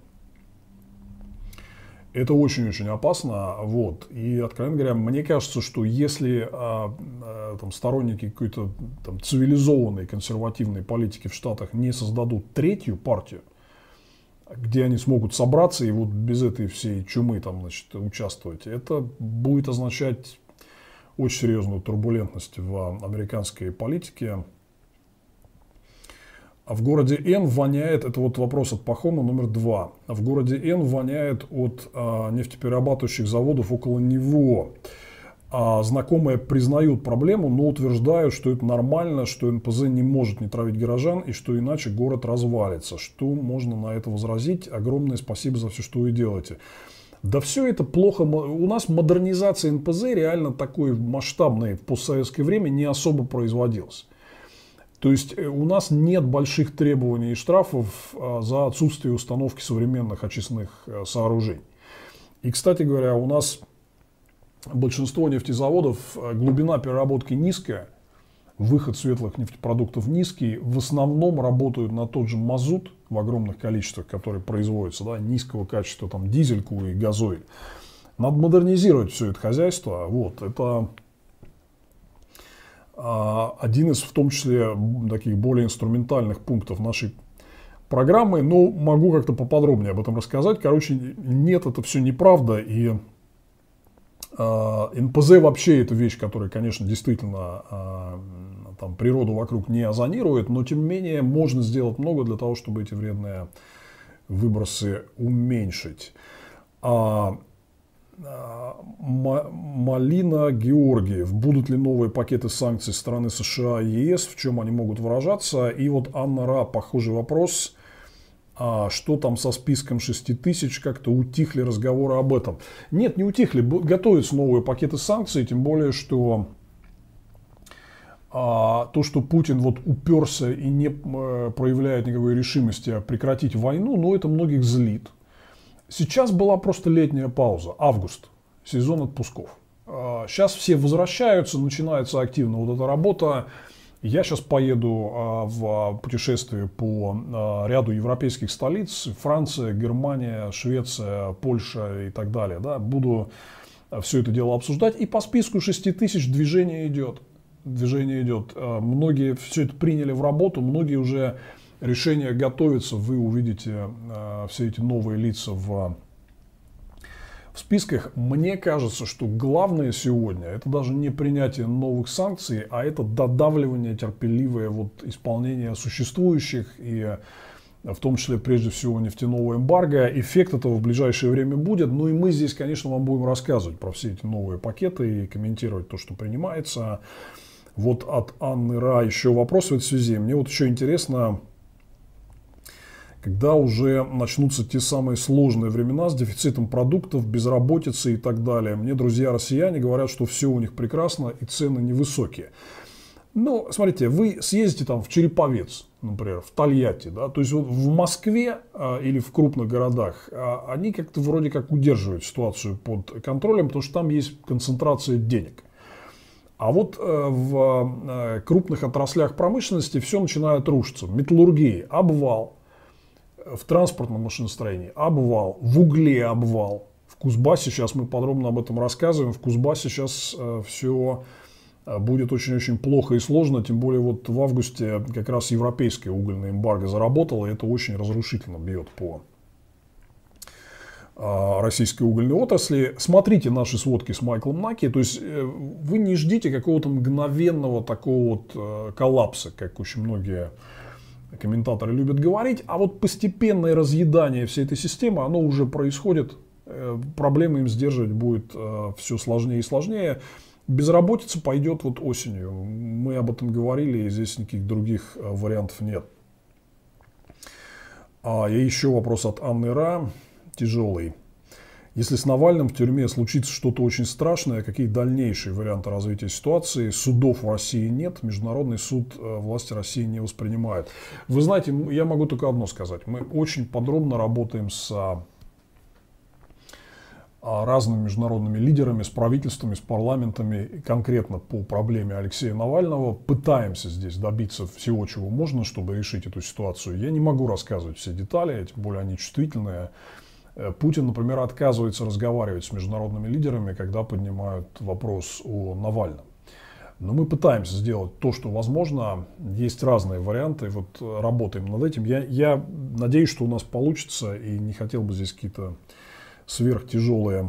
Это очень-очень опасно. Вот. И, откровенно говоря, мне кажется, что если э, э, там, сторонники какой-то там, цивилизованной консервативной политики в Штатах не создадут третью партию, где они смогут собраться и вот без этой всей чумы там, значит, участвовать, это будет означать очень серьезную турбулентность в американской политике. А в городе Н воняет, это вот вопрос от Пахома номер два, в городе Н воняет от а, нефтеперерабатывающих заводов около него. А знакомые признают проблему, но утверждают, что это нормально, что эн пэ зэ не может не травить горожан и что иначе город развалится. Что можно на это возразить? Огромное спасибо за все, что вы делаете. Да все это плохо. У нас модернизация эн пэ зэ реально такой масштабной в постсоветское время не особо производилась. То есть у нас нет больших требований и штрафов за отсутствие установки современных очистных сооружений. И, кстати говоря, у нас большинство нефтезаводов, глубина переработки низкая, выход светлых нефтепродуктов низкий, в основном работают на тот же мазут в огромных количествах, который производится, да, низкого качества, там, дизельку и газоиль. Надо модернизировать все это хозяйство. Вот, это один из, в том числе, таких более инструментальных пунктов нашей программы. Но могу как-то поподробнее об этом рассказать. Короче, нет, это все неправда. И эн пэ зэ вообще это вещь, которая, конечно, действительно там, природу вокруг не озонирует, но тем не менее можно сделать много для того, чтобы эти вредные выбросы уменьшить. А, Малина Георгиев. Будут ли новые пакеты санкций со стороны США и е эс? В чем они могут выражаться? И вот Анна Ра, похожий вопрос. А что там со списком шести тысяч? Как-то утихли разговоры об этом? Нет, не утихли. Готовятся новые пакеты санкций. Тем более, что а, то, что Путин вот уперся и не а, проявляет никакой решимости прекратить войну, ну, это многих злит. Сейчас была просто летняя пауза. Август. Сезон отпусков. А, сейчас все возвращаются. Начинается активно вот эта работа. Я сейчас поеду а, в путешествие по а, ряду европейских столиц. Франция, Германия, Швеция, Польша и так далее. Да? Буду все это дело обсуждать. И по списку шести тысяч движение идет. Движение идет. А, многие все это приняли в работу. Многие уже решения готовятся. Вы увидите а, все эти новые лица в... В списках. Мне кажется, что главное сегодня это даже не принятие новых санкций, а это додавливание, терпеливое вот исполнение существующих и в том числе прежде всего нефтяного эмбарго. Эффект этого в ближайшее время будет. Ну и мы здесь, конечно, вам будем рассказывать про все эти новые пакеты и комментировать то, что принимается. Вот от Анны Ра еще вопрос в этой связи. Мне вот еще интересно, когда уже начнутся те самые сложные времена с дефицитом продуктов, безработицей и так далее. Мне друзья-россияне говорят, что все у них прекрасно и цены невысокие. Ну, смотрите, вы съездите там в Череповец, например, в Тольятти, да, то есть вот в Москве а, или в крупных городах а, они как-то вроде как удерживают ситуацию под контролем, потому что там есть концентрация денег. А вот э, в э, крупных отраслях промышленности все начинает рушиться. В металлургии обвал. В транспортном машиностроении обвал, в угле обвал. В Кузбассе, сейчас мы подробно об этом рассказываем, в Кузбассе сейчас э, все будет очень-очень плохо и сложно, тем более вот в августе как раз европейское угольное эмбарго заработало, и это очень разрушительно бьет по э, российской угольной отрасли. Смотрите наши сводки с Майклом Наки, то есть э, вы не ждите какого-то мгновенного такого вот э, коллапса, как очень многие комментаторы любят говорить, а вот постепенное разъедание всей этой системы, оно уже происходит, проблемы им сдерживать будет все сложнее и сложнее. Безработица пойдет вот осенью, мы об этом говорили, и здесь никаких других вариантов нет. А и еще вопрос от Анны Ра, тяжелый. Если с Навальным в тюрьме случится что-то очень страшное, какие дальнейшие варианты развития ситуации? Судов в России нет, международный суд власти России не воспринимает. Вы знаете, я могу только одно сказать. Мы очень подробно работаем с разными международными лидерами, с правительствами, с парламентами, конкретно по проблеме Алексея Навального. Пытаемся здесь добиться всего, чего можно, чтобы решить эту ситуацию. Я не могу рассказывать все детали, тем более они чувствительные. Путин, например, отказывается разговаривать с международными лидерами, когда поднимают вопрос о Навальном. Но мы пытаемся сделать то, что возможно. Есть разные варианты. Вот работаем над этим. Я, я надеюсь, что у нас получится, и не хотел бы здесь какие-то сверхтяжелые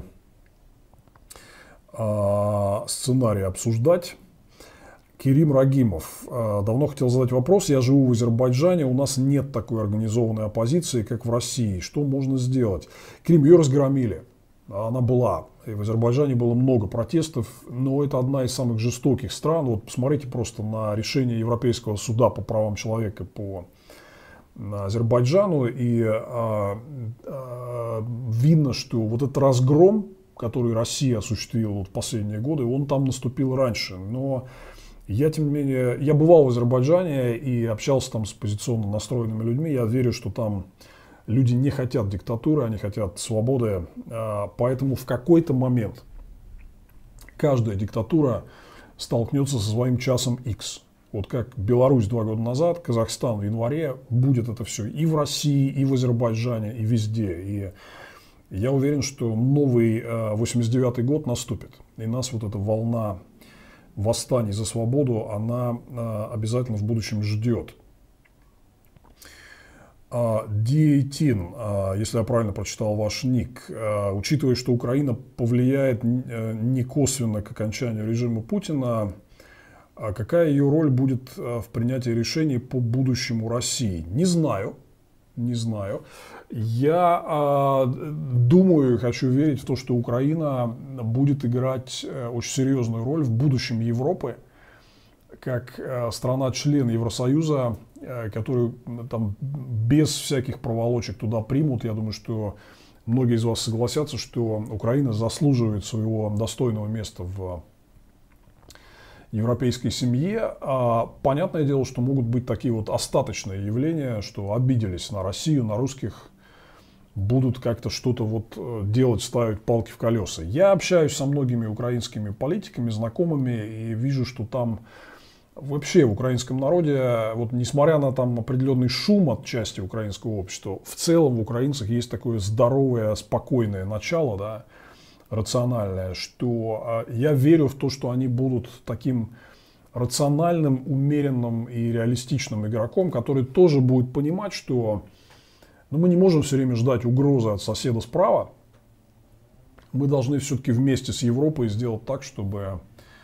э, сценарии обсуждать. Керим Рагимов. Э, давно хотел задать вопрос. Я живу в Азербайджане. У нас нет такой организованной оппозиции, как в России. Что можно сделать? Керим, ее разгромили. Она была. И в Азербайджане было много протестов. Но это одна из самых жестоких стран. Вот посмотрите просто на решение Европейского суда по правам человека по Азербайджану. И а, а, видно, что вот этот разгром, который Россия осуществила вот в последние годы, он там наступил раньше. Но я, тем не менее, я бывал в Азербайджане и общался там с оппозиционно настроенными людьми. Я верю, что там люди не хотят диктатуры, они хотят свободы. Поэтому в какой-то момент каждая диктатура столкнется со своим часом X. Вот как Беларусь два года назад, Казахстан в январе, будет это все и в России, и в Азербайджане, и везде. И я уверен, что новый восемьдесят девятый год наступит. И нас вот эта волна восстаний за свободу, она обязательно в будущем ждет. ди восемнадцать, если я правильно прочитал ваш ник, учитывая, что Украина повлияет не косвенно к окончанию режима Путина, какая ее роль будет в принятии решений по будущему России? Не знаю, не знаю. Я думаю и хочу верить в то, что Украина будет играть очень серьезную роль в будущем Европы, как страна-член Евросоюза, которую там без всяких проволочек туда примут. Я думаю, что многие из вас согласятся, что Украина заслуживает своего достойного места в европейской семье. А понятное дело, что могут быть такие вот остаточные явления, что обиделись на Россию, на русских, будут как-то что-то вот делать, ставить палки в колеса. Я общаюсь со многими украинскими политиками, знакомыми, и вижу, что там вообще в украинском народе, вот несмотря на там определенный шум от части украинского общества, в целом в украинцах есть такое здоровое, спокойное начало, да, рациональное, что я верю в то, что они будут таким рациональным, умеренным и реалистичным игроком, который тоже будет понимать, что ну, мы не можем все время ждать угрозы от соседа справа. Мы должны все-таки вместе с Европой сделать так, чтобы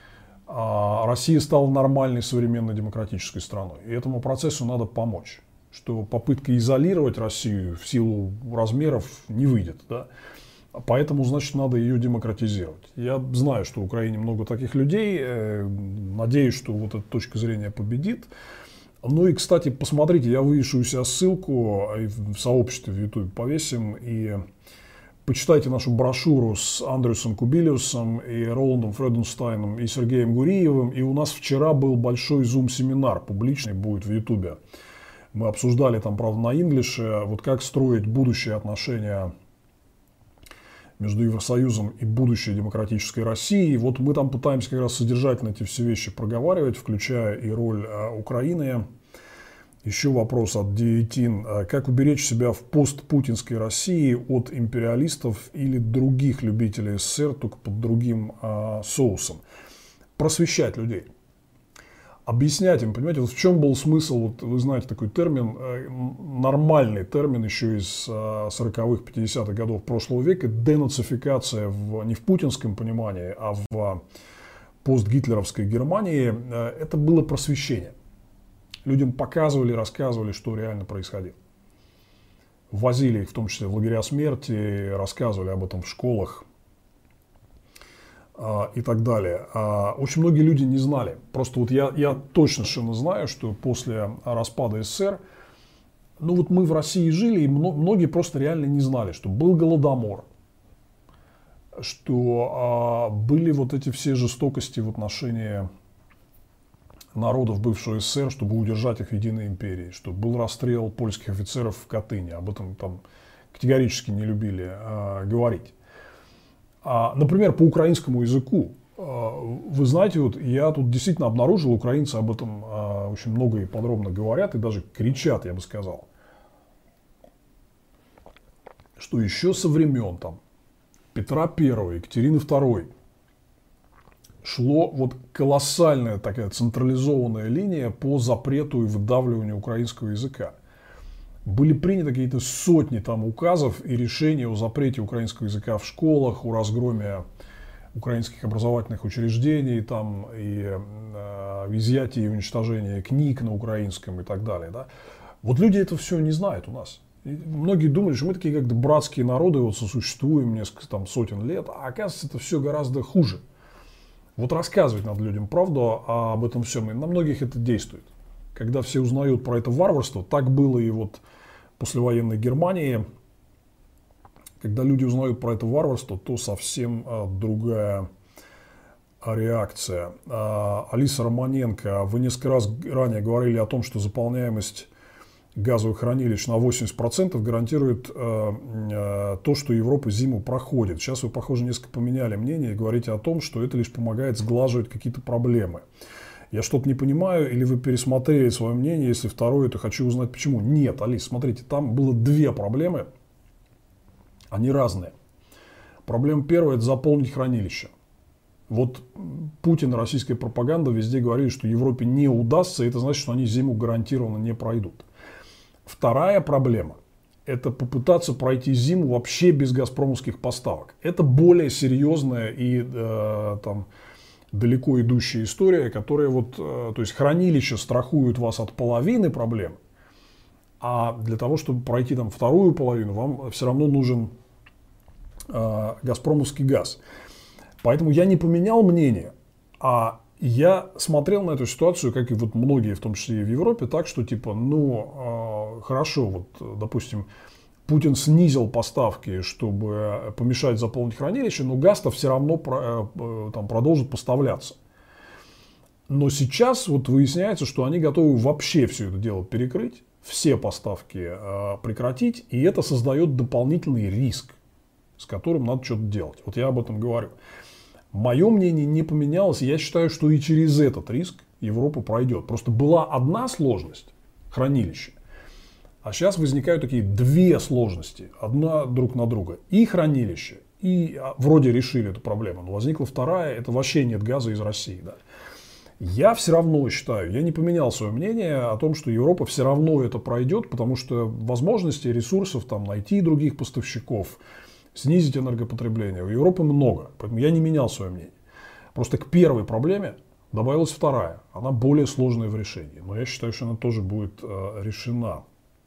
Россия стала нормальной современной демократической страной. И этому процессу надо помочь. Что попытка изолировать Россию в силу размеров не выйдет. Да? Поэтому, значит, надо ее демократизировать. Я знаю, что в Украине много таких людей. Надеюсь, что вот эта точка зрения победит. Ну и, кстати, посмотрите, я вывешу у себя ссылку в сообществе в YouTube повесим. И почитайте нашу брошюру с Андрюсом Кубилиусом и Роландом Фреденстайном и Сергеем Гуриевым. И у нас вчера был большой зум-семинар, публичный, будет в YouTube. Мы обсуждали там, правда, на инглише, вот как строить будущие отношения между Евросоюзом и будущей демократической Россией. Вот мы там пытаемся как раз содержательно эти все вещи проговаривать, включая и роль Украины. Еще вопрос от ди восемнадцать. Как уберечь себя в постпутинской России от империалистов или других любителей СССР, только под другим а, соусом? Просвещать людей. Объяснять им, понимаете, вот в чем был смысл, вот вы знаете такой термин, нормальный термин еще из сороковых, пятидесятых годов прошлого века, денацификация в, не в путинском понимании, а в постгитлеровской Германии, это было просвещение. Людям показывали, рассказывали, что реально происходило. Возили их, в том числе, в лагеря смерти, рассказывали об этом в школах а, и так далее. А, очень многие люди не знали. Просто вот я, я точно совершенно знаю, что после распада СССР, ну вот мы в России жили, и многие просто реально не знали, что был Голодомор, что а, были вот эти все жестокости в отношении народов бывшего СССР, чтобы удержать их в единой империи, что был расстрел польских офицеров в Катыни, об этом там категорически не любили а, говорить. А, например, по украинскому языку, а, вы знаете, вот я тут действительно обнаружил, украинцы об этом а, очень много и подробно говорят, и даже кричат, я бы сказал, что еще со времен там Петра Первого, Екатерины Второй шло вот колоссальная такая централизованная линия по запрету и выдавливанию украинского языка. Были приняты какие-то сотни там указов и решений о запрете украинского языка в школах, о разгроме украинских образовательных учреждений, там, и э, изъятии и уничтожении книг на украинском и так далее. Да? Вот люди это все не знают у нас. И многие думали, что мы такие как-то братские народы, вот сосуществуем несколько там, сотен лет, а оказывается это все гораздо хуже. Вот рассказывать надо людям правду об этом всем, и на многих это действует. Когда все узнают про это варварство, так было и вот в послевоенной Германии, когда люди узнают про это варварство, то совсем а, другая реакция. А, Алиса Романенко, вы несколько раз ранее говорили о том, что заполняемость газовых хранилищ на восемьдесят процентов гарантирует э, э, то, что Европа зиму проходит. Сейчас вы, похоже, несколько поменяли мнение и говорите о том, что это лишь помогает сглаживать какие-то проблемы. Я что-то не понимаю, или вы пересмотрели свое мнение, если второе, то хочу узнать почему. Нет, Алис, смотрите, там было две проблемы, они разные. Проблема первая – это заполнить хранилище. Вот Путин и российская пропаганда везде говорили, что Европе не удастся, и это значит, что они зиму гарантированно не пройдут. Вторая проблема – это попытаться пройти зиму вообще без газпромовских поставок. Это более серьезная и э, там, далеко идущая история, которая вот, э, то есть хранилища страхуют вас от половины проблем, а для того, чтобы пройти там вторую половину, вам все равно нужен э, газпромовский газ. Поэтому я не поменял мнение, а я смотрел на эту ситуацию, как и вот многие, в том числе и в Европе, так, что типа, ну, э, хорошо, вот, допустим, Путин снизил поставки, чтобы помешать заполнить хранилище, но газ-то все равно про, э, там, продолжит поставляться. Но сейчас вот выясняется, что они готовы вообще все это дело перекрыть, все поставки э, прекратить, и это создает дополнительный риск, с которым надо что-то делать. Вот я об этом говорю. Мое мнение не поменялось. Я считаю, что и через этот риск Европа пройдет. Просто была одна сложность – хранилище. А сейчас возникают такие две сложности. Одна друг на друга. И хранилище. И вроде решили эту проблему. Но возникла вторая – это вообще нет газа из России. Да. Я все равно считаю, я не поменял свое мнение о том, что Европа все равно это пройдет, потому что возможностей, ресурсов там, найти других поставщиков, снизить энергопотребление у Европы много, поэтому я не менял свое мнение. Просто к первой проблеме добавилась вторая, она более сложная в решении, но я считаю, что она тоже будет э, решена.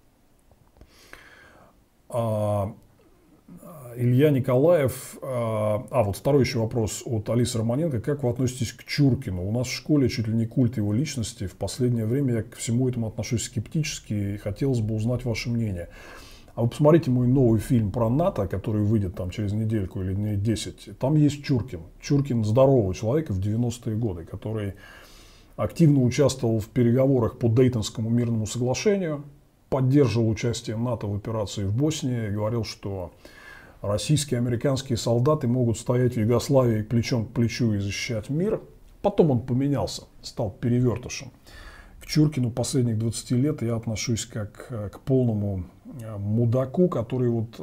А, Илья Николаев, а, а вот второй еще вопрос от Алисы Романенко, как вы относитесь к Чуркину? У нас в школе чуть ли не культ его личности, в последнее время я ко всему этому отношусь скептически и хотелось бы узнать ваше мнение. А вы посмотрите мой новый фильм про НАТО, который выйдет там через недельку или дней десять. Там есть Чуркин. Чуркин здорового человека в девяностые годы, который активно участвовал в переговорах по Дейтонскому мирному соглашению, поддерживал участие НАТО в операции в Боснии и говорил, что российские и американские солдаты могут стоять в Югославии плечом к плечу и защищать мир. Потом он поменялся, стал перевертышем. К Чуркину последних двадцати лет я отношусь как к полному мудаку, который вот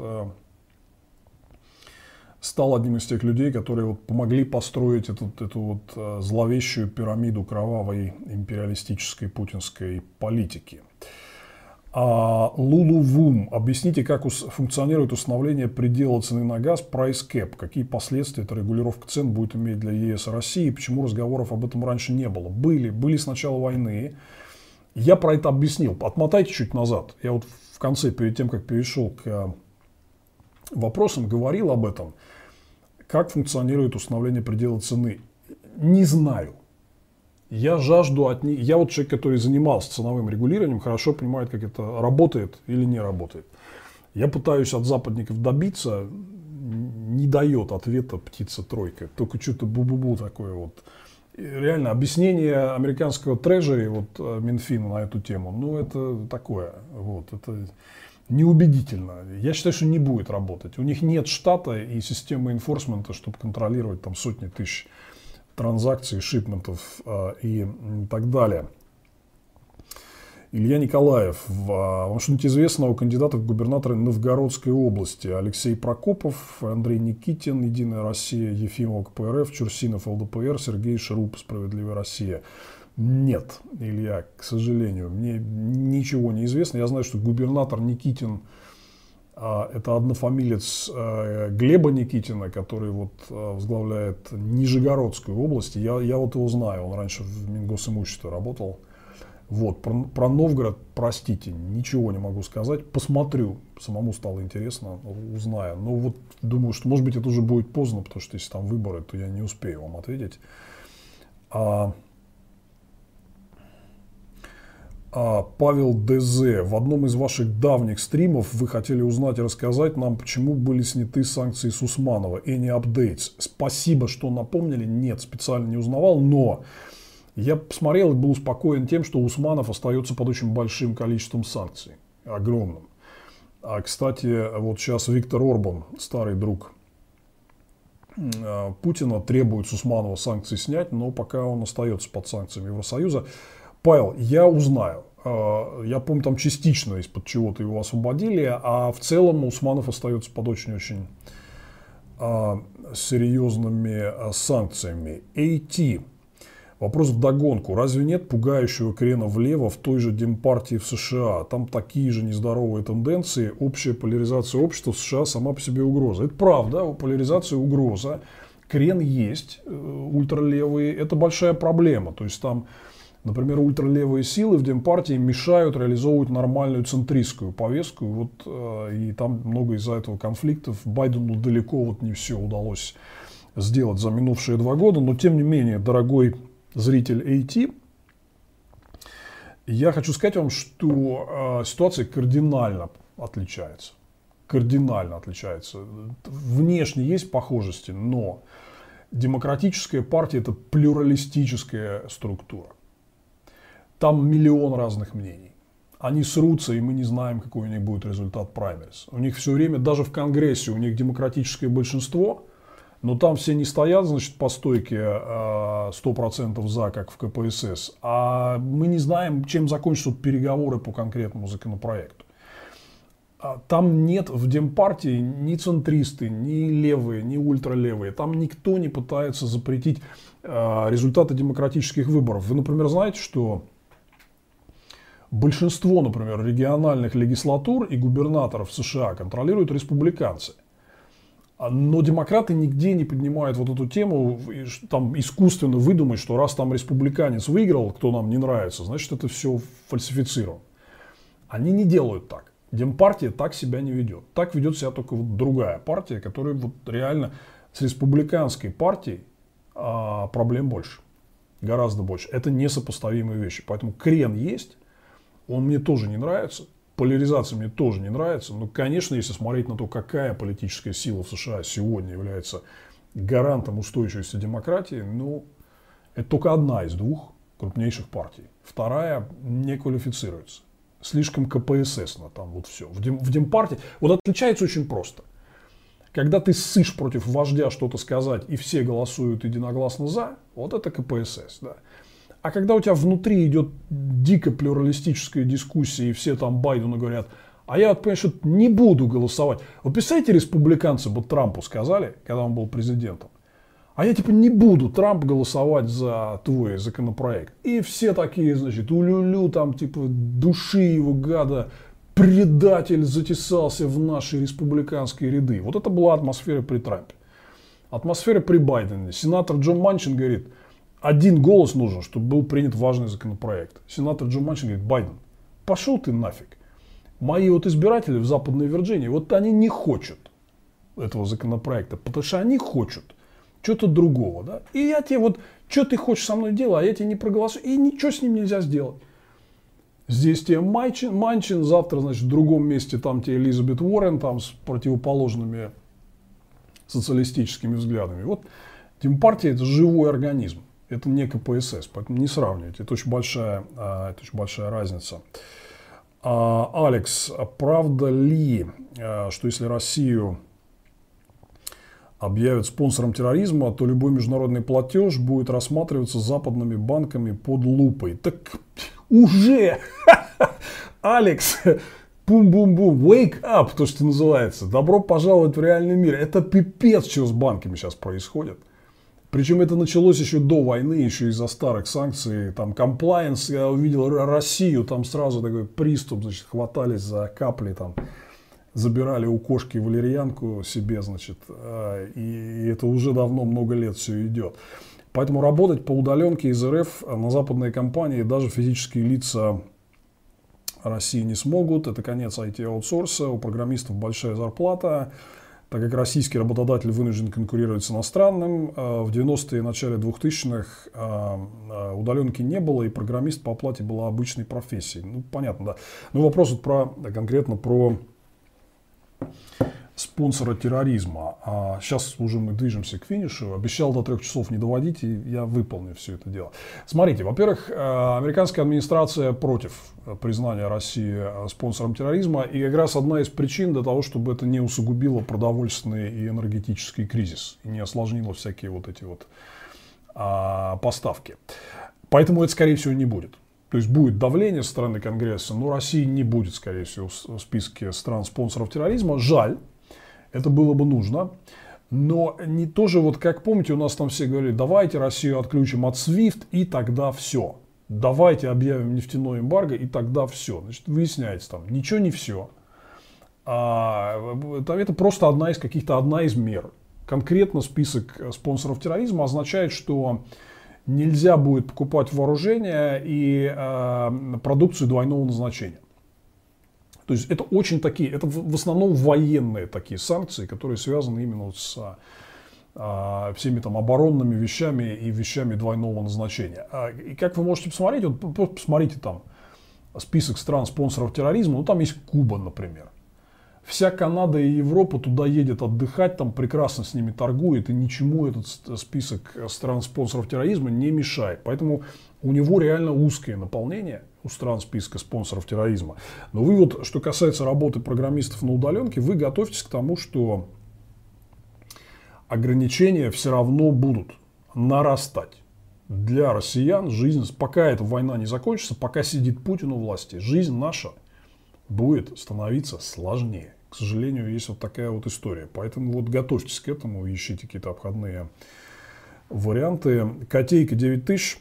стал одним из тех людей, которые вот помогли построить этот, эту вот зловещую пирамиду кровавой империалистической путинской политики. А Лулувум, объясните, как функционирует установление предела цены на газ, price cap, какие последствия эта регулировка цен будет иметь для ЕС и России, почему разговоров об этом раньше не было. Были, были с начала войны. Я про это объяснил. Отмотайте чуть назад. Я вот в конце, перед тем, как перешел к вопросам, говорил об этом. Как функционирует установление предела цены? Не знаю. Я жажду от них. Я вот человек, который занимался ценовым регулированием, хорошо понимает, как это работает или не работает. Я пытаюсь от западников добиться, не дает ответа птица-тройка. Только что-то бу-бу-бу такое вот. И реально, объяснение американского трежери, вот Минфина на эту тему, ну это такое, вот, это неубедительно. Я считаю, что не будет работать. У них нет штата и системы инфорсмента, чтобы контролировать там сотни тысяч транзакций, шипментов э, и так далее. Илья Николаев. Вам что-нибудь известно о кандидатах в губернаторы Новгородской области? Алексей Прокопов, Андрей Никитин, Единая Россия, Ефимов, КПРФ, Чурсинов, ЛДПР, Сергей Шируп, Справедливая Россия. Нет, Илья, к сожалению, мне ничего не известно. Я знаю, что губернатор Никитин а, это однофамилец а, Глеба Никитина, который вот, а, возглавляет Нижегородскую область. Я, я вот его знаю, он раньше в Мингосимуществе работал. Вот, про, про Новгород, простите, ничего не могу сказать. Посмотрю, самому стало интересно, узнаю. Но вот думаю, что может быть это уже будет поздно, потому что если там выборы, то я не успею вам ответить. А, а, Павел ДЗ. В одном из ваших давних стримов вы хотели узнать и рассказать нам, почему были сняты санкции с Усманова. Any updates? Спасибо, что напомнили. Нет, специально не узнавал, но... Я посмотрел и был успокоен тем, что Усманов остается под очень большим количеством санкций. Огромным. А, кстати, вот сейчас Виктор Орбан, старый друг Путина, требует с Усманова санкции снять, но пока он остается под санкциями Евросоюза. Павел, я узнаю. Я помню, там частично из-под чего-то его освободили, а в целом Усманов остается под очень-очень серьезными санкциями. эй ти. Вопрос вдогонку. Разве нет пугающего крена влево в той же Демпартии в США? Там такие же нездоровые тенденции. Общая поляризация общества в США сама по себе угроза. Это правда, поляризация угроза. Крен есть, ультралевые. Это большая проблема. То есть там, например, ультралевые силы в Демпартии мешают реализовывать нормальную центристскую повестку. Вот, и там много из-за этого конфликтов. Байдену далеко вот не все удалось сделать за минувшие два года. Но тем не менее, дорогой зритель эй ти, я хочу сказать вам, что э, ситуация кардинально отличается. Кардинально отличается. Внешне есть похожести, но демократическая партия – это плюралистическая структура. Там миллион разных мнений. Они срутся, и мы не знаем, какой у них будет результат праймерис. У них все время, даже в Конгрессе, у них демократическое большинство, но там все не стоят, значит, по стойке сто процентов за, как в ка пэ эс эс. А мы не знаем, чем закончатся переговоры по конкретному законопроекту. Там нет в Демпартии ни центристы, ни левые, ни ультралевые. Там никто не пытается запретить результаты демократических выборов. Вы, например, знаете, что большинство, например, региональных легислатур и губернаторов США контролируют республиканцы. Но демократы нигде не поднимают вот эту тему, там искусственно выдумать, что раз там республиканец выиграл, кто нам не нравится, значит это все фальсифицировано. Они не делают так. Демпартия так себя не ведет. Так ведет себя только вот другая партия, которая вот реально с республиканской партией а, проблем больше. Гораздо больше. Это несопоставимые вещи. Поэтому крен есть, он мне тоже не нравится. Поляризация мне тоже не нравится. Но, конечно, если смотреть на то, какая политическая сила в США сегодня является гарантом устойчивости демократии, ну, это только одна из двух крупнейших партий. Вторая не квалифицируется. Слишком ка пэ эс эс-но там вот все. В, Дем, в Демпартии вот отличается очень просто. Когда ты ссышь против вождя что-то сказать, и все голосуют единогласно за, вот это ка пэ эс эс, да. А когда у тебя внутри идет дико плюралистическая дискуссия, и все там Байдену говорят, а я, понимаешь, что не буду голосовать. Вы представляете, республиканцы бы Трампу сказали, когда он был президентом, а я типа не буду, Трамп, голосовать за твой законопроект. И все такие, значит, улюлю, там типа души его, гада, предатель затесался в наши республиканские ряды. Вот это была атмосфера при Трампе. Атмосфера при Байдене. Сенатор Джон Манчин говорит, один голос нужен, чтобы был принят важный законопроект. Сенатор Джо Манчин говорит, Байден, пошел ты нафиг. Мои вот избиратели в Западной Вирджинии, вот они не хотят этого законопроекта, потому что они хотят чего-то другого. Да? И я тебе вот, что ты хочешь со мной делать, а я тебе не проголосую, и ничего с ним нельзя сделать. Здесь тебе Манчин, Манчин, завтра, значит, в другом месте там тебе Элизабет Уоррен, там с противоположными социалистическими взглядами. Вот Демпартия – это живой организм, это не ка пэ эс эс, поэтому не сравнивайте, это очень большая, это очень большая разница. Алекс, правда ли, что если Россию объявят спонсором терроризма, то любой международный платеж будет рассматриваться западными банками под лупой? Так уже, Алекс, бум-бум-бум, wake up, то, что называется. Добро пожаловать в реальный мир. Это пипец, что с банками сейчас происходит. Причем это началось еще до войны, еще из-за старых санкций. Там комплайенс, я увидел Россию, там сразу такой приступ, значит, хватались за капли, там, забирали у кошки валерьянку себе, значит, и это уже давно, много лет все идет. Поэтому работать по удаленке из эр эф на западные компании даже физические лица России не смогут. Это конец ай ти-аутсорса, у программистов большая зарплата, так как российский работодатель вынужден конкурировать с иностранным. В девяностые и начале двухтысячных удаленки не было, и программист по оплате была обычной профессией. Ну, понятно, да. Но вопрос вот про, конкретно про спонсора терроризма. А сейчас уже мы движемся к финишу. Обещал до трех часов не доводить, и я выполню все это дело. Смотрите, во-первых, американская администрация против признания России спонсором терроризма. И как раз одна из причин для того, чтобы это не усугубило продовольственный и энергетический кризис. И не осложнило всякие вот эти вот а, поставки. Поэтому это, скорее всего, не будет. То есть будет давление со стороны Конгресса, но России не будет, скорее всего, в списке стран-спонсоров терроризма. Жаль. Это было бы нужно, но не тоже, вот как помните, у нас там все говорили, давайте Россию отключим от свифт и тогда все. Давайте объявим нефтяной эмбарго и тогда все. Значит, выясняется там, ничего не все. А, это просто одна из каких-то, одна из мер. Конкретно список спонсоров терроризма означает, что нельзя будет покупать вооружение и а, продукцию двойного назначения. То есть это очень такие, это в основном военные такие санкции, которые связаны именно с а, всеми там оборонными вещами и вещами двойного назначения. А, и как вы можете посмотреть, вот просто посмотрите там список стран-спонсоров терроризма, ну там есть Куба, например. Вся Канада и Европа туда едет отдыхать, там прекрасно с ними торгует, и ничему этот список стран-спонсоров терроризма не мешает. Поэтому у него реально узкое наполнение у стран списка спонсоров терроризма. Но вы вот, что касается работы программистов на удаленке, вы готовьтесь к тому, что ограничения все равно будут нарастать. Для россиян жизнь, пока эта война не закончится, пока сидит Путин у власти, жизнь наша будет становиться сложнее. К сожалению, есть вот такая вот история. Поэтому вот готовьтесь к этому, ищите какие-то обходные варианты. Котейка девять тысяч.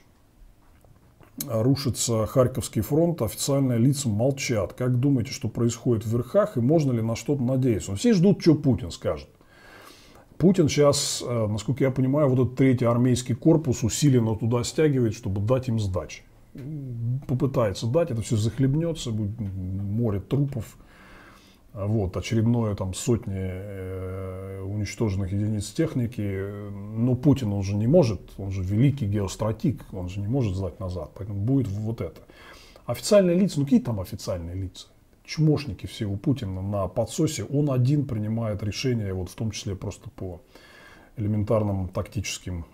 Рушится Харьковский фронт, официальные лица молчат. Как думаете, что происходит в верхах и можно ли на что-то надеяться? Все ждут, что Путин скажет. Путин сейчас, насколько я понимаю, вот этот третий армейский корпус усиленно туда стягивает, чтобы дать им сдачи. Попытается дать, это все захлебнется, будет море трупов. Вот, очередное там сотни э, уничтоженных единиц техники. Но Путин, он же не может, он же великий геостратик, он же не может сдать назад. Поэтому будет вот это. Официальные лица, ну какие там официальные лица? Чмошники все у Путина на подсосе. Он один принимает решения, вот в том числе просто по элементарным тактическим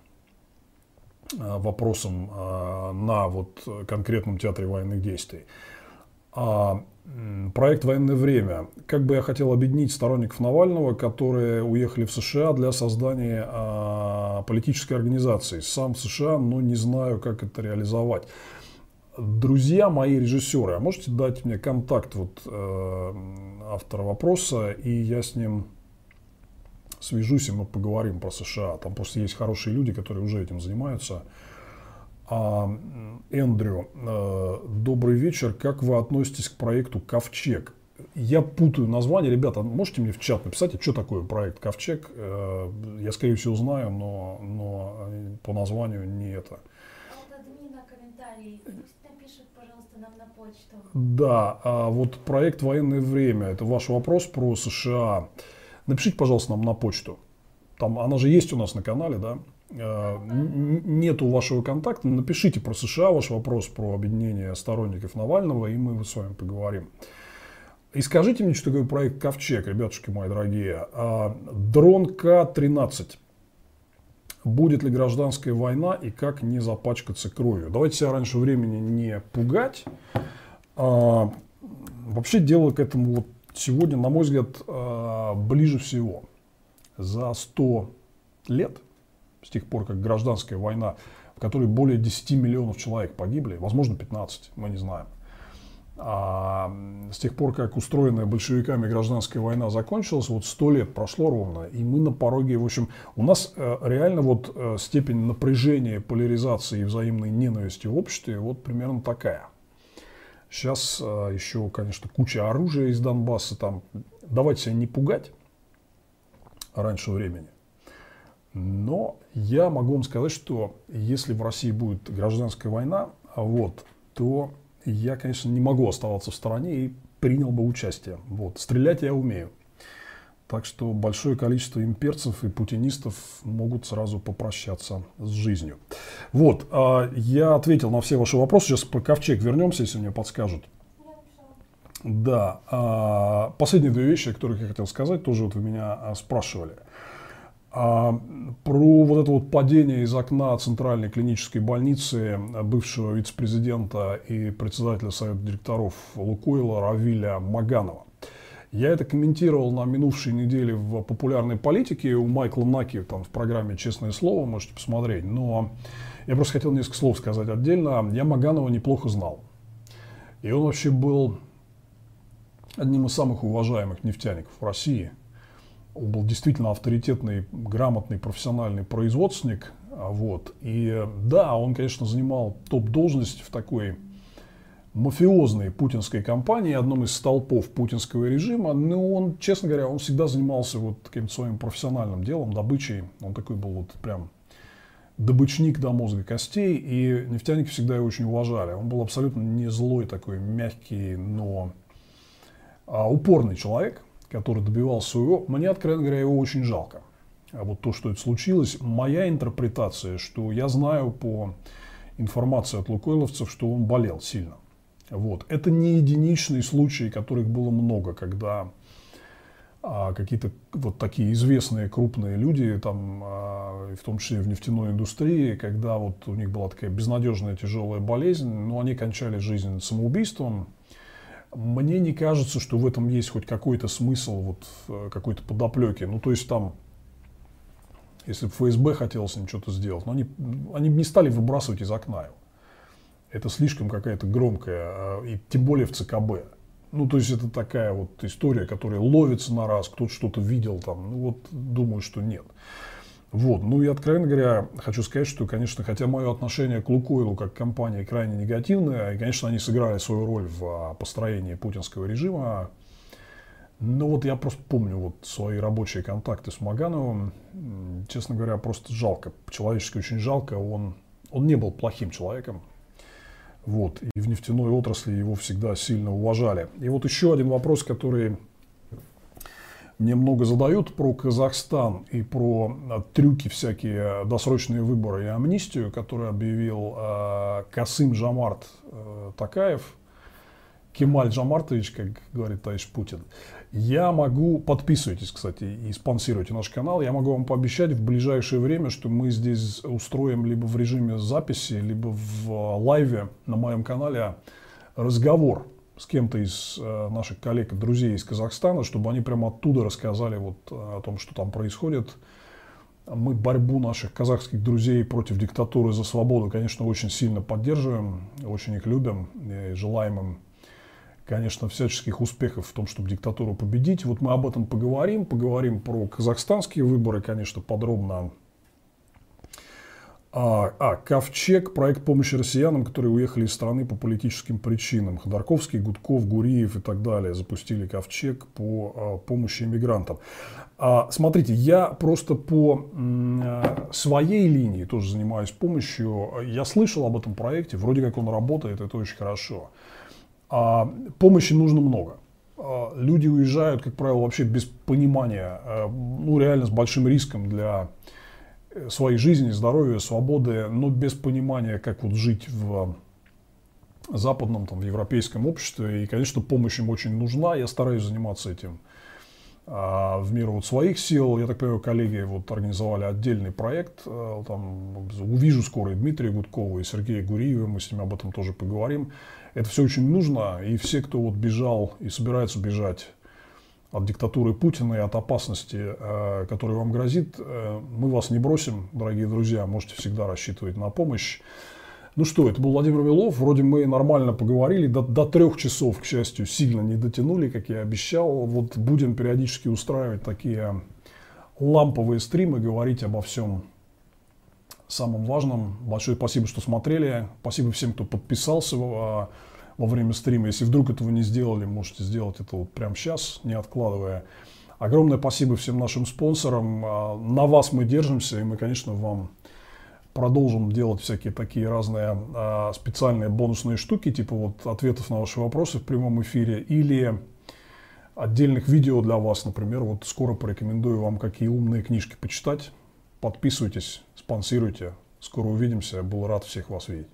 э, вопросам э, на вот конкретном театре военных действий. А проект «Военное время». Как бы я хотел объединить сторонников Навального, которые уехали в США для создания а, политической организации. Сам в США, но не знаю, как это реализовать. Друзья мои режиссеры, а можете дать мне контакт вот, э, автора вопроса, и я с ним свяжусь, и мы поговорим про США. Там просто есть хорошие люди, которые уже этим занимаются. А, Эндрю, добрый вечер. Как вы относитесь к проекту «Ковчег»? Я путаю название. Ребята, можете мне в чат написать, а что такое проект «Ковчег»? Я, скорее всего, знаю, но, но по названию не это. От админа комментарий. Пусть напишет, пожалуйста, нам на почту. Да, а вот проект «Военное время». Это ваш вопрос про США. Напишите, пожалуйста, нам на почту. Там, она же есть у нас на канале, да? Нету вашего контакта, напишите про США ваш вопрос, про объединение сторонников Навального, и мы с вами поговорим. И скажите мне, что такое проект «Ковчег», ребятушки мои дорогие. Дрон К тринадцать. Будет ли гражданская война и как не запачкаться кровью? Давайте себя раньше времени не пугать. А, вообще дело к этому вот сегодня, на мой взгляд, а, ближе всего. За сто лет, с тех пор, как гражданская война, в которой более десяти миллионов человек погибли, возможно пятнадцать, мы не знаем. А с тех пор, как устроенная большевиками гражданская война закончилась, вот сто лет прошло ровно, и мы на пороге, в общем, у нас э, реально вот э, степень напряжения, поляризации и взаимной ненависти в обществе вот примерно такая. Сейчас э, еще, конечно, куча оружия из Донбасса, там, давайте себя не пугать раньше времени. Но я могу вам сказать, что если в России будет гражданская война, вот, то я, конечно, не могу оставаться в стороне и принял бы участие. Вот. Стрелять я умею. Так что большое количество имперцев и путинистов могут сразу попрощаться с жизнью. Вот. Я ответил на все ваши вопросы. Сейчас про Ковчег вернемся, если мне подскажут. Да. Последние две вещи, о которых я хотел сказать, тоже вот вы меня спрашивали. А, про вот это вот падение из окна Центральной клинической больницы бывшего вице-президента и председателя совета директоров Лукойла Равиля Маганова. Я это комментировал на минувшей неделе в популярной политике у Майкла Наки там, в программе «Честное слово», можете посмотреть. Но я просто хотел несколько слов сказать отдельно. Я Маганова неплохо знал. И он вообще был одним из самых уважаемых нефтяников в России. Он был действительно авторитетный, грамотный, профессиональный производственник. Вот. И да, он, конечно, занимал топ-должность в такой мафиозной путинской компании, одном из столпов путинского режима. Но он, честно говоря, он всегда занимался вот каким-то своим профессиональным делом, добычей. Он такой был вот прям добычник до мозга костей. И нефтяники всегда его очень уважали. Он был абсолютно не злой такой, мягкий, но а, упорный человек, который добивался своего. Мне, откровенно говоря, его очень жалко. А вот то, что это случилось, моя интерпретация, что я знаю по информации от лукойловцев, что он болел сильно. Вот. Это не единичные случаи, которых было много, когда а, какие-то вот такие известные крупные люди, там, а, в том числе в нефтяной индустрии, когда вот у них была такая безнадежная тяжелая болезнь, но они кончали жизнь самоубийством. Мне не кажется, что в этом есть хоть какой-то смысл, вот, какой-то подоплеки. Ну, то есть там, если бы эф эс бэ хотелось им что-то сделать, но они, они бы не стали выбрасывать из окна его. Это слишком какая-то громкая, и тем более в цэ ка бэ. Ну, то есть это такая вот история, которая ловится на раз, кто-то что-то видел там. Ну, вот думаю, что нет. Вот. Ну и, откровенно говоря, хочу сказать, что, конечно, хотя мое отношение к Лукойлу как к компании крайне негативное, и, конечно, они сыграли свою роль в построении путинского режима, но вот я просто помню вот свои рабочие контакты с Магановым. Честно говоря, просто жалко, по-человечески очень жалко. Он, он не был плохим человеком. Вот. И в нефтяной отрасли его всегда сильно уважали. И вот еще один вопрос, который мне много задают про Казахстан и про трюки всякие, досрочные выборы и амнистию, которые объявил э, Касым-Жомарт э, Токаев, Кемаль Жомартович, как говорит товарищ Путин. Я могу, подписывайтесь, кстати, и спонсируйте наш канал, я могу вам пообещать в ближайшее время, что мы здесь устроим либо в режиме записи, либо в лайве на моем канале разговор с кем-то из э, наших коллег и друзей из Казахстана, чтобы они прямо оттуда рассказали вот о том, что там происходит. Мы борьбу наших казахских друзей против диктатуры за свободу, конечно, очень сильно поддерживаем, очень их любим и желаем им, конечно, всяческих успехов в том, чтобы диктатуру победить. Вот мы об этом поговорим, поговорим про казахстанские выборы, конечно, подробно. А, а, Ковчег, проект помощи россиянам, которые уехали из страны по политическим причинам. Ходорковский, Гудков, Гуриев и так далее запустили Ковчег по а, помощи иммигрантам. А, смотрите, я просто по м, своей линии тоже занимаюсь помощью. Я слышал об этом проекте, вроде как он работает, это очень хорошо. А, помощи нужно много. А, люди уезжают, как правило, вообще без понимания, а, ну реально с большим риском для своей жизни, здоровья, свободы, но без понимания, как вот жить в западном, там, в европейском обществе. И, конечно, помощь им очень нужна. Я стараюсь заниматься этим а, в меру вот своих сил. Я так понимаю, коллеги вот организовали отдельный проект. А, там, увижу скоро и Дмитрия Гудкова, и Сергея Гуриева. Мы с ними об этом тоже поговорим. Это все очень нужно. И все, кто вот бежал и собирается бежать от диктатуры Путина и от опасности, которая вам грозит, мы вас не бросим, дорогие друзья, можете всегда рассчитывать на помощь. Ну что, это был Владимир Милов, вроде мы нормально поговорили, до, до трех часов, к счастью, сильно не дотянули, как я обещал. Вот будем периодически устраивать такие ламповые стримы, говорить обо всем самом важном. Большое спасибо, что смотрели, спасибо всем, кто подписался во время стрима. Если вдруг этого не сделали, можете сделать это вот прямо сейчас, не откладывая. Огромное спасибо всем нашим спонсорам. На вас мы держимся, и мы, конечно, вам продолжим делать всякие такие разные специальные бонусные штуки, типа вот ответов на ваши вопросы в прямом эфире, или отдельных видео для вас, например. Вот скоро порекомендую вам, какие умные книжки почитать. Подписывайтесь, спонсируйте. Скоро увидимся. Был рад всех вас видеть.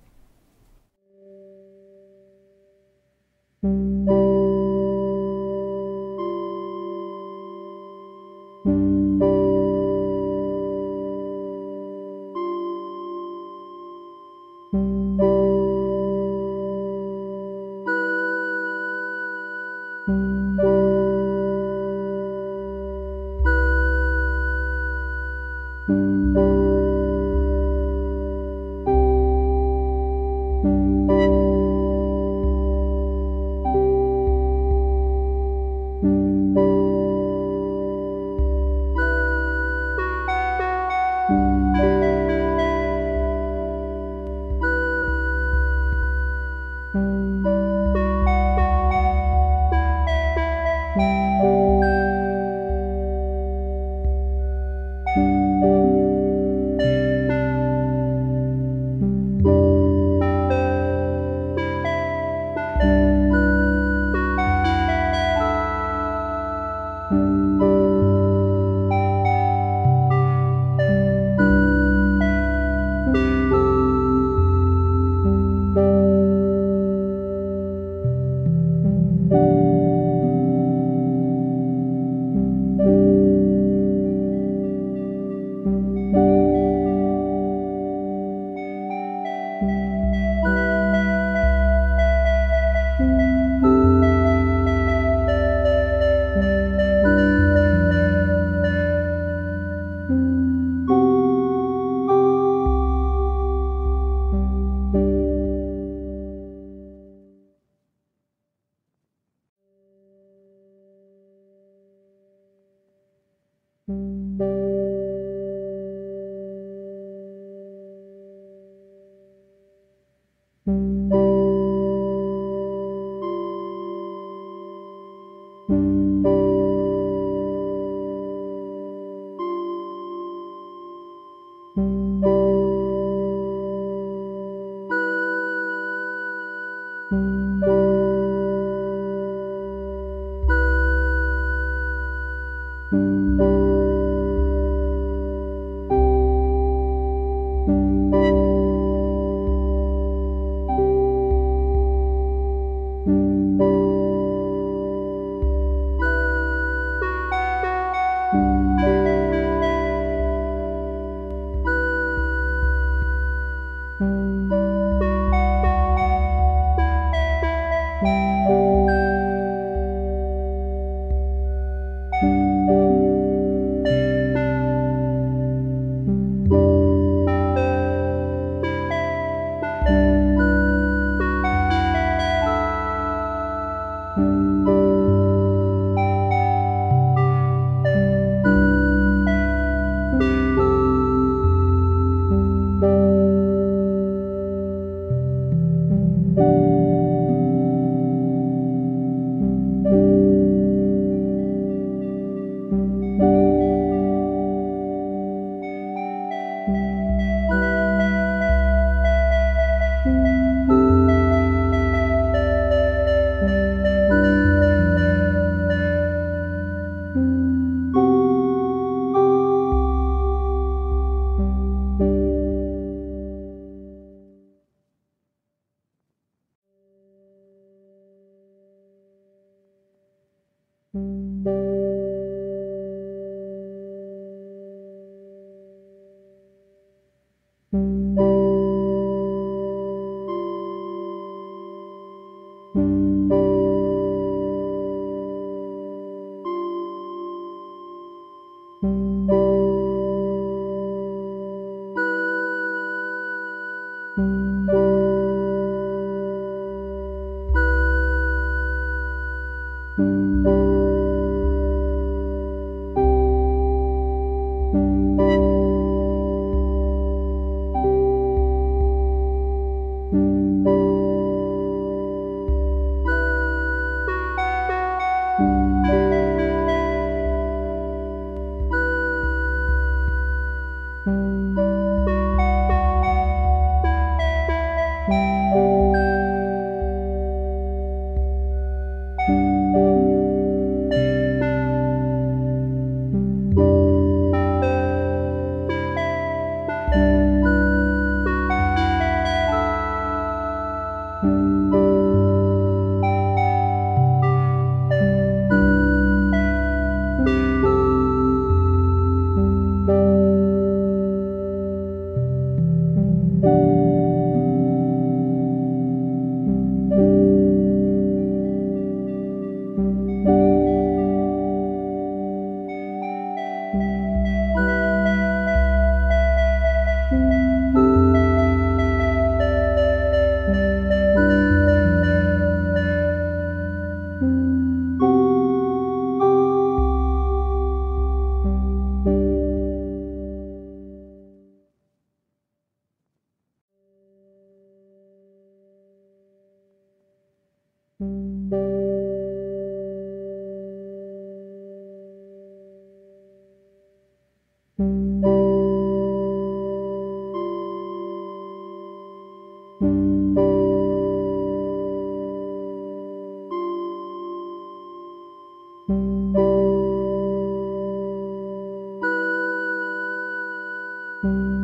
Thank you.